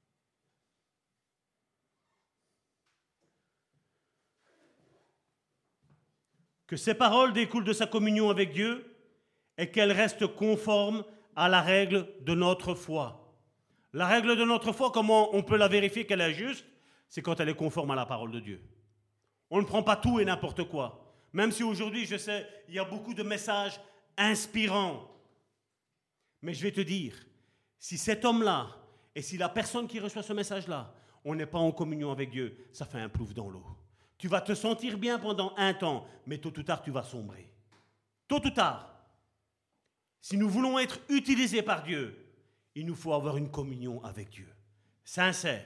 Que ces paroles découlent de sa communion avec Dieu et qu'elles restent conformes à la règle de notre foi. La règle de notre foi, comment on peut la vérifier qu'elle est juste? C'est quand elle est conforme à la parole de Dieu. On ne prend pas tout et n'importe quoi. Même si aujourd'hui, je sais, il y a beaucoup de messages inspirants. Mais je vais te dire, si cet homme-là et si la personne qui reçoit ce message-là, on n'est pas en communion avec Dieu, ça fait un plouf dans l'eau. Tu vas te sentir bien pendant un temps, mais tôt ou tard, tu vas sombrer. Tôt ou tard. Si nous voulons être utilisés par Dieu, il nous faut avoir une communion avec Dieu, sincère.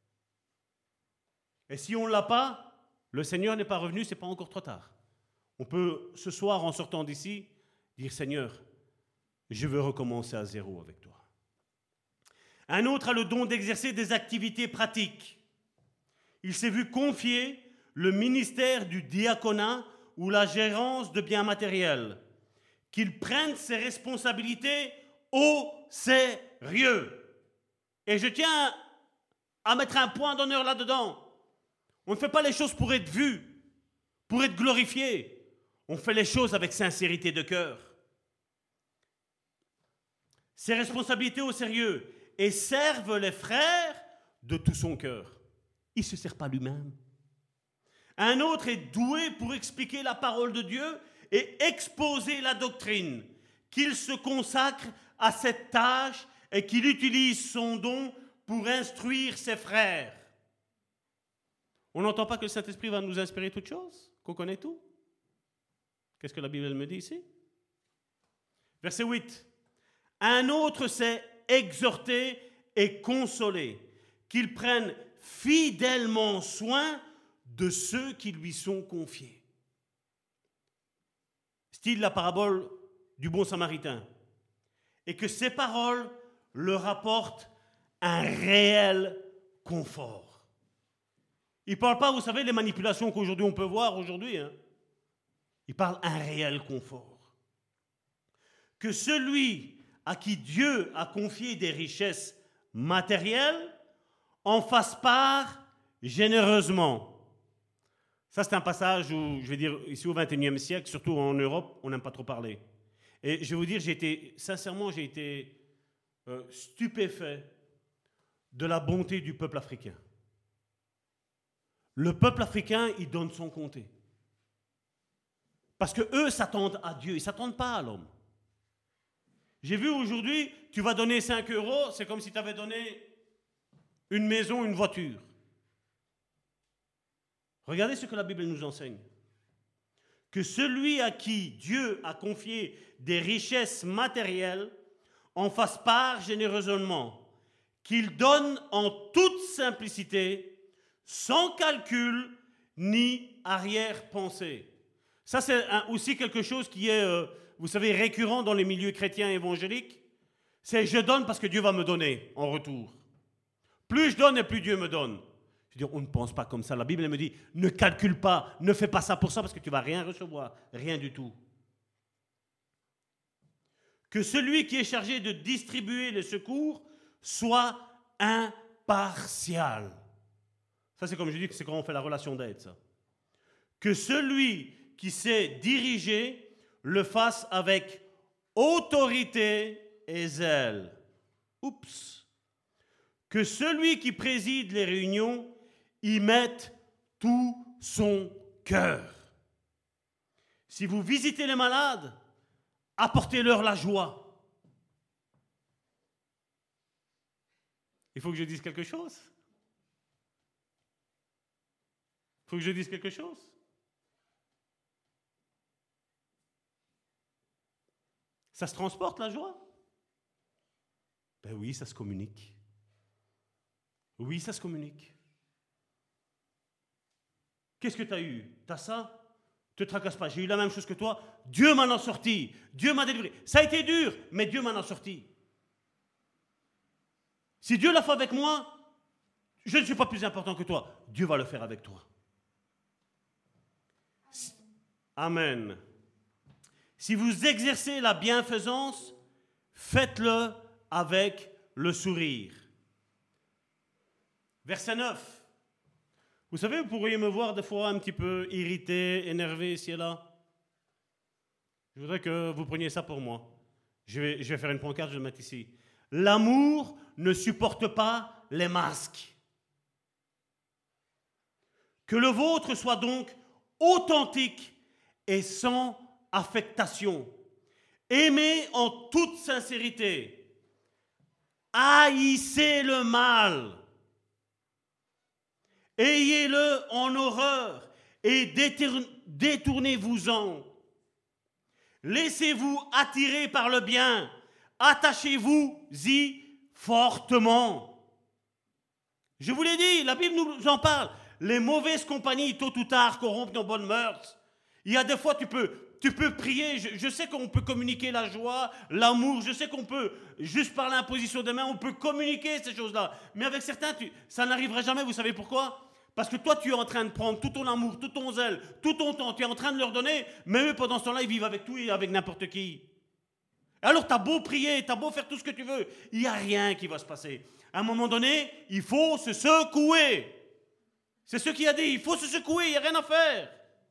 Et si on ne l'a pas, le Seigneur n'est pas revenu, ce n'est pas encore trop tard. On peut, ce soir, en sortant d'ici, dire « Seigneur, je veux recommencer à zéro avec toi. » Un autre a le don d'exercer des activités pratiques. Il s'est vu confier le ministère du diaconat ou la gérance de biens matériels. Qu'il prenne ses responsabilités au sérieux. Et je tiens à mettre un point d'honneur là-dedans. On ne fait pas les choses pour être vu, pour être glorifié. On fait les choses avec sincérité de cœur. Ses responsabilités au sérieux et serve les frères de tout son cœur. Il ne se sert pas lui-même. Un autre est doué pour expliquer la parole de Dieu et exposer la doctrine, qu'il se consacre à cette tâche et qu'il utilise son don pour instruire ses frères. On n'entend pas que le Saint-Esprit va nous inspirer toutes choses, qu'on connaît tout. Qu'est-ce que la Bible me dit ici? Verset huit. Un autre sait exhorter et consoler, qu'il prenne fidèlement soin de ceux qui lui sont confiés. Style la parabole du bon samaritain. Et que ces paroles leur apportent un réel confort. Il ne parle pas, vous savez, les manipulations qu'aujourd'hui on peut voir aujourd'hui. Hein. Il parle un réel confort. Que celui à qui Dieu a confié des richesses matérielles en fasse part généreusement. Ça, c'est un passage où, je vais dire, ici au vingt et unième siècle, surtout en Europe, on n'aime pas trop parler. Et je vais vous dire, j'ai été, sincèrement, j'ai été euh, stupéfait de la bonté du peuple africain. Le peuple africain, il donne son comté. Parce qu'eux s'attendent à Dieu, ils ne s'attendent pas à l'homme. J'ai vu aujourd'hui, tu vas donner cinq euros, c'est comme si tu avais donné une maison, une voiture. Regardez ce que la Bible nous enseigne. Que celui à qui Dieu a confié des richesses matérielles en fasse part généreusement, qu'il donne en toute simplicité, sans calcul ni arrière-pensée. Ça, c'est un, aussi quelque chose qui est, euh, vous savez, récurrent dans les milieux chrétiens évangéliques. C'est « je donne parce que Dieu va me donner en retour ». Plus je donne et plus Dieu me donne. Je veux dire, on ne pense pas comme ça. La Bible elle me dit, ne calcule pas, ne fais pas ça pour ça parce que tu ne vas rien recevoir, rien du tout. Que celui qui est chargé de distribuer les secours soit impartial. Ça, c'est comme je dis, c'est quand on fait la relation d'aide, ça. Que celui qui sait diriger le fasse avec autorité et zèle. Oups. Que celui qui préside les réunions y mette tout son cœur. Si vous visitez les malades, apportez-leur la joie. Il faut que je dise quelque chose. Il faut que je dise quelque chose. Ça se transporte, la joie? Ben oui, ça se communique. Oui, ça se communique. Qu'est-ce que tu as eu? Tu as ça? Ne te tracasse pas, j'ai eu la même chose que toi. Dieu m'en a sorti. Dieu m'a délivré. Ça a été dur, mais Dieu m'en a sorti. Si Dieu l'a fait avec moi, je ne suis pas plus important que toi. Dieu va le faire avec toi. Amen. Si vous exercez la bienfaisance, faites-le avec le sourire. Verset neuf. Vous savez, vous pourriez me voir des fois un petit peu irrité, énervé ici et là. Je voudrais que vous preniez ça pour moi. Je vais, je vais faire une pancarte, je vais le mettre ici. L'amour ne supporte pas les masques. Que le vôtre soit donc authentique et sans affectation. Aimez en toute sincérité. haïssez le mal. Ayez-le en horreur et détournez-vous-en. Laissez-vous attirer par le bien. Attachez-vous-y fortement. Je vous l'ai dit, la Bible nous en parle. Les mauvaises compagnies, tôt ou tard, corrompent nos bonnes mœurs. Il y a des fois, tu peux, tu peux prier. Je, je sais qu'on peut communiquer la joie, l'amour. Je sais qu'on peut, juste par l'imposition des mains, on peut communiquer ces choses-là. Mais avec certains, tu, ça n'arrivera jamais. Vous savez pourquoi ? Parce que toi, tu es en train de prendre tout ton amour, tout ton zèle, tout ton temps. Tu es en train de leur donner. Mais eux, pendant ce temps-là, ils vivent avec tout et avec n'importe qui. Alors, tu as beau prier, tu as beau faire tout ce que tu veux. Il n'y a rien qui va se passer. À un moment donné, il faut se secouer. C'est ce qu'il a dit. Il faut se secouer, il n'y a rien à faire.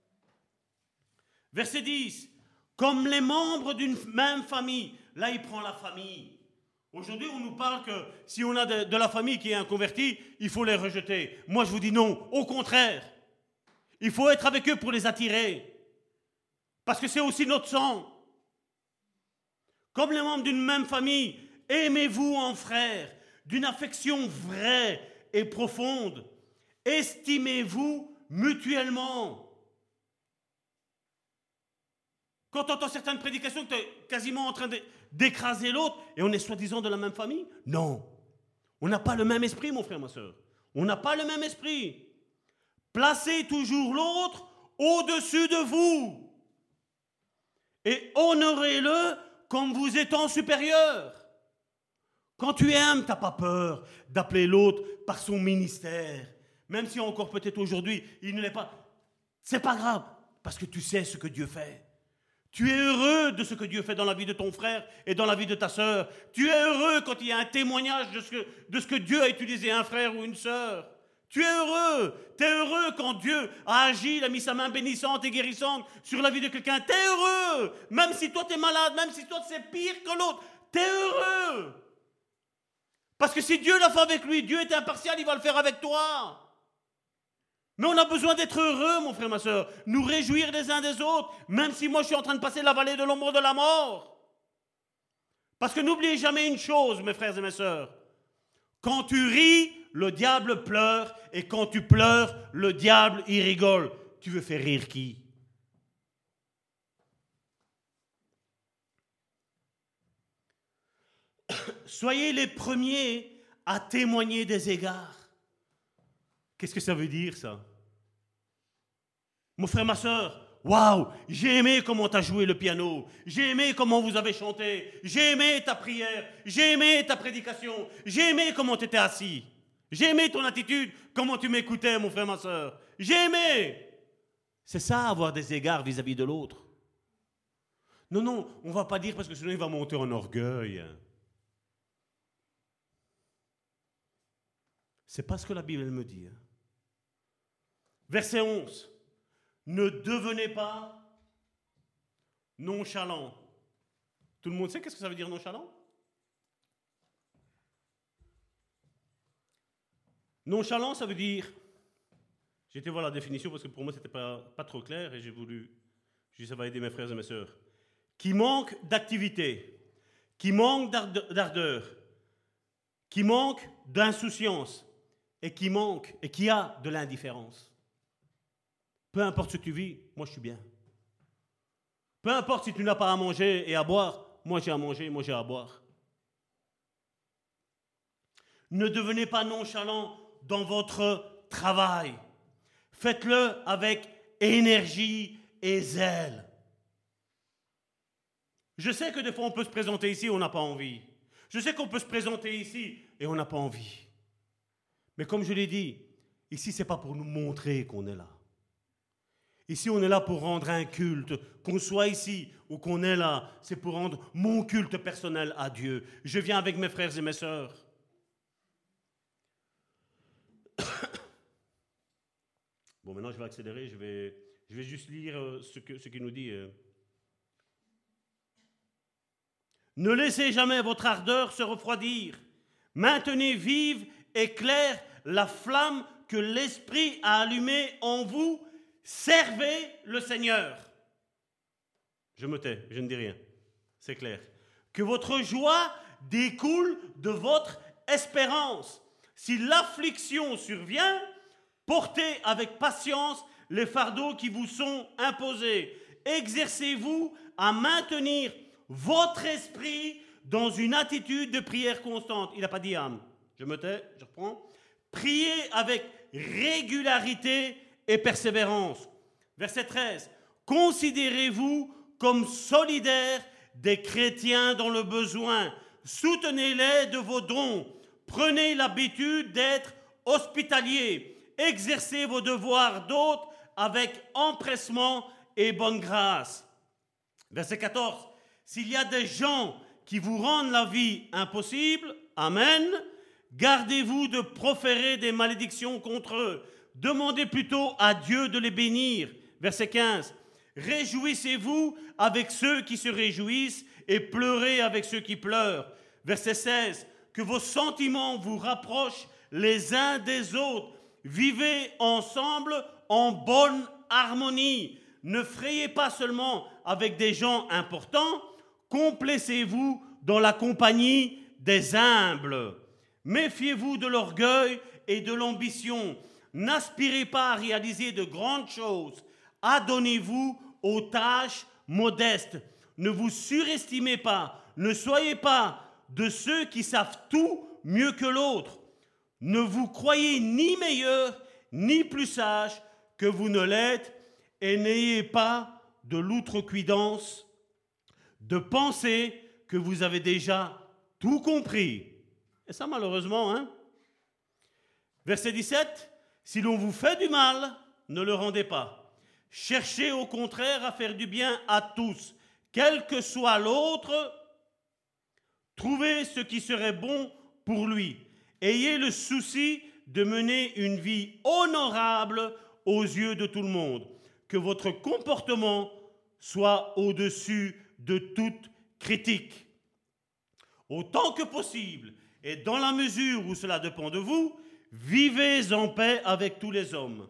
Verset dix. Comme les membres d'une même famille. Là, il prend la famille. Aujourd'hui, on nous parle que si on a de, de la famille qui est inconvertie, il faut les rejeter. Moi, je vous dis non. Au contraire. Il faut être avec eux pour les attirer. Parce que c'est aussi notre sang. Comme les membres d'une même famille, aimez-vous en frères, d'une affection vraie et profonde. Estimez-vous mutuellement. Quand tu entends certaines prédications que tu es quasiment en train d'écraser l'autre, et on est soi-disant de la même famille, non. On n'a pas le même esprit, mon frère, ma soeur. On n'a pas le même esprit. Placez toujours l'autre au-dessus de vous. Et honorez-le comme vous étant supérieur. Quand tu aimes, tu n'as pas peur d'appeler l'autre par son ministère. Même si encore peut-être aujourd'hui, il ne l'est pas. C'est pas grave, parce que tu sais ce que Dieu fait. Tu es heureux de ce que Dieu fait dans la vie de ton frère et dans la vie de ta sœur. Tu es heureux quand il y a un témoignage de ce que, de ce que Dieu a utilisé un frère ou une sœur. Tu es heureux. Tu es heureux quand Dieu a agi, il a mis sa main bénissante et guérissante sur la vie de quelqu'un. Tu es heureux. Même si toi tu es malade, même si toi c'est pire que l'autre, tu es heureux. Parce que si Dieu l'a fait avec lui, Dieu est impartial, il va le faire avec toi. Mais on a besoin d'être heureux, mon frère, ma soeur. Nous réjouir les uns des autres, même si moi je suis en train de passer la vallée de l'ombre de la mort. Parce que n'oubliez jamais une chose, mes frères et mes sœurs. Quand tu ris, le diable pleure, et quand tu pleures, le diable y rigole. Tu veux faire rire qui ? Soyez les premiers à témoigner des égards. Qu'est-ce que ça veut dire, ça ? Mon frère, ma soeur, waouh, j'ai aimé comment tu as joué le piano, j'ai aimé comment vous avez chanté, j'ai aimé ta prière, j'ai aimé ta prédication, j'ai aimé comment tu étais assis, j'ai aimé ton attitude, comment tu m'écoutais, mon frère, ma soeur, j'ai aimé. C'est ça, avoir des égards vis-à-vis de l'autre. Non, non, on ne va pas dire parce que sinon il va monter en orgueil. C'est pas ce que la Bible elle me dit. Hein. Verset onze. Ne devenez pas nonchalant. Tout le monde sait qu'est-ce que ça veut dire nonchalant ? Nonchalant, ça veut dire... J'ai été voir la définition parce que pour moi, ce n'était pas, pas trop clair et j'ai voulu... Je dis ça va aider mes frères et mes sœurs. Qui manque d'activité, qui manque d'ardeur, qui manque d'insouciance et qui manque et qui a de l'indifférence. Peu importe ce que tu vis, moi je suis bien. Peu importe si tu n'as pas à manger et à boire, moi j'ai à manger, moi j'ai à boire. Ne devenez pas nonchalant dans votre travail. Faites-le avec énergie et zèle. Je sais que des fois on peut se présenter ici et on n'a pas envie. Je sais qu'on peut se présenter ici et on n'a pas envie. Mais comme je l'ai dit, ici ce n'est pas pour nous montrer qu'on est là. Ici, on est là pour rendre un culte. Qu'on soit ici ou qu'on est là, c'est pour rendre mon culte personnel à Dieu. Je viens avec mes frères et mes sœurs. Bon, maintenant, je vais accélérer. Je vais, je vais juste lire ce, que, ce qu'il nous dit. Ne laissez jamais votre ardeur se refroidir. Maintenez vive et claire la flamme que l'Esprit a allumée en vous. Servez le Seigneur. Je me tais, je ne dis rien. C'est clair. Que votre joie découle de votre espérance. Si l'affliction survient, portez avec patience les fardeaux qui vous sont imposés. Exercez-vous à maintenir votre esprit dans une attitude de prière constante. Il n'a pas dit âme. Je me tais, je reprends. Priez avec régularité et persévérance. Verset treize. Considérez-vous comme solidaires des chrétiens dans le besoin. Soutenez-les de vos dons. Prenez l'habitude d'être hospitaliers. Exercez vos devoirs d'hôtes avec empressement et bonne grâce. Verset quatorze. S'il y a des gens qui vous rendent la vie impossible, amen, gardez-vous de proférer des malédictions contre eux. Demandez plutôt à Dieu de les bénir. Verset quinze. Réjouissez-vous avec ceux qui se réjouissent et pleurez avec ceux qui pleurent. Verset seize. Que vos sentiments vous rapprochent les uns des autres. Vivez ensemble en bonne harmonie. Ne frayez pas seulement avec des gens importants, complaisez-vous dans la compagnie des humbles. Méfiez-vous de l'orgueil et de l'ambition. N'aspirez pas à réaliser de grandes choses. Adonnez-vous aux tâches modestes. Ne vous surestimez pas. Ne soyez pas de ceux qui savent tout mieux que l'autre. Ne vous croyez ni meilleur, ni plus sage que vous ne l'êtes, et n'ayez pas de l'outrecuidance de penser que vous avez déjà tout compris. Et ça, malheureusement, hein. Verset dix-sept. Si l'on vous fait du mal, ne le rendez pas. Cherchez au contraire à faire du bien à tous, quel que soit l'autre. Trouvez ce qui serait bon pour lui. Ayez le souci de mener une vie honorable aux yeux de tout le monde. Que votre comportement soit au-dessus de toute critique. Autant que possible, et dans la mesure où cela dépend de vous, vivez en paix avec tous les hommes.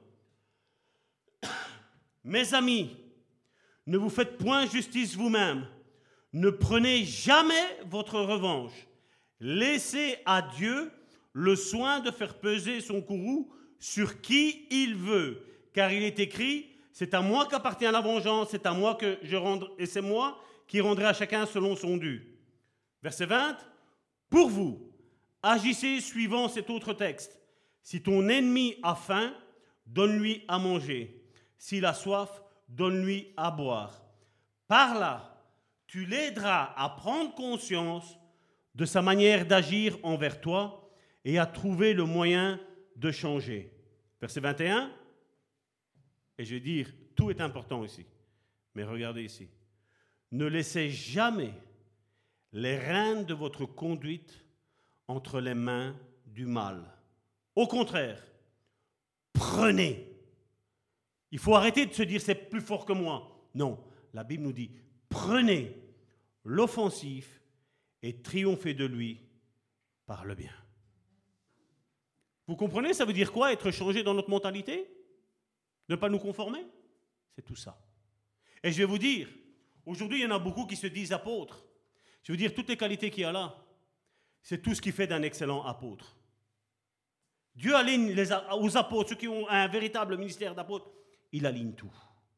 Mes amis, ne vous faites point justice vous-même. Ne prenez jamais votre revanche. Laissez à Dieu le soin de faire peser son courroux sur qui il veut. Car il est écrit, c'est à moi qu'appartient la vengeance, c'est à moi que je rendrai, et c'est moi qui rendrai à chacun selon son dû. Verset vingt. Pour vous, agissez suivant cet autre texte. Si ton ennemi a faim, donne-lui à manger. S'il a soif, donne-lui à boire. Par là, tu l'aideras à prendre conscience de sa manière d'agir envers toi et à trouver le moyen de changer. Verset vingt et un. Et je vais dire, tout est important ici. Mais regardez ici. Ne laissez jamais les rênes de votre conduite entre les mains du mal. Au contraire, prenez. Il faut arrêter de se dire c'est plus fort que moi. Non, la Bible nous dit prenez l'offensif et triomphez de lui par le bien. Vous comprenez, ça veut dire quoi être changé dans notre mentalité? Ne pas nous conformer? C'est tout ça. Et je vais vous dire, aujourd'hui il y en a beaucoup qui se disent apôtres. Je veux dire, toutes les qualités qu'il y a là, c'est tout ce qui fait d'un excellent apôtre. Dieu aligne les, aux apôtres, ceux qui ont un véritable ministère d'apôtre, il aligne tout.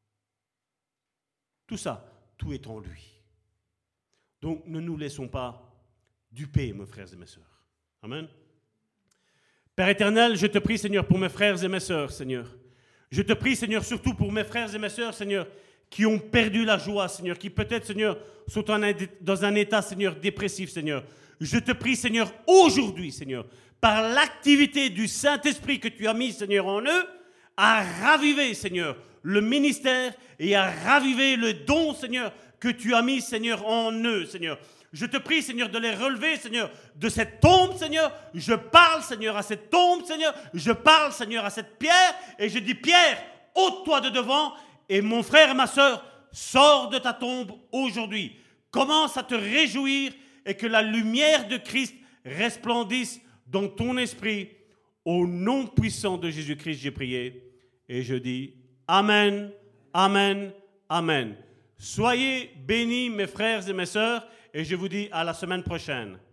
Tout ça, tout est en lui. Donc ne nous laissons pas duper, mes frères et mes sœurs. Amen. Père éternel, je te prie, Seigneur, pour mes frères et mes sœurs, Seigneur. Je te prie, Seigneur, surtout pour mes frères et mes sœurs, Seigneur, qui ont perdu la joie, Seigneur, qui peut-être, Seigneur, sont dans un état, Seigneur, dépressif, Seigneur. Je te prie, Seigneur, aujourd'hui, Seigneur, par l'activité du Saint-Esprit que tu as mis, Seigneur, en eux, à raviver, Seigneur, le ministère et à raviver le don, Seigneur, que tu as mis, Seigneur, en eux, Seigneur. Je te prie, Seigneur, de les relever, Seigneur, de cette tombe, Seigneur. Je parle, Seigneur, à cette tombe, Seigneur. Je parle, Seigneur, à cette pierre. Et je dis, Pierre, ôte-toi de devant. Et mon frère et ma sœur, sors de ta tombe aujourd'hui. Commence à te réjouir et que la lumière de Christ resplendisse dans ton esprit. Au nom puissant de Jésus-Christ, j'ai prié. Et je dis, Amen, Amen, Amen. Soyez bénis, mes frères et mes sœurs. Et je vous dis à la semaine prochaine.